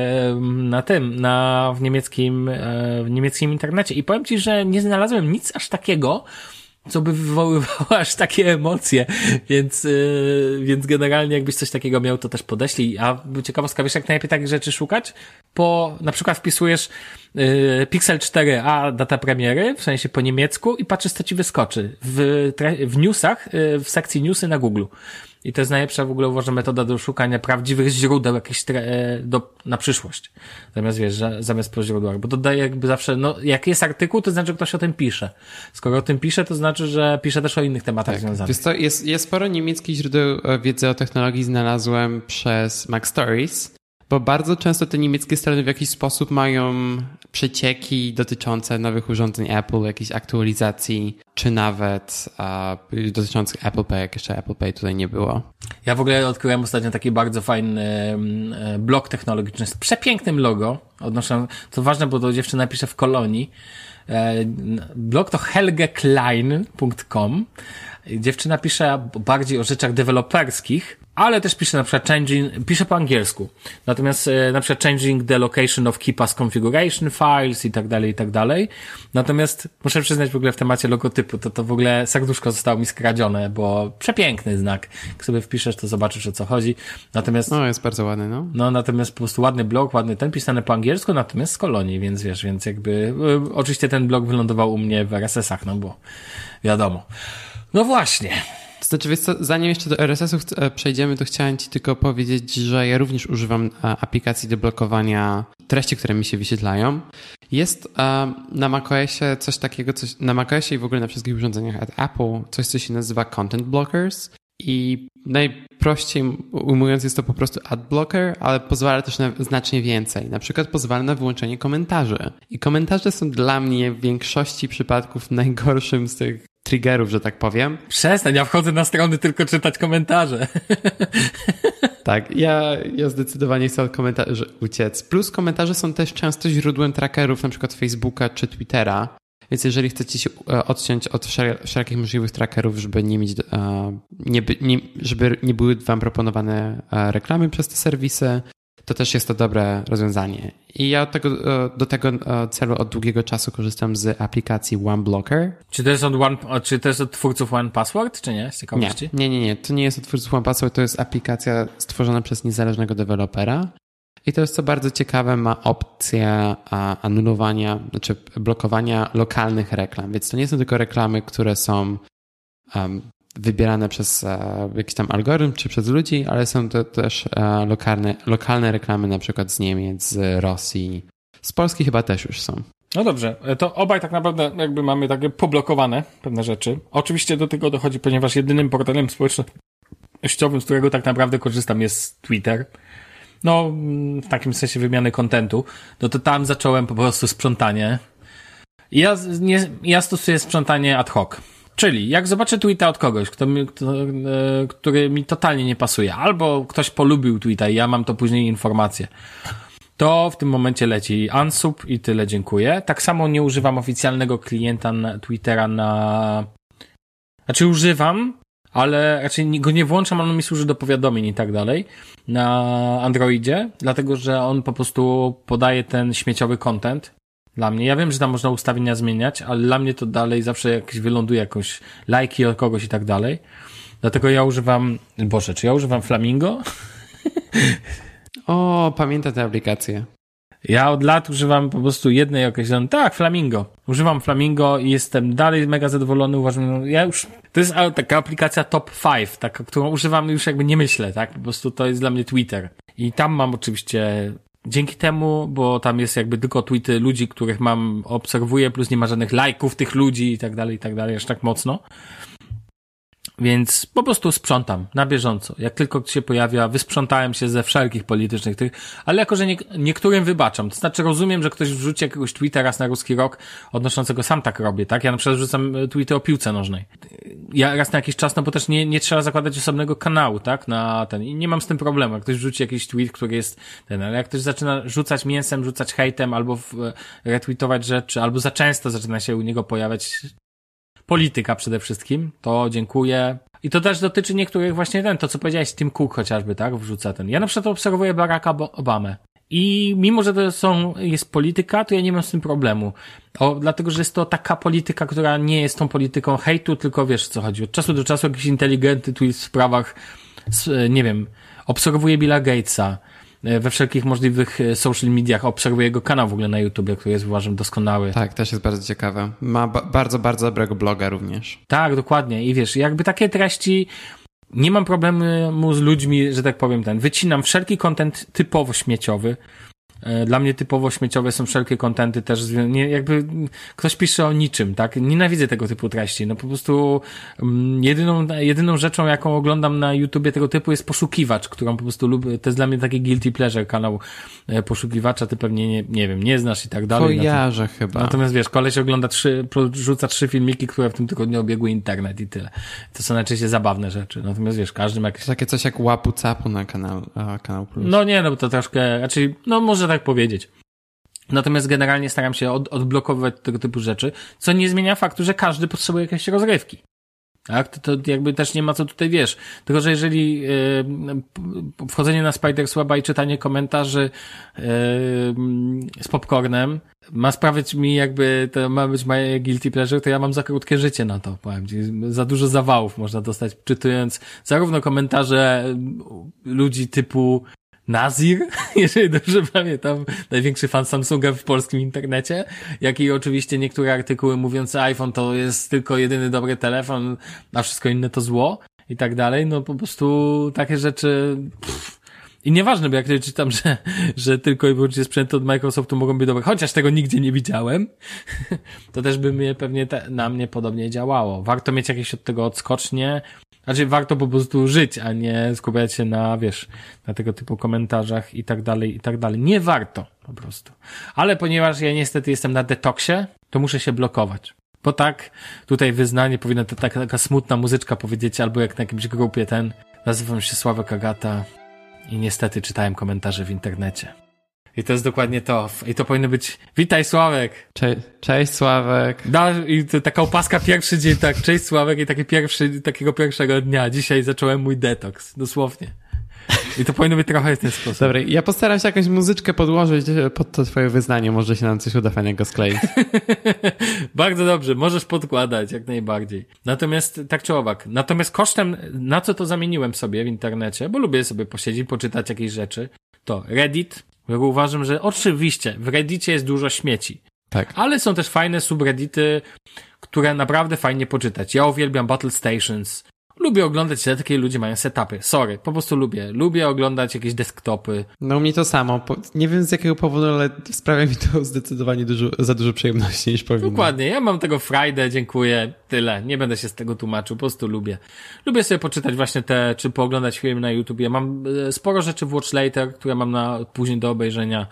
w niemieckim internecie i powiem ci, że nie znalazłem nic aż takiego, co by wywoływało aż takie emocje, więc generalnie jakbyś coś takiego miał, to też podeślij. A ciekawostka, wiesz jak najlepiej takich rzeczy szukać? Na przykład wpisujesz Pixel 4a data premiery, w sensie po niemiecku i patrzysz, co ci wyskoczy w newsach, w sekcji newsy na Google. I to jest najlepsza w ogóle uważam metoda do szukania prawdziwych źródeł jakichś na przyszłość. Zamiast po źródłach. Bo to daje jakby zawsze, jak jest artykuł, to znaczy, że ktoś o tym pisze. Skoro o tym pisze, to znaczy, że pisze też o innych tematach związanych. Wiesz co, jest sporo niemieckich źródeł wiedzy o technologii znalazłem przez Mac Stories, bo bardzo często te niemieckie strony w jakiś sposób mają przecieki dotyczące nowych urządzeń Apple, jakichś aktualizacji, czy nawet dotyczących Apple Pay, jak jeszcze Apple Pay tutaj nie było. Ja w ogóle odkryłem ostatnio taki bardzo fajny blog technologiczny z przepięknym logo. Co ważne, bo to dziewczyna pisze w Kolonii. Blog to helgeklein.com. Dziewczyna pisze bardziej o rzeczach deweloperskich, ale też pisze na przykład pisze po angielsku. Natomiast na przykład changing the location of KeePass configuration files i tak dalej. Natomiast muszę przyznać w ogóle w temacie logotypu, to w ogóle serduszko zostało mi skradzione, bo przepiękny znak. Jak sobie wpiszesz, to zobaczysz o co chodzi. Natomiast jest bardzo ładny, natomiast po prostu ładny blog, ładny pisany po angielsku, natomiast z Kolonii, więc jakby oczywiście ten blog wylądował u mnie w RSS-ach, bo wiadomo. No właśnie. To znaczy, wiesz co, zanim jeszcze do RSS-ów przejdziemy, to chciałem ci tylko powiedzieć, że ja również używam aplikacji do blokowania treści, które mi się wyświetlają. Jest na macOSie coś takiego, na macOSie i w ogóle na wszystkich urządzeniach od Apple, coś, co się nazywa Content Blockers i najprościej ujmując jest to po prostu adblocker, ale pozwala też na znacznie więcej. Na przykład pozwala na wyłączenie komentarzy. I komentarze są dla mnie w większości przypadków najgorszym z tych triggerów, że tak powiem. Przestań, ja wchodzę na strony tylko czytać komentarze. Tak, ja zdecydowanie chcę od komentarzy uciec. Plus komentarze są też często źródłem trackerów, na przykład Facebooka czy Twittera. Więc jeżeli chcecie się odciąć od wszelkich możliwych trackerów, żeby nie mieć, żeby nie były wam proponowane reklamy przez te serwisy, to też jest to dobre rozwiązanie. I ja do tego celu od długiego czasu korzystam z aplikacji OneBlocker. Czy to jest od twórców OnePassword, czy nie? Z ciekawości? Nie. To nie jest od twórców OnePassword, to jest aplikacja stworzona przez niezależnego dewelopera. I to jest co bardzo ciekawe, ma opcję anulowania, znaczy blokowania lokalnych reklam. Więc to nie są tylko reklamy, które są wybierane przez jakiś tam algorytm czy przez ludzi, ale są to też lokalne reklamy na przykład z Niemiec, z Rosji, z Polski chyba też już są. No dobrze, to obaj tak naprawdę jakby mamy takie poblokowane pewne rzeczy. Oczywiście do tego dochodzi, ponieważ jedynym portalem społecznościowym, z którego tak naprawdę korzystam, jest Twitter. No, w takim sensie wymiany kontentu. No to tam zacząłem po prostu sprzątanie. Ja stosuję sprzątanie ad hoc. Czyli jak zobaczę tweeta od kogoś, który mi totalnie nie pasuje, albo ktoś polubił tweeta i ja mam to później informację, to w tym momencie leci unsub i tyle, dziękuję. Tak samo nie używam oficjalnego klienta na Twittera używam, ale raczej go nie włączam, on mi służy do powiadomień i tak dalej na Androidzie, dlatego że on po prostu podaje ten śmieciowy content dla mnie. Ja wiem, że tam można ustawienia zmieniać, ale dla mnie to dalej zawsze wyląduje jakąś lajki od kogoś i tak dalej. Dlatego ja używam... czy ja używam Flamingo? O, pamiętam tę aplikację. Ja od lat używam po prostu jednej określonej... Tak, Flamingo. Używam Flamingo i jestem dalej mega zadowolony. Uważam, to jest taka aplikacja top 5, taka, którą używam już jakby nie myślę, tak? Po prostu to jest dla mnie Twitter. I tam mam oczywiście... Dzięki temu, bo tam jest jakby tylko tweety ludzi, których obserwuję, plus nie ma żadnych lajków tych ludzi i tak dalej, aż tak mocno. Więc po prostu sprzątam na bieżąco. Jak tylko się pojawia, wysprzątałem się ze wszelkich politycznych tych, ale jako, że niektórym wybaczam. To znaczy rozumiem, że ktoś wrzuci jakiegoś tweeta raz na ruski rok odnoszącego, sam tak robię, tak? Ja na przykład wrzucam tweety o piłce nożnej. Ja raz na jakiś czas, no bo też nie trzeba zakładać osobnego kanału, tak? Na ten. I nie mam z tym problemu. Jak ktoś wrzuci jakiś tweet, który jest ten, ale jak ktoś zaczyna rzucać mięsem, rzucać hejtem, albo retweetować rzeczy, albo za często zaczyna się u niego pojawiać polityka przede wszystkim, to dziękuję. I to też dotyczy niektórych właśnie to co powiedziałeś, Tim Cook chociażby, tak? Wrzuca ten. Ja na przykład obserwuję Baracka Obamę. I mimo, że jest polityka, to ja nie mam z tym problemu. Dlatego, że jest to taka polityka, która nie jest tą polityką hejtu, tylko wiesz, o co chodzi. Od czasu do czasu jakiś inteligentny tweet w sprawach, nie wiem, obserwuję Billa Gatesa we wszelkich możliwych social mediach, obserwuję jego kanał w ogóle na YouTubie, który jest, uważam, doskonały. Tak, też jest bardzo ciekawe. Ma bardzo, bardzo dobrego bloga również. Tak, dokładnie. I wiesz, jakby takie treści, nie mam problemu z ludźmi, że tak powiem, wycinam wszelki content typowo śmieciowy. Dla mnie typowo śmieciowe są wszelkie kontenty też, jakby ktoś pisze o niczym, tak? Nienawidzę tego typu treści. No po prostu jedyną rzeczą, jaką oglądam na YouTubie tego typu jest poszukiwacz, którą po prostu lubię. To jest dla mnie taki guilty pleasure, kanał poszukiwacza, ty pewnie nie wiem, nie znasz i tak dalej. Kojarzę chyba. Natomiast wiesz, koleś rzuca 3 filmiki, które w tym tygodniu obiegły internet i tyle. To są najczęściej zabawne rzeczy. Natomiast wiesz, każdy ma jakieś... Takie coś jak łapu capu na kanał Plus. No nie, no bo to troszkę, raczej, no może tak powiedzieć. Natomiast generalnie staram się odblokowywać tego typu rzeczy, co nie zmienia faktu, że każdy potrzebuje jakiejś rozrywki. Tak? To jakby też nie ma co tutaj, wiesz. Tylko, że jeżeli wchodzenie na Spidersweba i czytanie komentarzy z popcornem ma sprawiać mi jakby, to ma być moje guilty pleasure, to ja mam za krótkie życie na to, powiem ci. Za dużo zawałów można dostać, czytując zarówno komentarze ludzi typu Nazir, jeżeli dobrze pamiętam, największy fan Samsunga w polskim internecie, jak i oczywiście niektóre artykuły mówiące iPhone to jest tylko jedyny dobry telefon, a wszystko inne to zło i tak dalej, no po prostu takie rzeczy... I nieważne, bo jak ja czytam, że tylko i wyłącznie sprzęty od Microsoftu mogą być dobre, chociaż tego nigdzie nie widziałem, to też by mnie pewnie na mnie podobnie działało. Warto mieć jakieś od tego odskocznie, znaczy warto po prostu żyć, a nie skupiać się na, wiesz, na tego typu komentarzach i tak dalej, i tak dalej. Nie warto po prostu. Ale ponieważ ja niestety jestem na detoksie, to muszę się blokować. Bo tak, tutaj wyznanie powinna to taka smutna muzyczka powiedzieć, albo jak na jakimś grupie nazywam się Sławek Agata i niestety czytałem komentarze w internecie. I to jest dokładnie to. I to powinno być witaj Sławek. Cześć Sławek. I to taka opaska pierwszy dzień, tak, cześć Sławek i takiego pierwszego dnia. Dzisiaj zacząłem mój detoks, dosłownie. I to powinno być trochę w ten sposób. Dobra, ja postaram się jakąś muzyczkę podłożyć pod to twoje wyznanie, może się nam coś uda fajnego skleić. Bardzo dobrze, możesz podkładać, jak najbardziej. Natomiast, tak czy owak, kosztem, na co to zamieniłem sobie w internecie, bo lubię sobie posiedzieć, poczytać jakieś rzeczy, to Reddit, bo uważam, że oczywiście w Reddicie jest dużo śmieci. Tak. Ale są też fajne subreddity, które naprawdę fajnie poczytać. Ja uwielbiam Battle Stations. Lubię oglądać takie ludzie mają setupy. Sorry, po prostu lubię. Lubię oglądać jakieś desktopy. No mi to samo. Nie wiem z jakiego powodu, ale sprawia mi to zdecydowanie za dużo przyjemności niż powinno. Dokładnie. Ja mam tego Friday, dziękuję. Tyle. Nie będę się z tego tłumaczył. Po prostu lubię. Lubię sobie poczytać właśnie czy pooglądać film na YouTube. Ja mam sporo rzeczy w Watch Later, które mam później do obejrzenia.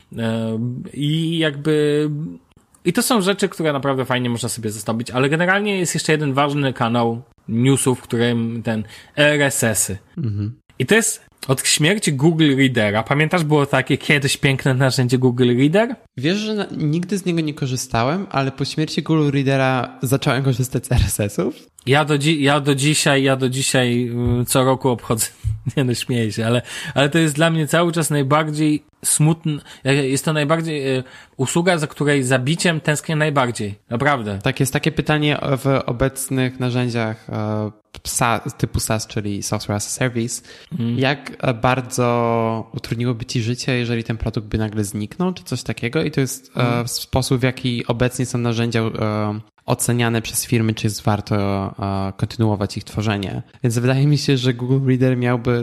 I to są rzeczy, które naprawdę fajnie można sobie zastąpić, ale generalnie jest jeszcze jeden ważny kanał newsów, w którym RSS-y. Mhm. I to jest od śmierci Google Readera. Pamiętasz, było takie kiedyś piękne narzędzie Google Reader? Wiesz, że nigdy z niego nie korzystałem, ale po śmierci Google Readera zacząłem korzystać z RSS-ów. Ja do dzisiaj co roku obchodzę, śmieję się, ale to jest dla mnie cały czas najbardziej smutne, jest to najbardziej usługa, za której zabiciem tęsknię najbardziej. Naprawdę. Tak, jest takie pytanie w obecnych narzędziach typu SaaS, czyli Software as a Service. Jak bardzo utrudniłoby ci życie, jeżeli ten produkt by nagle zniknął, czy coś takiego? I to jest sposób, w jaki obecnie są narzędzia oceniane przez firmy, czy jest warto kontynuować ich tworzenie. Więc wydaje mi się, że Google Reader byłby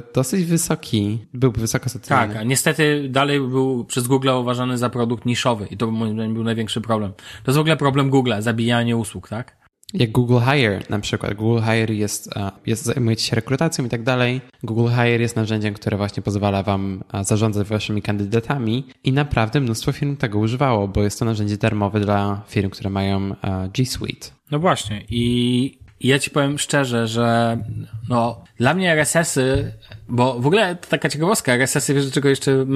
wysoko socjalny. Tak, a niestety dalej był przez Google uważany za produkt niszowy i to moim zdaniem był największy problem. To jest w ogóle problem Google'a, zabijanie usług, tak? Jak Google Hire na przykład. Google Hire zajmuje się rekrutacją i tak dalej. Google Hire jest narzędziem, które właśnie pozwala wam zarządzać waszymi kandydatami i naprawdę mnóstwo firm tego używało, bo jest to narzędzie darmowe dla firm, które mają G Suite. No właśnie i ja ci powiem szczerze, że dla mnie RSS-y, bo w ogóle to taka ciekawostka, RSS-y, wiesz do czego jeszcze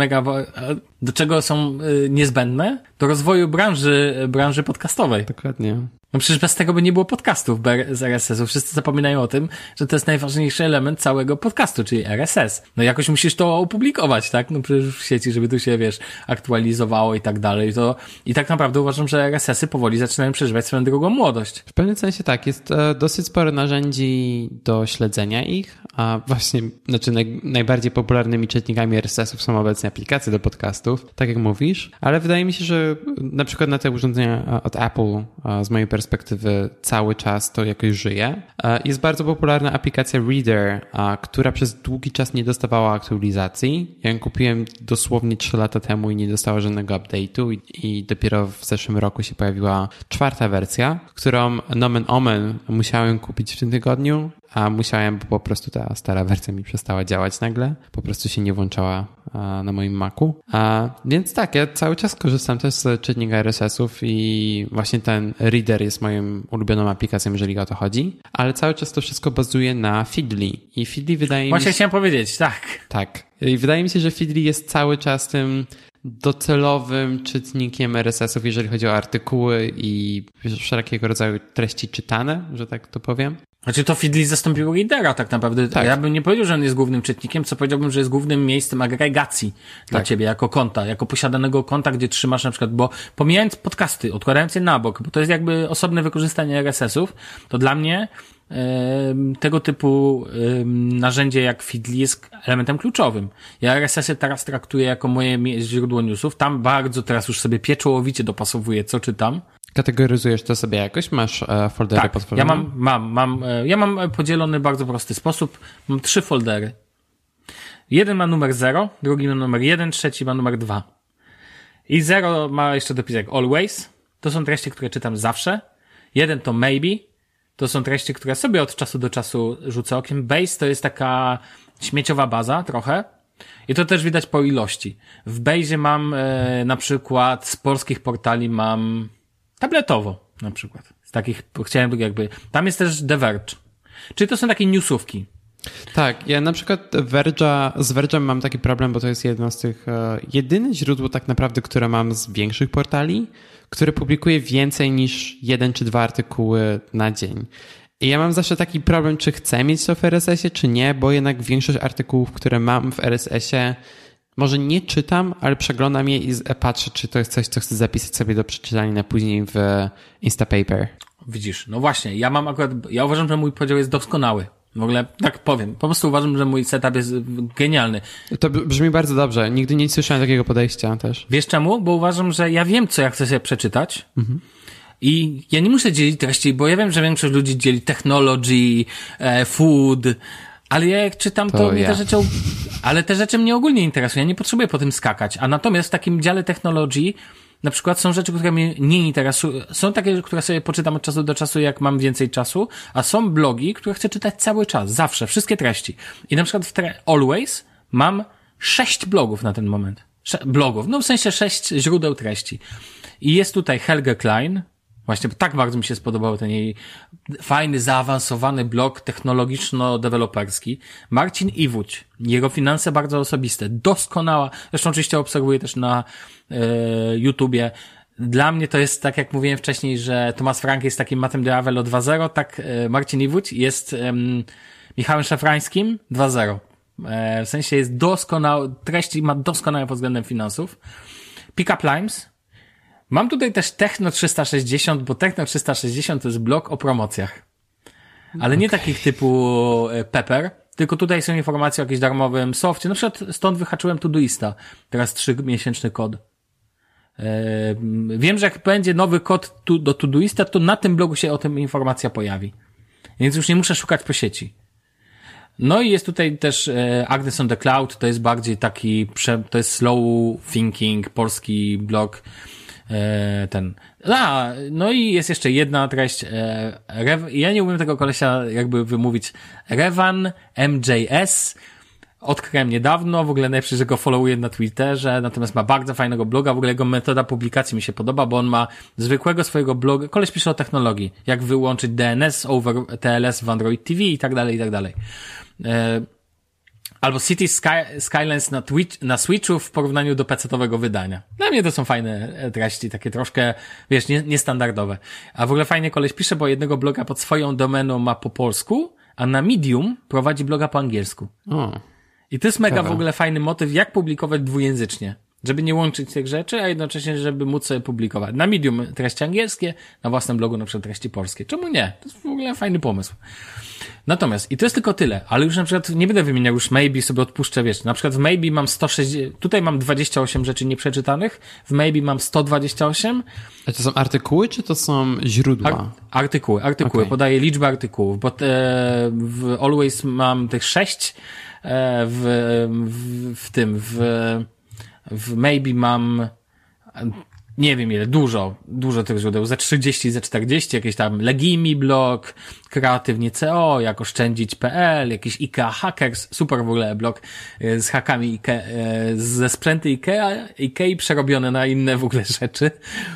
do czego są niezbędne? Do rozwoju branży podcastowej. Dokładnie. No przecież bez tego by nie było podcastów z RSS-u. Wszyscy zapominają o tym, że to jest najważniejszy element całego podcastu, czyli RSS. No jakoś musisz to opublikować, tak? No przecież w sieci, żeby tu się, aktualizowało i tak dalej. I tak naprawdę uważam, że RSS-y powoli zaczynają przeżywać swoją drugą młodość. W pewnym sensie tak. Jest dosyć sporo narzędzi do śledzenia ich, a właśnie, najbardziej popularnymi czytnikami RSS-ów są obecnie aplikacje do podcastów, tak jak mówisz, ale wydaje mi się, że na przykład na te urządzenia od Apple, z mojej perspektywy cały czas to jakoś żyje. Jest bardzo popularna aplikacja Reader, która przez długi czas nie dostawała aktualizacji. Ja ją kupiłem dosłownie 3 lata temu i nie dostała żadnego update'u i dopiero w zeszłym roku się pojawiła 4. wersja, którą nomen omen musiałem kupić w tym tygodniu, a musiałem, bo po prostu ta stara wersja mi przestała działać nagle. Po prostu się nie włączała na moim Macu. Więc tak, ja cały czas korzystam też z czytnika RSS-ów i właśnie ten Reader jest moją ulubioną aplikacją, jeżeli o to chodzi. Ale cały czas to wszystko bazuje na Feedly. I Feedly wydaje mi się... Właśnie chciałem powiedzieć, tak. Tak. I wydaje mi się, że Feedly jest cały czas tym docelowym czytnikiem RSS-ów, jeżeli chodzi o artykuły i wszelkiego rodzaju treści czytane, że tak to powiem. Znaczy to Feedly zastąpiło Readera tak naprawdę. Tak. Ja bym nie powiedział, że on jest głównym czytnikiem, co powiedziałbym, że jest głównym miejscem agregacji dla ciebie jako konta, jako posiadanego konta, gdzie trzymasz na przykład, bo pomijając podcasty, odkładając je na bok, bo to jest jakby osobne wykorzystanie RSS-ów, to dla mnie tego typu narzędzie jak Feedly jest elementem kluczowym. Ja RSS-y teraz traktuję jako moje źródło newsów. Tam bardzo teraz już sobie pieczołowicie dopasowuję, co czytam. Kategoryzujesz to sobie jakoś? Masz foldery potworzone? Ja mam podzielony w bardzo prosty sposób. Mam 3 foldery. Jeden ma numer 0, drugi ma numer 1, trzeci ma numer 2. I 0 ma jeszcze dopisek always. To są treści, które czytam zawsze. 1 to maybe. To są treści, które sobie od czasu do czasu rzucę okiem. Base to jest taka śmieciowa baza trochę. I to też widać po ilości. W Base'ie mam na przykład z polskich portali mam tabletowo na przykład. Z takich, chciałem jakby, tam jest też The Verge. Czyli to są takie newsówki. Tak, ja na przykład z Verge'em mam taki problem, bo to jest jedno z tych, jedyne źródło tak naprawdę, które mam z większych portali, które publikuje więcej niż 1 czy 2 artykuły na dzień. I ja mam zawsze taki problem, czy chcę mieć to w RSS-ie, czy nie, bo jednak większość artykułów, które mam w RSS-ie, może nie czytam, ale przeglądam je i patrzę, czy to jest coś, co chcę zapisać sobie do przeczytania na później w Instapaper. Widzisz, no właśnie, ja uważam, że mój podział jest doskonały. W ogóle tak powiem, po prostu uważam, że mój setup jest genialny. To brzmi bardzo dobrze, nigdy nie słyszałem takiego podejścia też. Wiesz czemu? Bo uważam, że ja wiem, co ja chcę sobie przeczytać. I ja nie muszę dzielić treści, bo ja wiem, że większość ludzi dzieli technology, food, ale ja jak czytam, to mnie te rzeczy, ale te rzeczy mnie ogólnie interesują, ja nie potrzebuję po tym skakać. A natomiast w takim dziale technology na przykład są rzeczy, które mnie nie interesują. Są takie, które sobie poczytam od czasu do czasu, jak mam więcej czasu, a są blogi, które chcę czytać cały czas, zawsze, wszystkie treści. I na przykład w Always mam 6 blogów na ten moment. Blogów, no w sensie 6 źródeł treści. I jest tutaj Helge Klein, właśnie tak bardzo mi się spodobał ten jej fajny, zaawansowany blog technologiczno-deweloperski. Marcin Iwódź, jego finanse bardzo osobiste, doskonała, zresztą oczywiście obserwuję też na YouTubie. Dla mnie to jest, tak jak mówiłem wcześniej, że Thomas Frank jest takim Mattem de Ravel 2.0, tak Marcin Iwódź jest Michałem Szafrańskim 2.0. W sensie jest doskonały, treści ma doskonałe pod względem finansów. Pick Up Limes. Mam tutaj też Techno 360, bo Techno 360 to jest blog o promocjach. Ale nie takich typu Pepper, tylko tutaj są informacje o jakimś darmowym softie. Na przykład stąd wyhaczyłem Todoista. Teraz 3-miesięczny kod. Wiem, że jak będzie nowy kod do Todoista, to na tym blogu się o tym informacja pojawi. Więc już nie muszę szukać po sieci. No i jest tutaj też Agnes on the Cloud, to jest bardziej taki, to jest slow thinking, polski blog. No i jest jeszcze jedna treść, ja nie umiem tego kolesia jakby wymówić, Revan MJS, odkryłem niedawno, w ogóle najlepsze, że go followuję na Twitterze, natomiast ma bardzo fajnego bloga, w ogóle jego metoda publikacji mi się podoba, bo on ma zwykłego swojego bloga, koleś pisze o technologii, jak wyłączyć DNS over TLS w Android TV i tak dalej, i tak dalej. Albo City Skylines na Switchu w porównaniu do PC-owego wydania. Dla mnie to są fajne treści, takie troszkę, wiesz, niestandardowe. A w ogóle fajnie koleś pisze, bo jednego bloga pod swoją domeną ma po polsku, a na Medium prowadzi bloga po angielsku. I to jest mega w ogóle fajny motyw, jak publikować dwujęzycznie. Żeby nie łączyć tych rzeczy, a jednocześnie, żeby móc sobie publikować. Na Medium treści angielskie, na własnym blogu na przykład treści polskie. Czemu nie? To jest w ogóle fajny pomysł. Natomiast, i to jest tylko tyle, ale już na przykład nie będę wymieniał już Maybe, sobie odpuszczę, wiesz, na przykład w Maybe mam 160, tutaj mam 28 rzeczy nieprzeczytanych, w Maybe mam 128. A to są artykuły, czy to są źródła? Artykuły, okay. Podaję liczbę artykułów, bo w Always mam tych 6, w Maybe mam nie wiem ile, dużo tych źródeł, ze 30, ze 40, jakieś tam Legimi blog, kreatywnie.co, jak oszczędzić.pl, jakiś IKEA Hackers, super w ogóle blog z hackami IKEA, ze sprzęty IKEA przerobione na inne w ogóle rzeczy.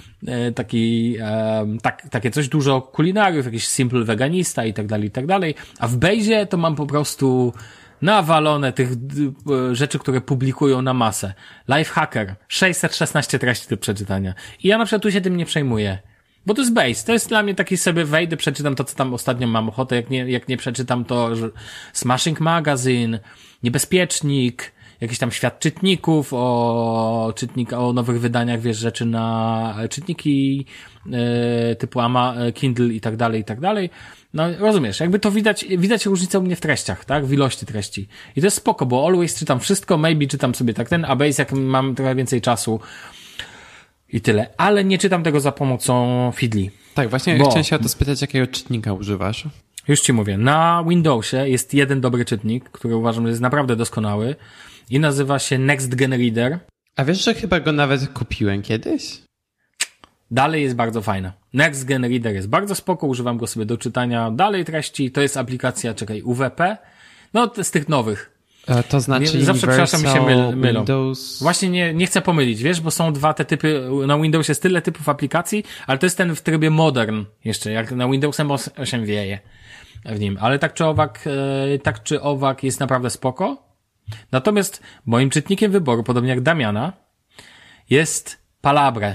Takie coś, dużo kulinariów, jakiś Simple Veganista i tak dalej, a w Bazie to mam po prostu nawalone tych rzeczy, które publikują na masę. Lifehacker, 616 treści do przeczytania. I ja na przykład tu się tym nie przejmuję. Bo to jest base. To jest dla mnie taki sobie wejdę, przeczytam to, co tam ostatnio mam ochotę. Jak nie przeczytam to, że Smashing Magazine, Niebezpiecznik, jakiś tam świat czytników, o nowych wydaniach, wiesz, rzeczy na czytniki typu Kindle i tak dalej. No, rozumiesz, jakby to widać różnicę u mnie w treściach, tak? W ilości treści. I to jest spoko, bo Always czytam wszystko, Maybe czytam sobie tak a Base jak mam trochę więcej czasu i tyle. Ale nie czytam tego za pomocą Feedly. Tak, właśnie chciałem się o to spytać, jakiego czytnika używasz? Już ci mówię. Na Windowsie jest jeden dobry czytnik, który uważam, że jest naprawdę doskonały i nazywa się Next Gen Reader. A wiesz, że chyba go nawet kupiłem kiedyś? Dalej jest bardzo fajna. Next Gen Reader jest bardzo spoko, używam go sobie do czytania dalej treści. To jest aplikacja, UWP. No, z tych nowych. To znaczy zawsze, przepraszam, mi się mylą. Windows... Właśnie nie chcę pomylić, wiesz, bo są dwa te typy, na Windows jest tyle typów aplikacji, ale to jest ten w trybie modern jeszcze, jak na Windowsem 8 wieje. w nim, ale tak czy owak jest naprawdę spoko. Natomiast moim czytnikiem wyboru, podobnie jak Damiana, jest Palabre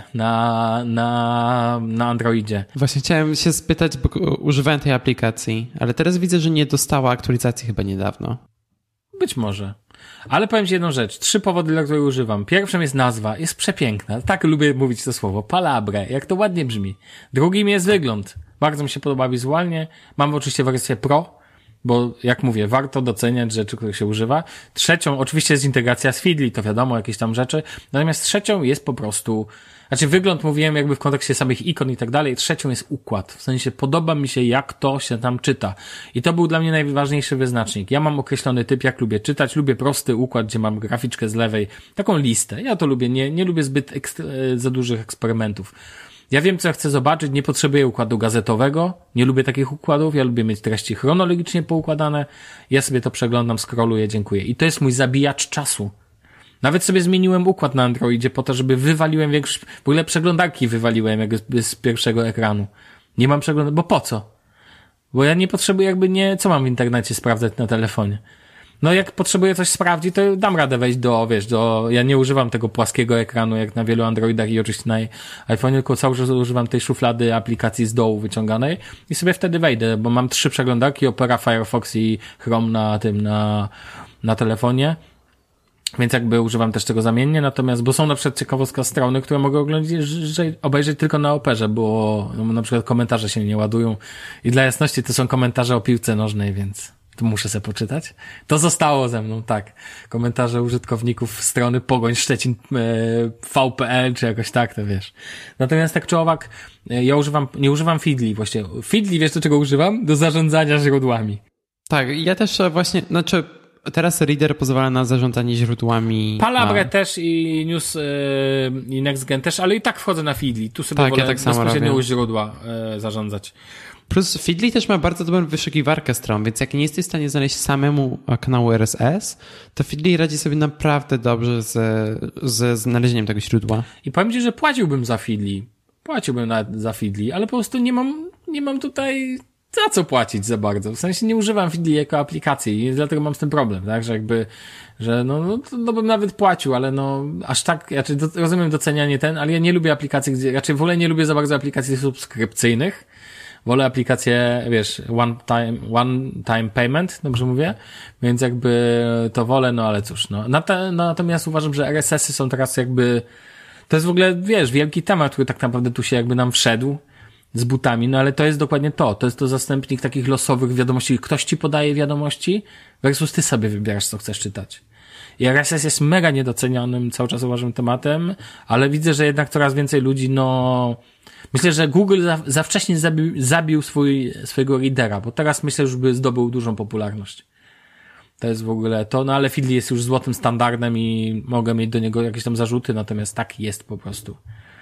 na Androidzie. Właśnie chciałem się spytać, bo używałem tej aplikacji, ale teraz widzę, że nie dostała aktualizacji chyba niedawno. Być może. Ale powiem ci jedną rzecz. 3 powody, dla których używam. Pierwszym jest nazwa. Jest przepiękna. Tak lubię mówić to słowo. Palabre. Jak to ładnie brzmi. Drugim jest wygląd. Bardzo mi się podoba wizualnie. Mam oczywiście wersję Pro, bo jak mówię, warto doceniać rzeczy, których się używa. Trzecią oczywiście jest integracja z Feedly, to wiadomo, jakieś tam rzeczy. Natomiast trzecią jest po prostu, znaczy wygląd mówiłem jakby w kontekście samych ikon i tak dalej. Trzecią jest układ. W sensie podoba mi się, jak to się tam czyta. I to był dla mnie najważniejszy wyznacznik. Ja mam określony typ, jak lubię czytać. Lubię prosty układ, gdzie mam graficzkę z lewej. Taką listę. Ja to lubię. Nie lubię zbyt za dużych eksperymentów. Ja wiem, co ja chcę zobaczyć, nie potrzebuję układu gazetowego, nie lubię takich układów, ja lubię mieć treści chronologicznie poukładane, ja sobie to przeglądam, scrolluję, dziękuję. I to jest mój zabijacz czasu. Nawet sobie zmieniłem układ na Androidzie po to, żeby wywaliłem większość, w ogóle przeglądarki wywaliłem jakby z pierwszego ekranu. Nie mam przeglądarki, bo po co? Bo ja nie potrzebuję co mam w internecie sprawdzać na telefonie? No jak potrzebuję coś sprawdzić, to dam radę wejść ja nie używam tego płaskiego ekranu jak na wielu Androidach i oczywiście na iPhone'ie, tylko cały czas używam tej szuflady aplikacji z dołu wyciąganej i sobie wtedy wejdę, bo mam 3 przeglądarki, Opera, Firefox i Chrome na telefonie. Więc jakby używam też tego zamiennie, natomiast, bo są na przykład ciekawostka strony, które mogę obejrzeć tylko na Operze, bo na przykład komentarze się nie ładują i dla jasności to są komentarze o piłce nożnej, więc to muszę sobie poczytać. To zostało ze mną, tak. Komentarze użytkowników strony Pogoń Szczecin VPL, czy jakoś tak, to wiesz. Natomiast tak czy owak, ja nie używam Feedly właściwie. Feedly, wiesz do czego używam? Do zarządzania źródłami. Tak, ja też właśnie, teraz Reader pozwala na zarządzanie źródłami. Palabre też i News i NextGen też, ale i tak wchodzę na Feedly. Tu sobie wolę bezpośrednio u źródła zarządzać. Plus Feedly też ma bardzo dobrą wyszukiwarkę stron, więc jak nie jesteś w stanie znaleźć samemu kanału RSS, to Feedly radzi sobie naprawdę dobrze ze znalezieniem tego źródła. I powiem ci, że płaciłbym za Feedly. Płaciłbym nawet za Feedly, ale po prostu nie mam tutaj za co płacić za bardzo. W sensie nie używam Feedly jako aplikacji i dlatego mam z tym problem, tak? Że no bym nawet płacił, ale aż tak, rozumiem docenianie ale ja nie lubię aplikacji, raczej w ogóle nie lubię za bardzo aplikacji subskrypcyjnych. Wolę aplikację, wiesz, one time payment, dobrze mówię? Więc jakby to wolę, ale cóż, natomiast uważam, że RSS-y są teraz to jest w ogóle, wiesz, wielki temat, który tak naprawdę tu się jakby nam wszedł z butami, ale to jest dokładnie to jest to zastępnik takich losowych wiadomości. Ktoś ci podaje wiadomości versus ty sobie wybierasz, co chcesz czytać. I RSS jest mega niedocenianym, cały czas uważam, tematem, ale widzę, że jednak coraz więcej ludzi, myślę, że Google za wcześnie zabił swojego readera, bo teraz myślę, że by zdobył dużą popularność. To jest w ogóle to, ale Feedly jest już złotym standardem i mogę mieć do niego jakieś tam zarzuty, natomiast tak jest po prostu.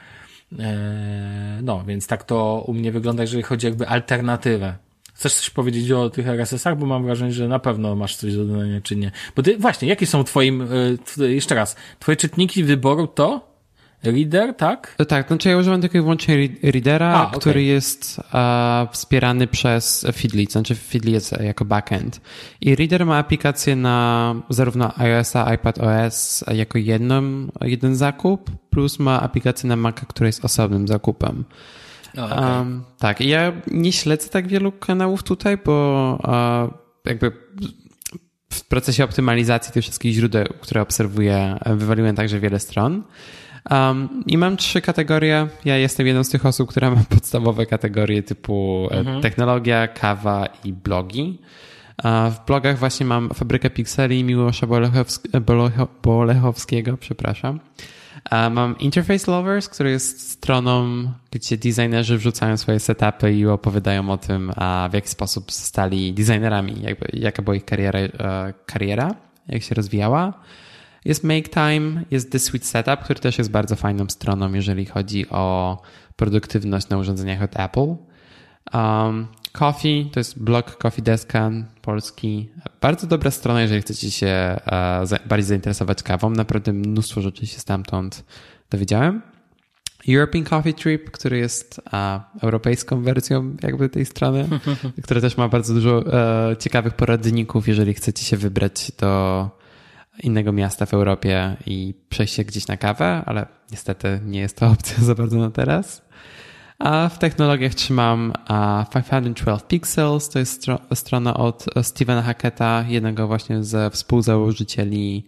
Więc tak to u mnie wygląda, jeżeli chodzi jakby alternatywę. Chcesz coś powiedzieć o tych RSS-ach? Bo mam wrażenie, że na pewno masz coś do dodania, czy nie. Bo ty, właśnie, jakie są jeszcze raz, twoje czytniki wyboru to? Reader, tak? Tak, ja używam tylko i wyłącznie Readera, który jest wspierany przez Feedly, Feedly jest jako backend. I Reader ma aplikację na zarówno iOS-a, iPadOS jako jeden zakup, plus ma aplikację na Maca, która jest osobnym zakupem. Tak, ja nie śledzę tak wielu kanałów tutaj, bo jakby w procesie optymalizacji tych wszystkich źródeł, które obserwuję, wywaliłem także wiele stron. I mam 3 kategorie. Ja jestem jedną z tych osób, która ma podstawowe kategorie typu technologia, kawa i blogi. W blogach właśnie mam Fabrykę Pikseli Miłosza Bolechowskiego, przepraszam. Mam Interface Lovers, który jest stroną, gdzie designerzy wrzucają swoje setupy i opowiadają o tym, w jaki sposób zostali designerami, jaka była ich kariera, jak się rozwijała. Jest Make Time, jest The Sweet Setup, który też jest bardzo fajną stroną, jeżeli chodzi o produktywność na urządzeniach od Apple. Coffee, to jest blog Coffee Deska polski. Bardzo dobra strona, jeżeli chcecie się bardziej zainteresować kawą. Naprawdę mnóstwo rzeczy się stamtąd dowiedziałem. European Coffee Trip, który jest europejską wersją jakby tej strony, która też ma bardzo dużo ciekawych poradników, jeżeli chcecie się wybrać do innego miasta w Europie i przejść się gdzieś na kawę, ale niestety nie jest to opcja za bardzo na teraz. A w technologiach trzymam 512 Pixels, to jest strona od Stevena Hacketta, jednego właśnie ze współzałożycieli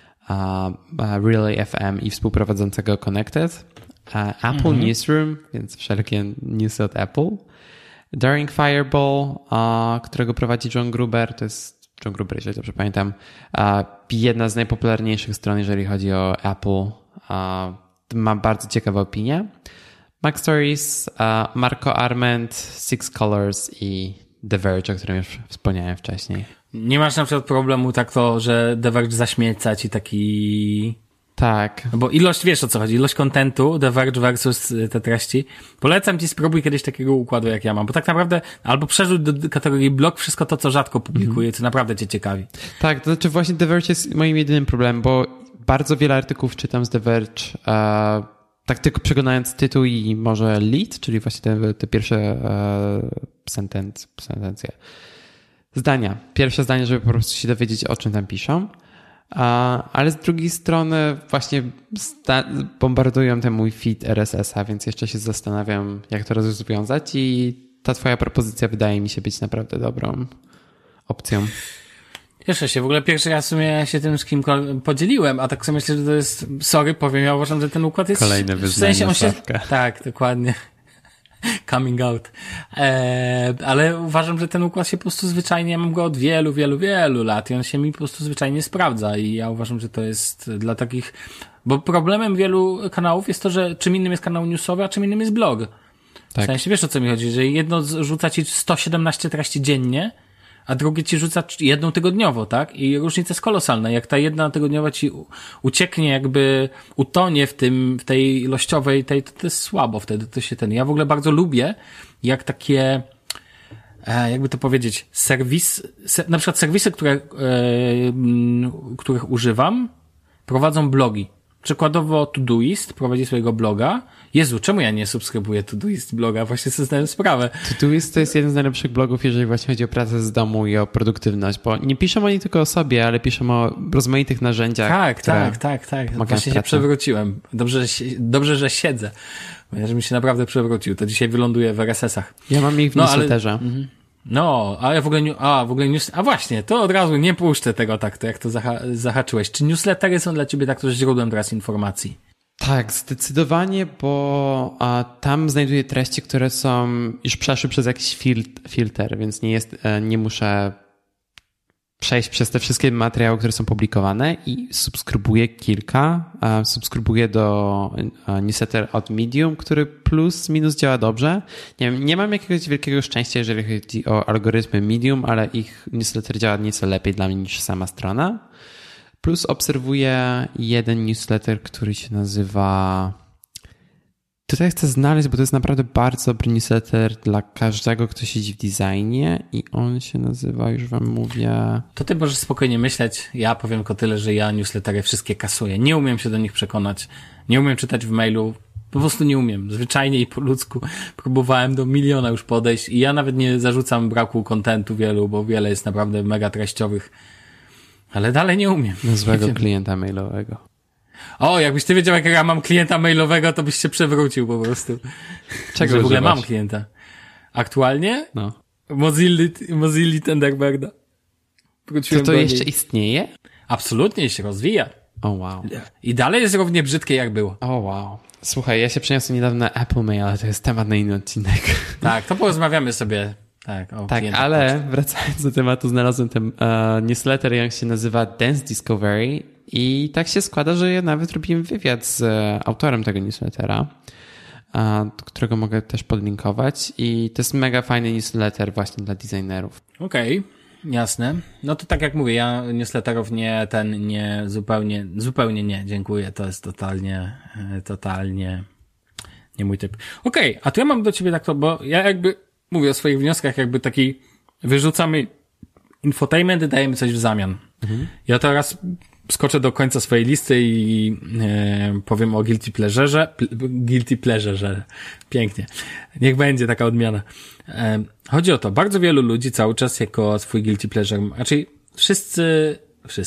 Relay FM i współprowadzącego Connected. Apple Newsroom, więc wszelkie newsy od Apple. Daring Fireball, którego prowadzi John Gruber, to jest John Gruber, jeżeli dobrze pamiętam, jedna z najpopularniejszych stron, jeżeli chodzi o Apple. Ma bardzo ciekawe opinie. Mac Stories, Marco Arment, Six Colors i The Verge, o którym już wspomniałem wcześniej. Nie masz na przykład problemu tak to, że The Verge zaśmieca ci taki... Tak. Bo ilość, wiesz o co chodzi, ilość kontentu, The Verge versus te treści. Polecam ci, spróbuj kiedyś takiego układu jak ja mam, bo tak naprawdę albo przerzuć do kategorii blog wszystko to, co rzadko publikuję, co naprawdę cię ciekawi. Tak, to znaczy właśnie The Verge jest moim jedynym problemem, bo bardzo wiele artykułów czytam z The Verge, tak tylko przeglądając tytuł i może lead, czyli właśnie te pierwsze sentencje. Zdania. Pierwsze zdanie, żeby po prostu się dowiedzieć, o czym tam piszą. Ale z drugiej strony właśnie bombardują ten mój feed RSS-a, więc jeszcze się zastanawiam, jak to rozwiązać i ta twoja propozycja wydaje mi się być naprawdę dobrą opcją. Cieszę się. W ogóle pierwszy raz w sumie się tym z kim podzieliłem, a tak sobie myślę, że to jest, sorry, powiem, ja uważam, że ten układ jest... Kolejne wyznanie, w sensie tak, dokładnie. Coming out. Ale uważam, że ten układ się po prostu zwyczajnie, ja mam go od wielu lat i on się mi po prostu zwyczajnie sprawdza i ja uważam, że to jest dla takich, bo problemem wielu kanałów jest to, że czym innym jest kanał newsowy, a czym innym jest blog. Tak. W sensie, wiesz o co mi chodzi, że jedno rzuca ci 117 treści dziennie, a drugie ci rzuca jedną tygodniowo, tak? I różnica jest kolosalna. Jak ta jedna tygodniowa ci ucieknie, jakby utonie w tej ilościowej, to jest słabo wtedy, to się ja w ogóle bardzo lubię, jak takie, jakby to powiedzieć, na przykład serwisy, których używam, prowadzą blogi. Przykładowo Todoist prowadzi swojego bloga. Jezu, czemu ja nie subskrybuję Todoist bloga? Właśnie sobie zdałem sprawę. Todoist to jest jeden z najlepszych blogów, jeżeli właśnie chodzi o pracę z domu i o produktywność, bo nie piszą oni tylko o sobie, ale piszą o rozmaitych narzędziach. Tak. Właśnie się przewróciłem. Dobrze, że siedzę. Ponieważ mi się naprawdę przewrócił. To dzisiaj wyląduje w RSS-ach. Ja mam ich w newsletterze. No, a ja w ogóle właśnie, to od razu nie puszczę tego tak, to jak to zahaczyłeś. Czy newslettery są dla ciebie tak też źródłem teraz informacji? Tak, zdecydowanie, bo tam znajduję treści, które są już przeszły przez jakiś filtr, więc nie muszę przejść przez te wszystkie materiały, które są publikowane i subskrybuję kilka. Subskrybuję do newsletter od Medium, który plus minus działa dobrze. Nie mam jakiegoś wielkiego szczęścia, jeżeli chodzi o algorytmy Medium, ale ich newsletter działa nieco lepiej dla mnie niż sama strona. Plus obserwuję jeden newsletter, który się nazywa... Tutaj chcę znaleźć, bo to jest naprawdę bardzo dobry newsletter dla każdego, kto siedzi w designie i on się nazywa, już wam mówię... To ty możesz spokojnie myśleć. Ja powiem tylko tyle, że ja newslettery wszystkie kasuję. Nie umiem się do nich przekonać. Nie umiem czytać w mailu. Po prostu nie umiem. Zwyczajnie i po ludzku próbowałem do miliona już podejść i ja nawet nie zarzucam braku kontentu wielu, bo wiele jest naprawdę mega treściowych. Ale dalej nie umiem. Złego klienta mailowego. O, jakbyś ty wiedział, jak ja mam klienta mailowego, to byś się przewrócił po prostu. Czego w ogóle mam klienta? Aktualnie? No. Mozilla Thunderbirda. To jeszcze istnieje? Absolutnie się rozwija. O wow. I dalej jest równie brzydkie, jak było. O wow. Słuchaj, ja się przeniosłem niedawno na Apple Mail, ale to jest temat na inny odcinek. Tak, to porozmawiamy sobie. Tak, ale wracając do tematu, znalazłem ten newsletter, jak się nazywa Dance Discovery i tak się składa, że ja nawet robiłem wywiad z autorem tego newslettera, którego mogę też podlinkować i to jest mega fajny newsletter właśnie dla designerów. Okej, jasne. No to tak jak mówię, ja newsletterów zupełnie nie, dziękuję, to jest totalnie nie mój typ. Okej, a tu ja mam do ciebie tak to, bo ja jakby mówię o swoich wnioskach, jakby taki wyrzucamy infotainment i dajemy coś w zamian. Ja teraz skoczę do końca swojej listy i powiem o guilty pleasure'ze. Guilty pleasure. Pięknie. Niech będzie taka odmiana. Chodzi o to, bardzo wielu ludzi cały czas jako swój guilty pleasure, raczej wszyscy,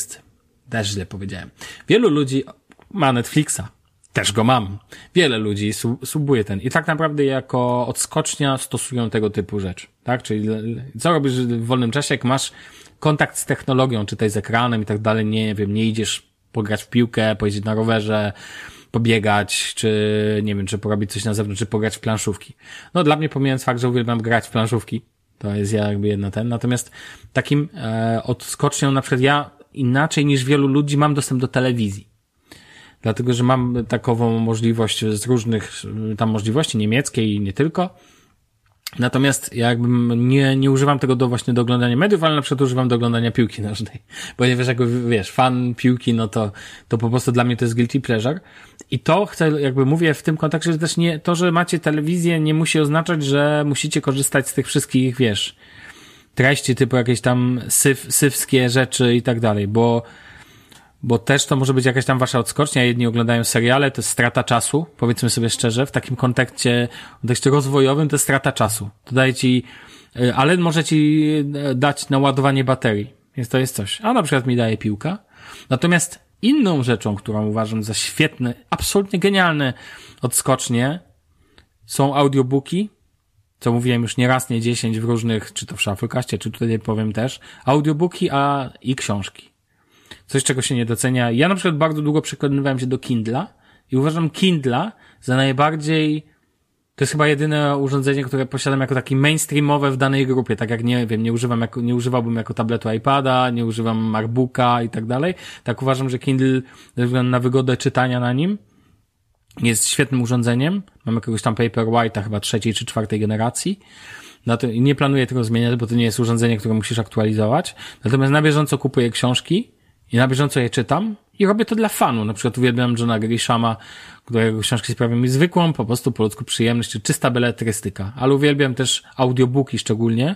też źle powiedziałem. Wielu ludzi ma Netflixa. Też go mam. Wiele ludzi subuje ten. I tak naprawdę jako odskocznia stosują tego typu rzecz. Tak? Czyli co robisz w wolnym czasie, jak masz kontakt z technologią, czytaj z ekranem i tak dalej, nie wiem, nie idziesz pograć w piłkę, pojeździć na rowerze, pobiegać, czy nie wiem, czy porobić coś na zewnątrz, czy pograć w planszówki. No dla mnie, pomijając fakt, że uwielbiam grać w planszówki, to jest jakby jedno ten. Natomiast takim odskocznią, na przykład ja inaczej niż wielu ludzi mam dostęp do telewizji. Dlatego, że mam takową możliwość z różnych tam możliwości, niemieckiej i nie tylko. Natomiast ja jakby nie używam tego do oglądania mediów, ale na przykład używam do oglądania piłki nożnej. Ponieważ jako, fan piłki, no to po prostu dla mnie to jest guilty pleasure. I to chcę, jakby mówię w tym kontekście, że też nie, to, że macie telewizję, nie musi oznaczać, że musicie korzystać z tych wszystkich, treści typu jakieś tam sywskie rzeczy i tak dalej, bo też to może być jakaś tam wasza odskocznia, jedni oglądają seriale, to jest strata czasu, powiedzmy sobie szczerze, w takim kontekście rozwojowym to jest strata czasu. To daje ci, ale może ci dać naładowanie baterii, więc to jest coś. A na przykład mi daje piłka. Natomiast inną rzeczą, którą uważam za świetne, absolutnie genialne odskocznie, są audiobooki, co mówiłem już nie raz, nie 10 w różnych, czy to w Shufflecastie, czy tutaj powiem też, audiobooki i książki. Coś, czego się nie docenia. Ja na przykład bardzo długo przekonywałem się do Kindla i uważam Kindla za najbardziej, to jest chyba jedyne urządzenie, które posiadam jako taki mainstreamowe w danej grupie, tak jak nie używałbym jako tabletu iPada, nie używam MacBooka i tak dalej. Tak uważam, że Kindle ze względu na wygodę czytania na nim jest świetnym urządzeniem. Mam jakiegoś tam Paperwhite'a chyba 3. czy 4. generacji. I nie planuję tego zmieniać, bo to nie jest urządzenie, które musisz aktualizować. Natomiast na bieżąco kupuję książki i na bieżąco je czytam i robię to dla fanu. Na przykład uwielbiam Johna Grishama, którego książki sprawiają mi zwykłą, po prostu po ludzku przyjemność, czy czysta beletrystyka. Ale uwielbiam też audiobooki szczególnie,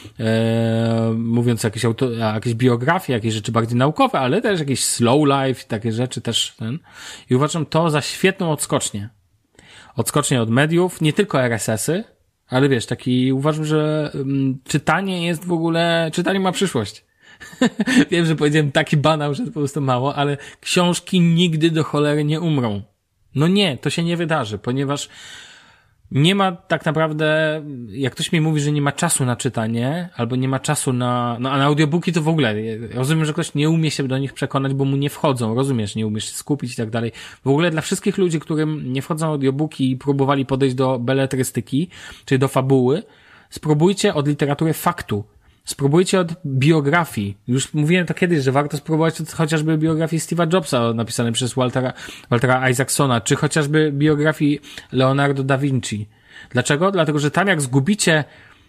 mówiąc jakieś biografie, jakieś rzeczy bardziej naukowe, ale też jakieś slow life, takie rzeczy też I uważam to za świetną odskocznię. Odskocznię od mediów, nie tylko RSS-y, ale uważam, że czytanie ma przyszłość. Wiem, że powiedziałem taki banał, że to po prostu mało, ale książki nigdy do cholery nie umrą. No nie, to się nie wydarzy, ponieważ nie ma tak naprawdę, jak ktoś mi mówi, że nie ma czasu na czytanie, albo nie ma czasu a na audiobooki to w ogóle, rozumiem, że ktoś nie umie się do nich przekonać, bo mu nie wchodzą, rozumiesz, nie umiesz się skupić i tak dalej. W ogóle dla wszystkich ludzi, którym nie wchodzą audiobooki i próbowali podejść do beletrystyki, czyli do fabuły, spróbujcie od literatury faktu. Spróbujcie od biografii. Już mówiłem to kiedyś, że warto spróbować od chociażby biografii Steve'a Jobsa napisanej przez Waltera Isaacsona, czy chociażby biografii Leonardo da Vinci. Dlaczego? Dlatego, że tam jak zgubicie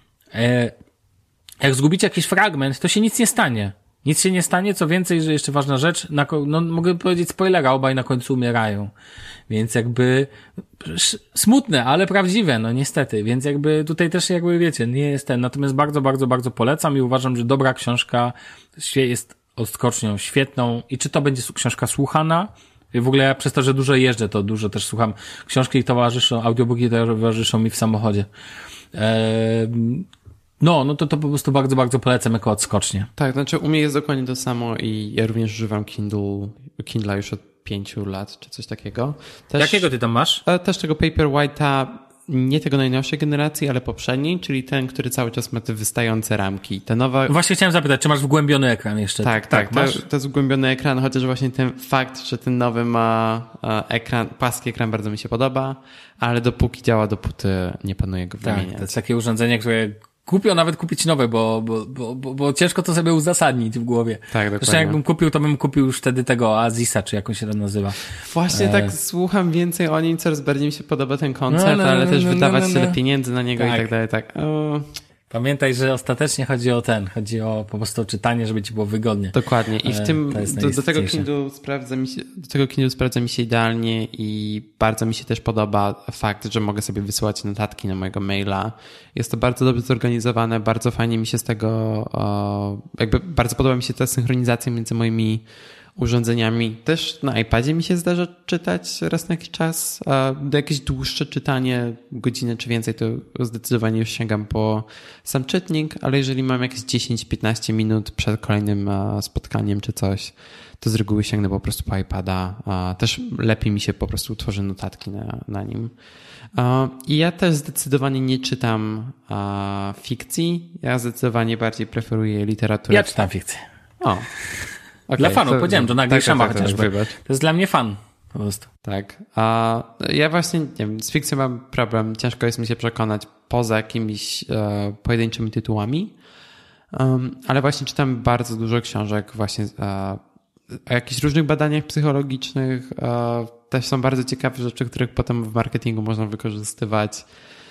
jakiś fragment, to się nic nie stanie. Nic się nie stanie, co więcej, że jeszcze ważna rzecz, mogę powiedzieć spoilera, obaj na końcu umierają. Więc smutne, ale prawdziwe, niestety. Więc tutaj też wiecie, nie jest ten. Natomiast bardzo, bardzo, bardzo polecam i uważam, że dobra książka jest odskocznią świetną. I czy to będzie książka słuchana? W ogóle ja przez to, że dużo jeżdżę, to dużo też słucham. Książki audiobooki towarzyszą mi w samochodzie. No to po prostu bardzo, bardzo polecam jako odskocznie. Tak, znaczy u mnie jest dokładnie to samo i ja również używam Kindla już od 5 lat, czy coś takiego. Jakiego ty tam masz? Też tego Paperwhite'a, nie tego najnowszej generacji, ale poprzedniej, czyli ten, który cały czas ma te wystające ramki. Te nowe... Właśnie chciałem zapytać, czy masz wgłębiony ekran jeszcze? Tak, to jest wgłębiony ekran, chociaż właśnie ten fakt, że ten nowy ma płaski ekran bardzo mi się podoba, ale dopóki działa, dopóty nie planuję go wymieniać. Tak, to jest takie urządzenie, które nawet kupić nowe, bo ciężko to sobie uzasadnić w głowie. Tak, dokładnie. Zresztą jakbym kupił, to bym kupił już wtedy tego Azisa, czy jak on się to nazywa. Właśnie tak słucham więcej o nim, coraz bardziej mi się podoba ten koncept, ale też wydawać tyle pieniędzy na niego i tak dalej. Tak. Pamiętaj, że ostatecznie chodzi o po prostu czytanie, żeby ci było wygodnie. Dokładnie. I w tym do tego Kindle sprawdza mi się idealnie i bardzo mi się też podoba fakt, że mogę sobie wysyłać notatki na mojego maila. Jest to bardzo dobrze zorganizowane, bardzo fajnie mi się z tego bardzo podoba mi się ta synchronizacja między moimi urządzeniami. Też na iPadzie mi się zdarza czytać raz na jakiś czas. Do jakieś dłuższe czytanie, godzinę czy więcej, to zdecydowanie już sięgam po sam czytnik, ale jeżeli mam jakieś 10-15 minut przed kolejnym spotkaniem czy coś, to z reguły sięgnę po prostu po iPada. Też lepiej mi się po prostu tworzy notatki na nim. I ja też zdecydowanie nie czytam fikcji. Ja zdecydowanie bardziej preferuję literaturę. Ja czytam fikcję. O. Okay, dla fanów, powiedziałem, to nagle szama chociażby. Wybacz. To jest dla mnie fan po prostu. Tak. Ja właśnie, nie wiem, z fikcją mam problem. Ciężko jest mi się przekonać poza jakimiś pojedynczymi tytułami. Ale właśnie czytam bardzo dużo książek właśnie o jakichś różnych badaniach psychologicznych. Też są bardzo ciekawe rzeczy, których potem w marketingu można wykorzystywać.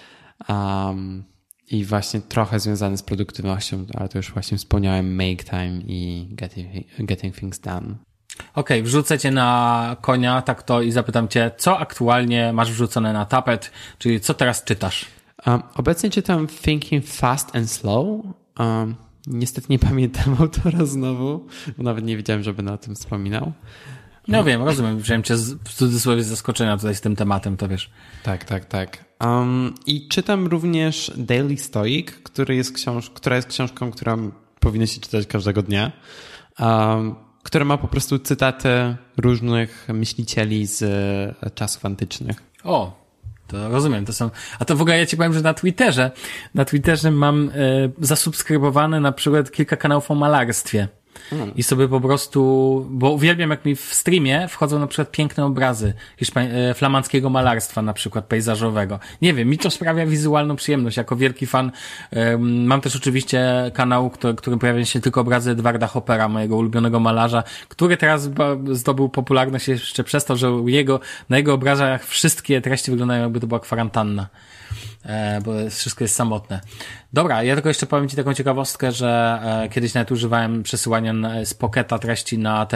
I właśnie trochę związane z produktywnością, ale to już właśnie wspomniałem, Make Time i Getting Things Done. Okej, wrzucę cię na konia, tak to i zapytam cię, co aktualnie masz wrzucone na tapet, czyli co teraz czytasz? Obecnie czytam Thinking Fast and Slow. Niestety nie pamiętam autora znowu, bo nawet nie wiedziałem, żeby na tym wspominał. No wiem, rozumiem, wziąłem cię w cudzysłowie z zaskoczenia tutaj z tym tematem, to wiesz. Tak. I czytam również Daily Stoic, która jest książką, którą powinno się czytać każdego dnia, która ma po prostu cytaty różnych myślicieli z czasów antycznych. O, to rozumiem, to są... A to w ogóle ja ci powiem, że na Twitterze mam zasubskrybowane na przykład kilka kanałów o malarstwie. I sobie po prostu, bo uwielbiam jak mi w streamie wchodzą na przykład piękne obrazy flamandzkiego malarstwa na przykład pejzażowego. Nie wiem, mi to sprawia wizualną przyjemność. Jako wielki fan mam też oczywiście kanał, którym pojawiają się tylko obrazy Edwarda Hoppera, mojego ulubionego malarza, który teraz zdobył popularność jeszcze przez to, że na jego obrazach wszystkie treści wyglądają jakby to była kwarantanna. Bo wszystko jest samotne. Dobra, ja tylko jeszcze powiem ci taką ciekawostkę, że kiedyś nawet używałem przesyłania z Pocketa treści na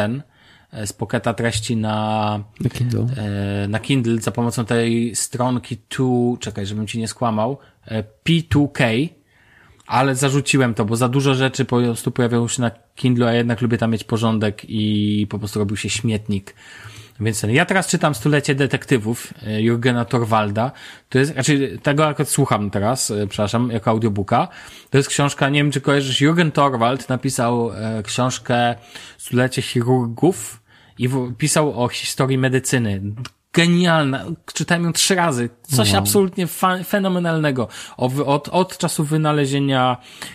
Kindle. Na Kindle za pomocą tej stronki czekaj, żebym ci nie skłamał, P2K, ale zarzuciłem to, bo za dużo rzeczy po prostu pojawiało się na Kindle, a jednak lubię tam mieć porządek i po prostu robił się śmietnik. Więc ja teraz czytam Stulecie detektywów Jurgena Torwalda. To jest, tego akurat słucham teraz, przepraszam, jako audiobooka. To jest książka, nie wiem czy kojarzysz, Jurgen Torwald napisał książkę Stulecie chirurgów i pisał o historii medycyny. Genialna. Czytałem ją 3 razy. Coś absolutnie fenomenalnego. Od czasu wynalezienia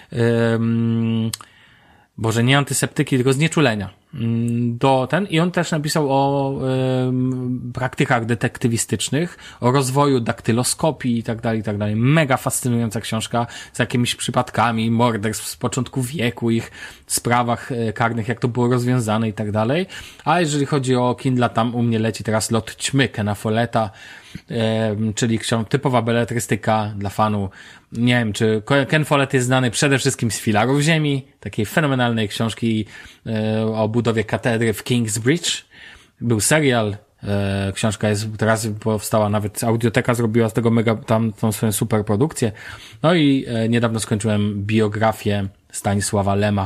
nie antyseptyki, tylko znieczulenia. I on też napisał o praktykach detektywistycznych, o rozwoju daktyloskopii i tak dalej. Mega fascynująca książka z jakimiś przypadkami morderstw z początku wieku, ich sprawach karnych, jak to było rozwiązane i tak dalej. A jeżeli chodzi o Kindle, tam u mnie leci teraz Lot ćmy Kena Folletta, czyli typowa beletrystyka dla fanu. Nie wiem, czy Ken Follett jest znany przede wszystkim z Filarów Ziemi, takiej fenomenalnej książki o budowie katedry w Kingsbridge. Był serial, książka jest teraz powstała, nawet Audioteka zrobiła z tego tą swoją super produkcję. No i niedawno skończyłem biografię Stanisława Lema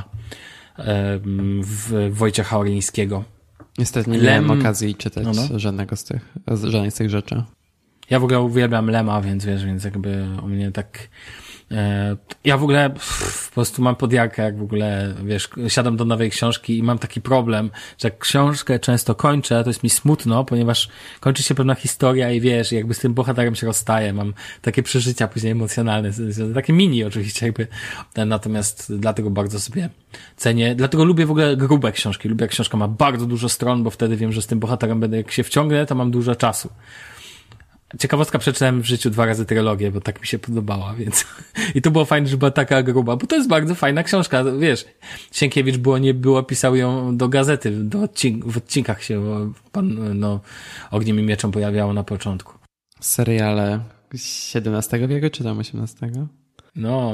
Wojciecha Orlińskiego. Niestety nie miałem okazji czytać żadnej z tych rzeczy. Ja w ogóle uwielbiam Lema, więc jakby u mnie tak... Ja w ogóle po prostu mam podjarkę, jak w ogóle, siadam do nowej książki i mam taki problem, że jak książkę często kończę, to jest mi smutno, ponieważ kończy się pewna historia i jakby z tym bohaterem się rozstaję. Mam takie przeżycia później emocjonalne, takie mini oczywiście jakby. Natomiast dlatego bardzo sobie cenię, dlatego lubię w ogóle grube książki. Lubię, jak książka ma bardzo dużo stron, bo wtedy wiem, że z tym bohaterem jak się wciągnę, to mam dużo czasu. Ciekawostka, przeczytałem w życiu 2 razy trylogię, bo tak mi się podobała, więc i to było fajne, że była taka gruba, bo to jest bardzo fajna książka, Sienkiewicz pisał ją do gazety, w odcinkach się Ogniem i Mieczem pojawiało na początku. Seriale XVII wieku czy tam XVIII? No.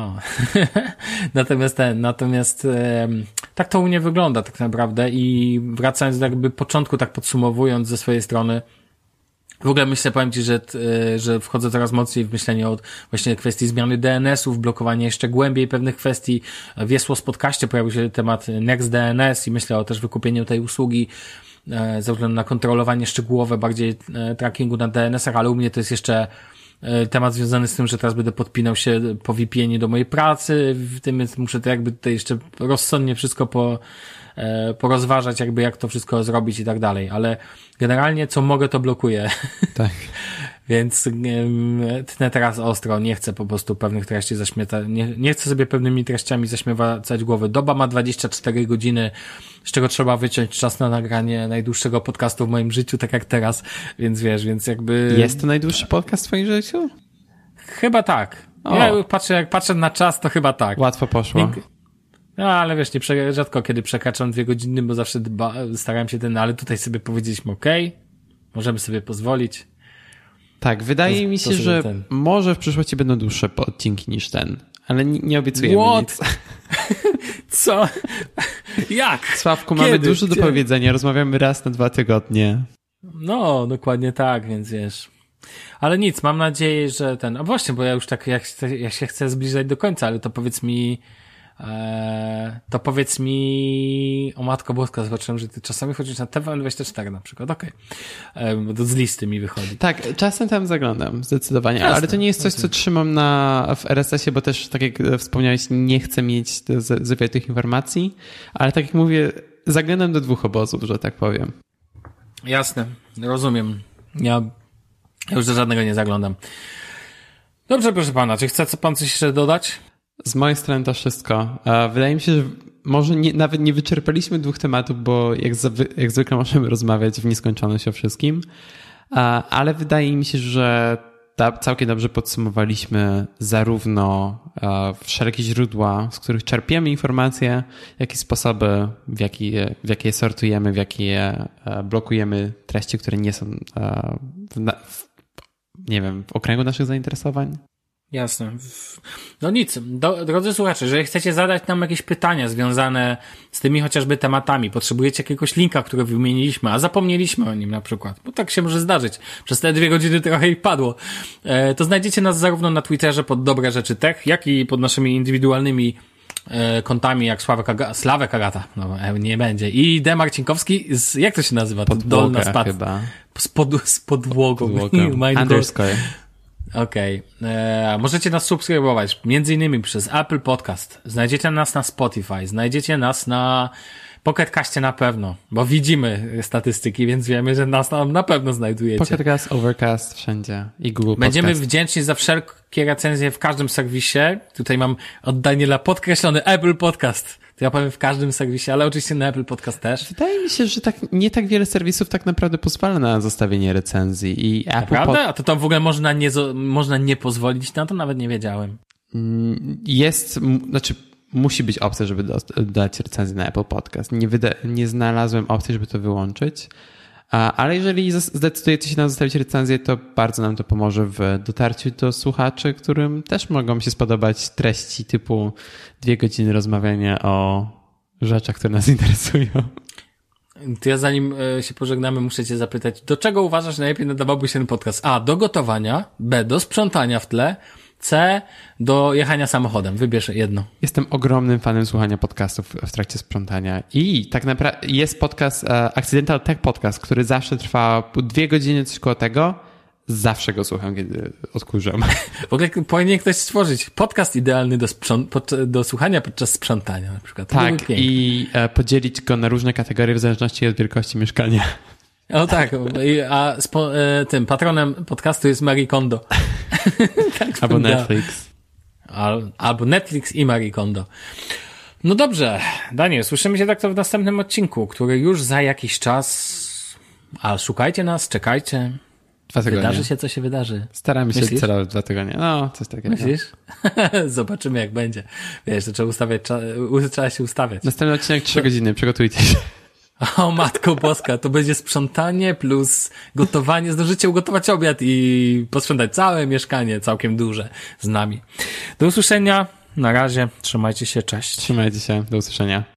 Natomiast tak to u mnie wygląda tak naprawdę i wracając do jakby początku, tak podsumowując ze swojej strony, W ogóle myślę, powiem ci, że wchodzę coraz mocniej w myślenie o właśnie kwestii zmiany DNS-ów, blokowania jeszcze głębiej pewnych kwestii. W Jesłos podcaście pojawił się temat NextDNS i myślę o też wykupieniu tej usługi ze względu na kontrolowanie szczegółowe bardziej trackingu na DNS-ach, ale u mnie to jest jeszcze temat związany z tym, że teraz będę podpinał się po VPN-ie do mojej pracy, w tym więc muszę to jakby tutaj jeszcze rozsądnie wszystko porozważać, jakby jak to wszystko zrobić i tak dalej, ale generalnie co mogę, to blokuję. Tak. Więc tnę teraz ostro, nie chcę po prostu pewnych treści zaśmiecać, nie chcę sobie pewnymi treściami zaśmiewacać głowy. Doba ma 24 godziny, z czego trzeba wyciąć czas na nagranie najdłuższego podcastu w moim życiu, tak jak teraz, więc wiesz, więc jakby... Jest to najdłuższy podcast w twoim życiu? Chyba tak. Jak patrzę na czas, to chyba tak. Łatwo poszło. No, ale wiesz, rzadko kiedy przekraczam 2 godziny, bo zawsze starałem się ale tutaj sobie powiedzieliśmy, możemy sobie pozwolić. Tak, wydaje mi się, że może w przyszłości będą dłuższe odcinki niż ten, ale nie obiecujemy nic. Co? Jak? Sławku, mamy dużo do powiedzenia, rozmawiamy raz na 2 tygodnie. No, dokładnie tak, więc wiesz. Ale nic, mam nadzieję, że a właśnie, bo ja już tak, ja się chcę zbliżać do końca, ale to powiedz mi, o Matko Boska, zobaczyłem, że ty czasami chodzisz na TVN24 na przykład, bo to z listy mi wychodzi. Tak, czasem tam zaglądam, zdecydowanie, jasne, ale to nie jest coś, co trzymam w RSS-ie, bo też, tak jak wspomniałeś, nie chcę mieć zbyt tych informacji, ale tak jak mówię, zaglądam do 2 obozów, że tak powiem. Jasne, rozumiem. Ja już do żadnego nie zaglądam. Dobrze, proszę pana, czy chce pan coś jeszcze dodać? Z mojej strony to wszystko. Wydaje mi się, że może nawet nie wyczerpaliśmy 2 tematów, bo jak zwykle możemy rozmawiać w nieskończoność o wszystkim, ale wydaje mi się, że całkiem dobrze podsumowaliśmy zarówno wszelkie źródła, z których czerpiemy informacje, jak i sposoby, w jakie sortujemy, w jakie blokujemy treści, które nie są w okręgu naszych zainteresowań. Jasne. No nic, drodzy słuchacze, jeżeli chcecie zadać nam jakieś pytania związane z tymi chociażby tematami, potrzebujecie jakiegoś linka, który wymieniliśmy, a zapomnieliśmy o nim na przykład, bo tak się może zdarzyć, przez te 2 godziny trochę ich padło, to znajdziecie nas zarówno na Twitterze pod Dobre Rzeczy Tech, jak i pod naszymi indywidualnymi kontami jak Sławek Agata, nie będzie, i D. Marcinkowski jak to się nazywa? Podłoga chyba. Z podłogą. Underscore. Okej. Możecie nas subskrybować, między innymi przez Apple Podcast. Znajdziecie nas na Spotify, znajdziecie nas na Pocket Castie na pewno, bo widzimy statystyki, więc wiemy, że nas tam na pewno znajdujecie. Pocket Cast, Overcast, wszędzie i Google Podcast. Będziemy wdzięczni za wszelkie recenzje w każdym serwisie. Tutaj mam oddanie dla podkreślony Apple Podcast. To ja powiem w każdym serwisie, ale oczywiście na Apple Podcast też. Wydaje mi się, że nie tak wiele serwisów tak naprawdę pozwala na zostawienie recenzji. I Apple naprawdę? A to tam w ogóle można nie pozwolić na to? Nawet nie wiedziałem. Musi być opcja, żeby dać recenzję na Apple Podcast. Nie znalazłem opcji, żeby to wyłączyć. Ale jeżeli zdecydujecie się na zostawić recenzję, to bardzo nam to pomoże w dotarciu do słuchaczy, którym też mogą się spodobać treści typu 2 godziny rozmawiania o rzeczach, które nas interesują. To ja zanim się pożegnamy, muszę cię zapytać, do czego uważasz, że najlepiej nadawałby się ten podcast? A, do gotowania, B, do sprzątania w tle, C, do jechania samochodem. Wybierz jedno. Jestem ogromnym fanem słuchania podcastów w trakcie sprzątania i tak naprawdę jest podcast Accidental Tech Podcast, który zawsze trwa 2 godziny, coś koło tego. Zawsze go słucham, kiedy odkurzam. W ogóle powinien ktoś stworzyć podcast idealny do słuchania podczas sprzątania na przykład. Tak, i podzielić go na różne kategorie w zależności od wielkości mieszkania. O tak, a tym patronem podcastu jest Marie Kondo. Tak, albo Netflix. Albo Netflix i Marie Kondo. No dobrze, Daniel, słyszymy się tak to w następnym odcinku, który już za jakiś czas... A szukajcie nas, czekajcie. 2 tygodnie. Wydarzy się, co się wydarzy. Staramy się celować 2 tygodnie. No, coś takiego. Myślisz? Zobaczymy, jak będzie. Wiesz, to trzeba się ustawiać. Następny odcinek 3 godziny, przygotujcie się. O Matko Boska, to będzie sprzątanie plus gotowanie. Zdążycie ugotować obiad i posprzątać całe mieszkanie, całkiem duże, z nami. Do usłyszenia. Na razie. Trzymajcie się. Cześć. Trzymajcie się. Do usłyszenia.